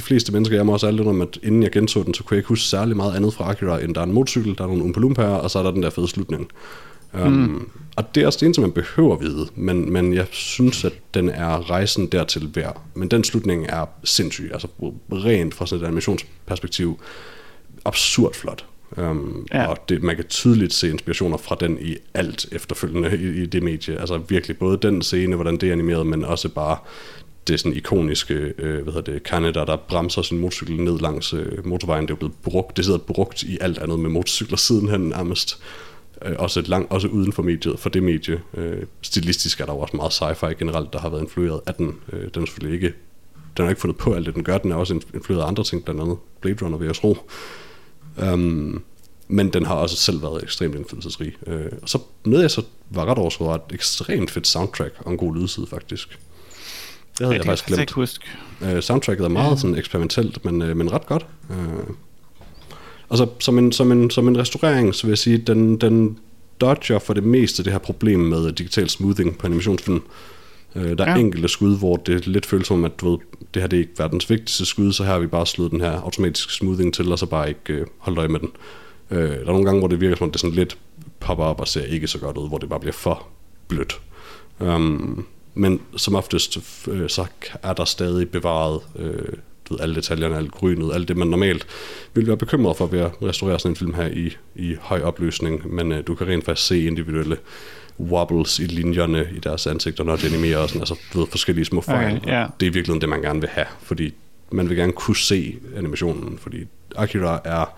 fleste mennesker, jeg må også aldrig om, at inden jeg genså den, så kunne jeg ikke huske særlig meget andet fra Akira, end der er en motorcykel, der er nogle Oompa Loompaer, og så er der den der fede slutning. Um, mm. Og det er også det eneste, man behøver at vide, men, men jeg synes, at den er rejsen dertil værd. Men den slutning er sindssyg, altså rent fra sådan et animationsperspektiv, absurd flot. Um, ja. Og det, man kan tydeligt se inspirationer fra den i alt efterfølgende i, i det medie. Altså virkelig både den scene, hvordan det er animeret, men også bare det sådan ikoniske, øh, hvad hedder det, Kaneda, der bremser sin motorcykel ned langs øh, motorvejen. Det er jo blevet brugt, det sidder brugt i alt andet med motorcykler sidenhen nærmest. Øh, også, et lang, også uden for mediet, for det medie. Øh, stilistisk er der jo også meget sci-fi generelt, der har været influeret af den. Øh, den er selvfølgelig ikke, den har ikke fundet på alt det, den gør. Den er også influeret af andre ting, blandt andet Blade Runner, vil jeg tro. Um, men den har også selv været ekstremt indflydelsesrig. Uh, og så noget jeg så var ret overskrevet, var et ekstremt fedt soundtrack og en god lydside faktisk. Det havde ja, jeg faktisk glemt. Huske. Uh, soundtracket er meget ja. sådan eksperimentelt, men, uh, men ret godt. Uh, og så som en, som, en, som en restaurering, så vil jeg sige, den, den dodger for det meste det her problem med digital smoothing på animationsfilm. Uh, der er ja. enkelte skud, hvor det lidt føles som, at du ved, det her det er ikke verdens vigtigste skud, så her har vi bare slået den her automatiske smoothing til, og så bare ikke uh, holdt øje med den. Uh, der er nogle gange, hvor det virker som, at det sådan lidt popper op og ser ikke så godt ud, hvor det bare bliver for blødt. Um, men som oftest, uh, så er der stadig bevaret uh, du ved, alle detaljerne, alt grynet, alt det, man normalt ville være bekymret for ved at restaurere sådan en film her i, i høj opløsning, men uh, du kan rent faktisk se individuelle wobbles i linjerne i deres ansigter, når de animerer og sådan, altså du ved, forskellige små fejl. Okay, yeah. Det er virkelig det, man gerne vil have, fordi man vil gerne kunne se animationen, fordi Akira er,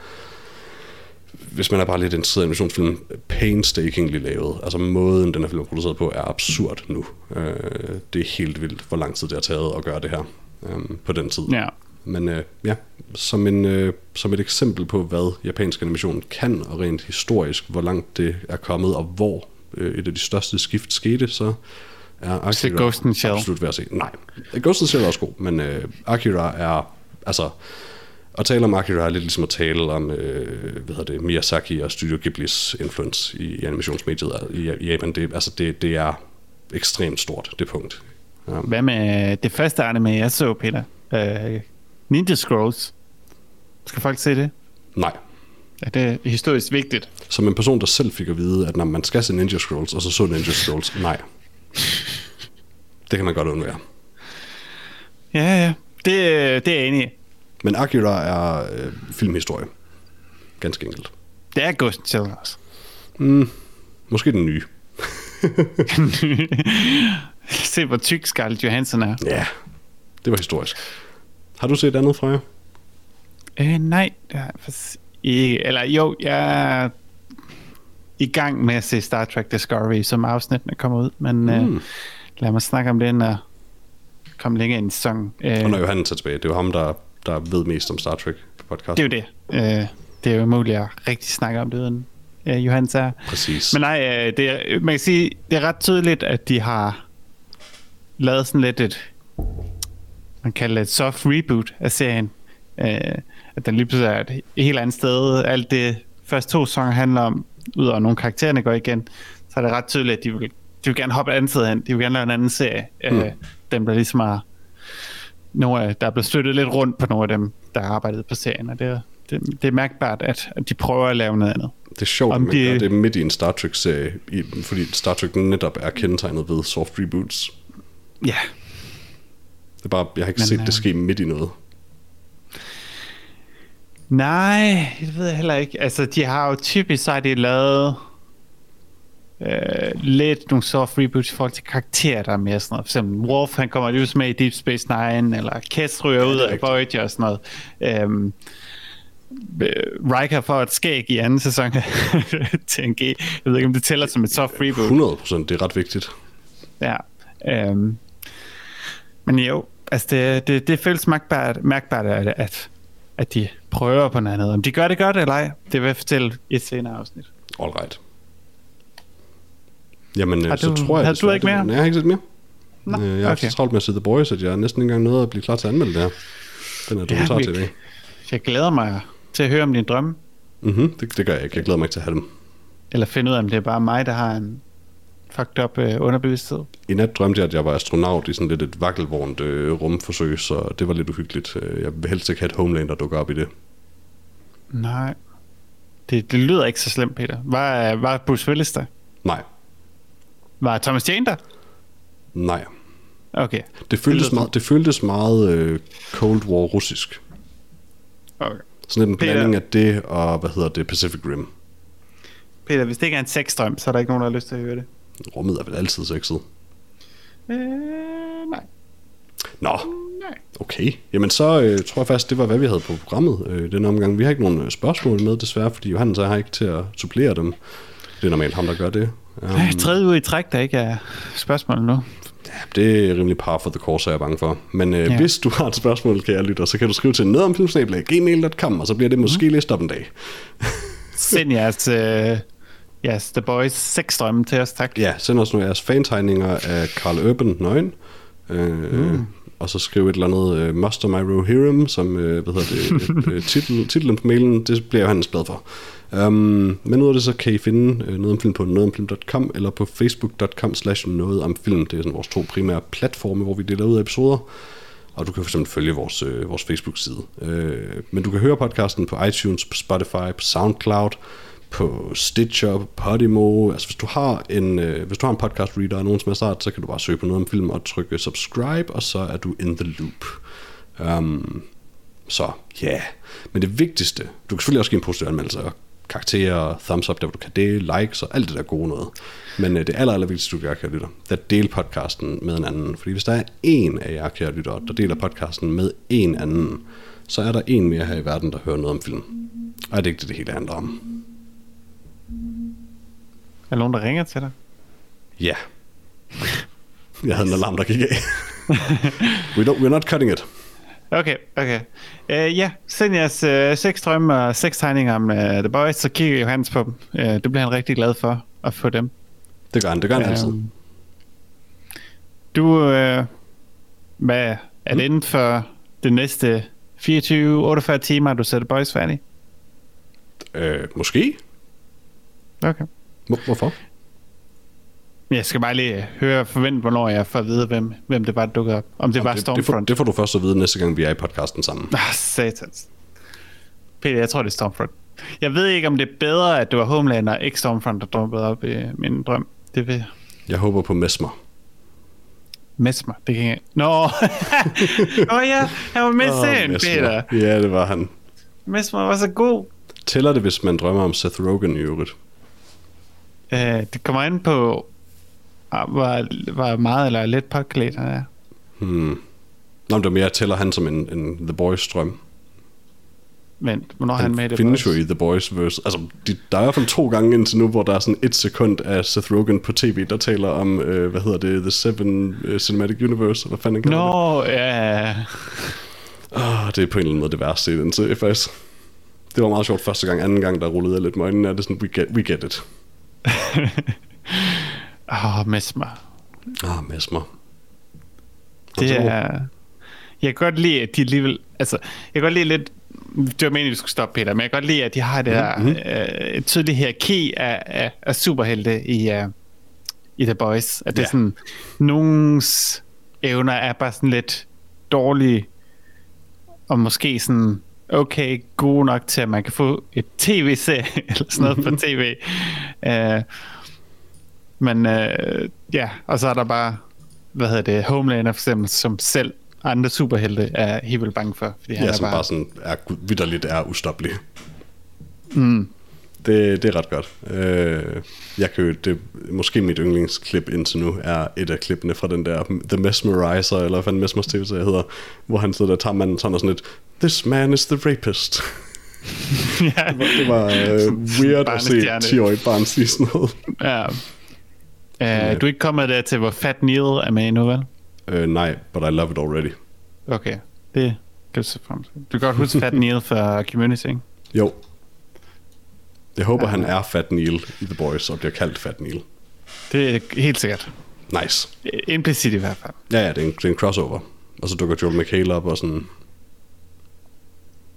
hvis man er bare lidt interesseret i animationsfilm, painstakingly lavet. Altså måden, den her film er produceret på, er absurd nu. Uh, det er helt vildt, hvor lang tid det har taget at gøre det her um, på den tid. Yeah. Men uh, ja, som, en, uh, som et eksempel på, hvad japansk animation kan, og rent historisk, hvor langt det er kommet, og hvor et af de største skift skete, så er Akira Ghost in Shell absolut værd at se. Nej, Ghost in Shell er også god, men uh, Akira er, altså, at tale om Akira er lidt ligesom at tale om, uh, hvad hedder det, Miyazaki og Studio Ghiblis influence i, i animationsmediet i, i Japan. Det, altså, det, det er ekstremt stort, det punkt. Um, Hvad med det første anime, jeg så, Peter? Uh, Ninja Scrolls. Skal folk se det? Nej. Er det historisk vigtigt? Som en person, der selv fik at vide, at når man skal se Ninja Scrolls, og så så Ninja Scrolls, nej. Det kan man godt undvære. Ja, ja. Det, det er jeg enig i. Men Akira er øh, filmhistorie. Ganske enkelt. Det er Ghost in Shell også. Mm, måske den nye. Se, hvor tyk Scarlett Johansson er. Ja, det var historisk. Har du set andet fra jer? Øh, nej, det har jeg faktisk ikke. Eller jo, jeg er i gang med at se Star Trek Discovery, som afsnittene kommer ud, men mm. øh, lad mig snakke om det, når kommer længere ind i sæsonen. Øh, og når Johannes er tilbage, det er jo ham, der, der ved mest om Star Trek på podcasten. Det er jo det. Øh, det er jo muligt at rigtig snakke om det, uden øh, Johannes er. Præcis. Men nej, øh, det er, man kan sige, det er ret tydeligt, at de har lavet sådan lidt et, man kalder det et soft reboot af serien. Øh, at den lige pludselig er et helt andet sted. Alt det første to sæsoner handler om, ud over nogle karaktererne går igen, så er det ret tydeligt, at de vil, de vil gerne hoppe et andet sted hen. De vil gerne lave en anden serie. Mm. Øh, dem, der ligesom er nogle, der er blevet støttet lidt rundt på nogle af dem, der har arbejdet på serien. Og det, det, det er mærkbart, at, at de prøver at lave noget andet. Det er sjovt, Om de, det er midt i en Star Trek-serie, fordi Star Trek netop er kendetegnet ved soft reboots. Ja. Det er bare, jeg har ikke Men, set det ske midt i noget. Nej, det ved jeg heller ikke. Altså, de har jo typisk så har de lavet øh, lidt nogle soft reboots i forhold til karakterer, der er mere sådan noget. For eksempel Worf, han kommer jo med i Deep Space Nine, eller Kes ryger ud af Voyager og sådan noget. Øhm, Riker får et skæg i anden sæson T N G. Jeg ved ikke, om det tæller som et soft reboot. hundrede procent, det er ret vigtigt. Ja. Øhm, men jo, altså det, det, det føles mærkbart, mærkbart at, at at de prøver på noget andet. Om de gør det godt eller ej, det vil jeg fortælle i et senere afsnit. All right. Jamen, har så du, tror jeg... Har du ikke mere? Nej, jeg har ikke set mere. Nå, jeg har okay. så travlt med at se The Boys, at jeg er næsten ikke engang nået at blive klar til at anmelde det her. Den er dokumentar til det. Jeg glæder mig til at høre om dine drømme. Mhm, det, det gør jeg ikke. Jeg glæder mig ikke til at have dem. Eller finde ud af, om det er bare mig, der har en fucked up øh, underbevidsthed. I nat drømte jeg, at jeg var astronaut i sådan lidt et vakkelvornt øh, rumforsøg, så det var lidt uhyggeligt. Jeg vil helst ikke have et Homeland, der dukker op i det. Nej. Det, det lyder ikke så slemt, Peter. Var, var Bruce Willis der? Nej. Var Thomas Jane der? Nej. Okay. Det føltes det meget, det føltes meget øh, Cold War russisk. Okay. Sådan en Peter. blanding af det og, hvad hedder det, Pacific Rim. Peter, hvis det ikke er en sexdrøm, så er der ikke nogen, der har lyst til at høre det. Rummet er vel altid sexet? Øh, nej. Nå, Nej. okay. Jamen så øh, tror jeg faktisk, det var, hvad vi havde på programmet øh, den omgang. Vi har ikke nogen øh, spørgsmål med, desværre, fordi Johannes har ikke til at supplere dem. Det er normalt ham, der gør det. Um, Nej, tredje uge i træk, der ikke er spørgsmål nu. Ja, det er rimelig par for the course, er jeg bange for. Men øh, Ja. hvis du har et spørgsmål, kære lytter, så kan du skrive til nedomfilmsnabel punktum gmail punktum com, og så bliver det måske mm. læst op en dag. Send jeres, øh, jeres The Boys sexdrømme til os, tak. Ja, send os nogle af jeres fantegninger af Carl Urban nøgen. Øh, mm. Og så skriv et eller andet uh, Muster My Rohirrim, som uh, hvad hedder det, uh, titel, titlen på mailen. Det bliver Johannes glad for. Um, men ud af det, så kan I finde uh, noget om film på nogetomfilm punktum com eller på facebook punktum com slash nogetomfilm. Det er sådan vores to primære platforme, hvor vi deler ud af episoder. Og du kan for eksempel følge vores, øh, vores Facebook-side. Øh, men du kan høre podcasten på iTunes, på Spotify, på SoundCloud, på Stitcher, på Podimo. Altså hvis du har en, øh, hvis du har en podcast reader og nogen som er start, så kan du bare søge på noget om film og trykke subscribe, og så er du in the loop. Um, så ja, yeah. Men det vigtigste, du kan selvfølgelig også give en positiv anmeldelse og karakterer, thumbs up, der hvor du kan dele, likes og alt det der gode noget. Men øh, det aller, aller vigtigste, du gør, kære lytter, det er at dele podcasten med en anden. Fordi hvis der er en af jer, kære lytter, der deler podcasten med en anden, så er der en mere her i verden, der hører noget om film. Og det er ikke det, det hele handler om. Er der nogen, der ringer til dig? Ja. Jeg havde en alarm, der gik af. We don't, we're not cutting it. Okay, okay. Uh, ja, send jeres uh, sexdrømme og sextegninger om uh, The Boys, så kigger Johannes på dem. Uh, det bliver han rigtig glad for at få dem. Det gør han, det gør han uh, altid. Du, uh, hvad er det inden for det næste fireogtyve til otteogfyrre timer, du sætter Boys færdig? Uh, måske. Okay. Hvor, hvorfor? Jeg skal bare lige høre forvente, hvornår jeg får at vide, hvem, hvem det var, der dukkede op. Om det Om var det, Stormfront. Det får, det får du først at vide næste gang, vi er i podcasten sammen. Ah, satans. Peter, jeg tror, det er Stormfront. Jeg ved ikke, om det er bedre, at det var Homelander og ikke Stormfront, der droppede op i min drøm. Det ved jeg. Jeg håber på Mesmer. Mesmer, det kan jeg... Nå, Nå ja, han var med oh, sen, Peter. Ja, det var han. Mesmer var så god. Tæller det, hvis man drømmer om Seth Rogen i øvrigt? Uh, det kommer ind på, uh, hvor, hvor meget eller lidt påklædt han er. Hmm. Nå, men det er mere, tæller han som en, en The Boys drøm. Men hvornår han, han med i The findes jo i The Boys verse. Altså, de, der er i hvert fald to gange indtil nu, hvor der er sådan et sekund af Seth Rogen på tv, der taler om, øh, hvad hedder det, The Seven uh, Cinematic Universe, eller hvad fanden kalder Nå, det? ja. Oh, det er på en eller anden måde det værste i den serie, faktisk. Det var meget sjovt første gang, anden gang, der rullede jeg lidt med øjnene, er det sådan, we get, we get it. Åh, oh, Mesmer. Åh, oh, Mesmer. Det er... Jeg kan godt lide, at de alligevel... Altså, jeg kan godt lide lidt... Det var meningen, vi skulle stoppe, Peter, men jeg kan godt lide, at de har det der mm-hmm. øh, tydelige hierarki af, af, af superhelte i, uh, i The Boys. At det ja. er sådan... Nogens evner er bare sådan lidt dårlige, og måske sådan... okay, gode nok til, at man kan få et tv-serie eller sådan noget på tv. Uh, men uh, ja, og så er der bare, hvad hedder det, Homelander for eksempel, som selv andre superhelte er helt vildt bange for. Fordi ja, han er som bare, bare sådan er vitterligt er ustoppelig. Mm. Det, det er ret godt. Uh, jeg kan jo, det, måske mit yndlingsklip indtil nu er et af klippene fra den der The Mesmerizer, eller hvad fanden Mesmers tv-serie hedder, hvor han sidder der og tager manden sådan og sådan lidt, this man is the rapist. Ja. Det var, det var uh, weird at se ti-årige barn sige sådan noget. Ja. Uh, ja. Du er ikke kommet der til, hvor Fat Neil er med endnu, vel? Uh, nej, but I love it already. Okay, det kan du se frem til. Du kan godt huske Fat Neil fra Community, ikke? Jo. Jeg håber, ja. han er Fat Neil i The Boys, og bliver kaldt Fat Neil. Det er helt sikkert. Nice. Implicit i hvert fald. Ja, ja, det er en, det er en crossover. Og så dukker Joel McHale op og sådan...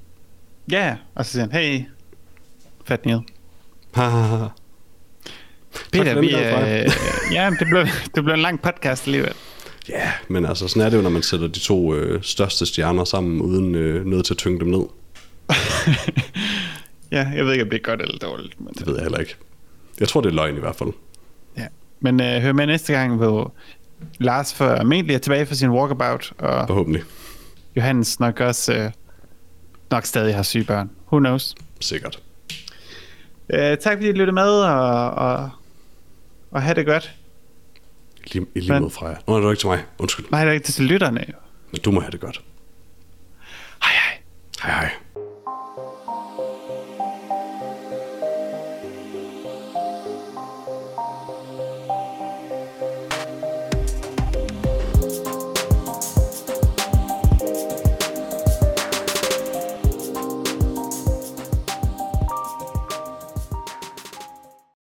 Ja, og så siger han, hey, Fat Neil. Peter, vi, øh, ja, det blev, det blev en lang podcast alligevel. Ja, yeah, men altså sådan er det jo, når man sætter de to øh, største stjerner sammen, uden øh, noget til at tynge dem ned. Ja, jeg ved ikke, om det er godt eller dårligt. Men det ved jeg heller ikke. Jeg tror, det er løgn i hvert fald. Ja, men øh, hør med næste gang, hvor Lars formentlig er tilbage for sin walkabout, og forhåbentlig Johannes nok også øh, nok stadig har syge børn. Who knows? Sikkert. Øh, tak fordi I lyttede med, og, og, og have det godt. I lige, i lige mod Freja. Nå, er det ikke til mig. Undskyld. Nej, det er ikke til lytterne. Men du må have det godt. Hej hej. Hej hej.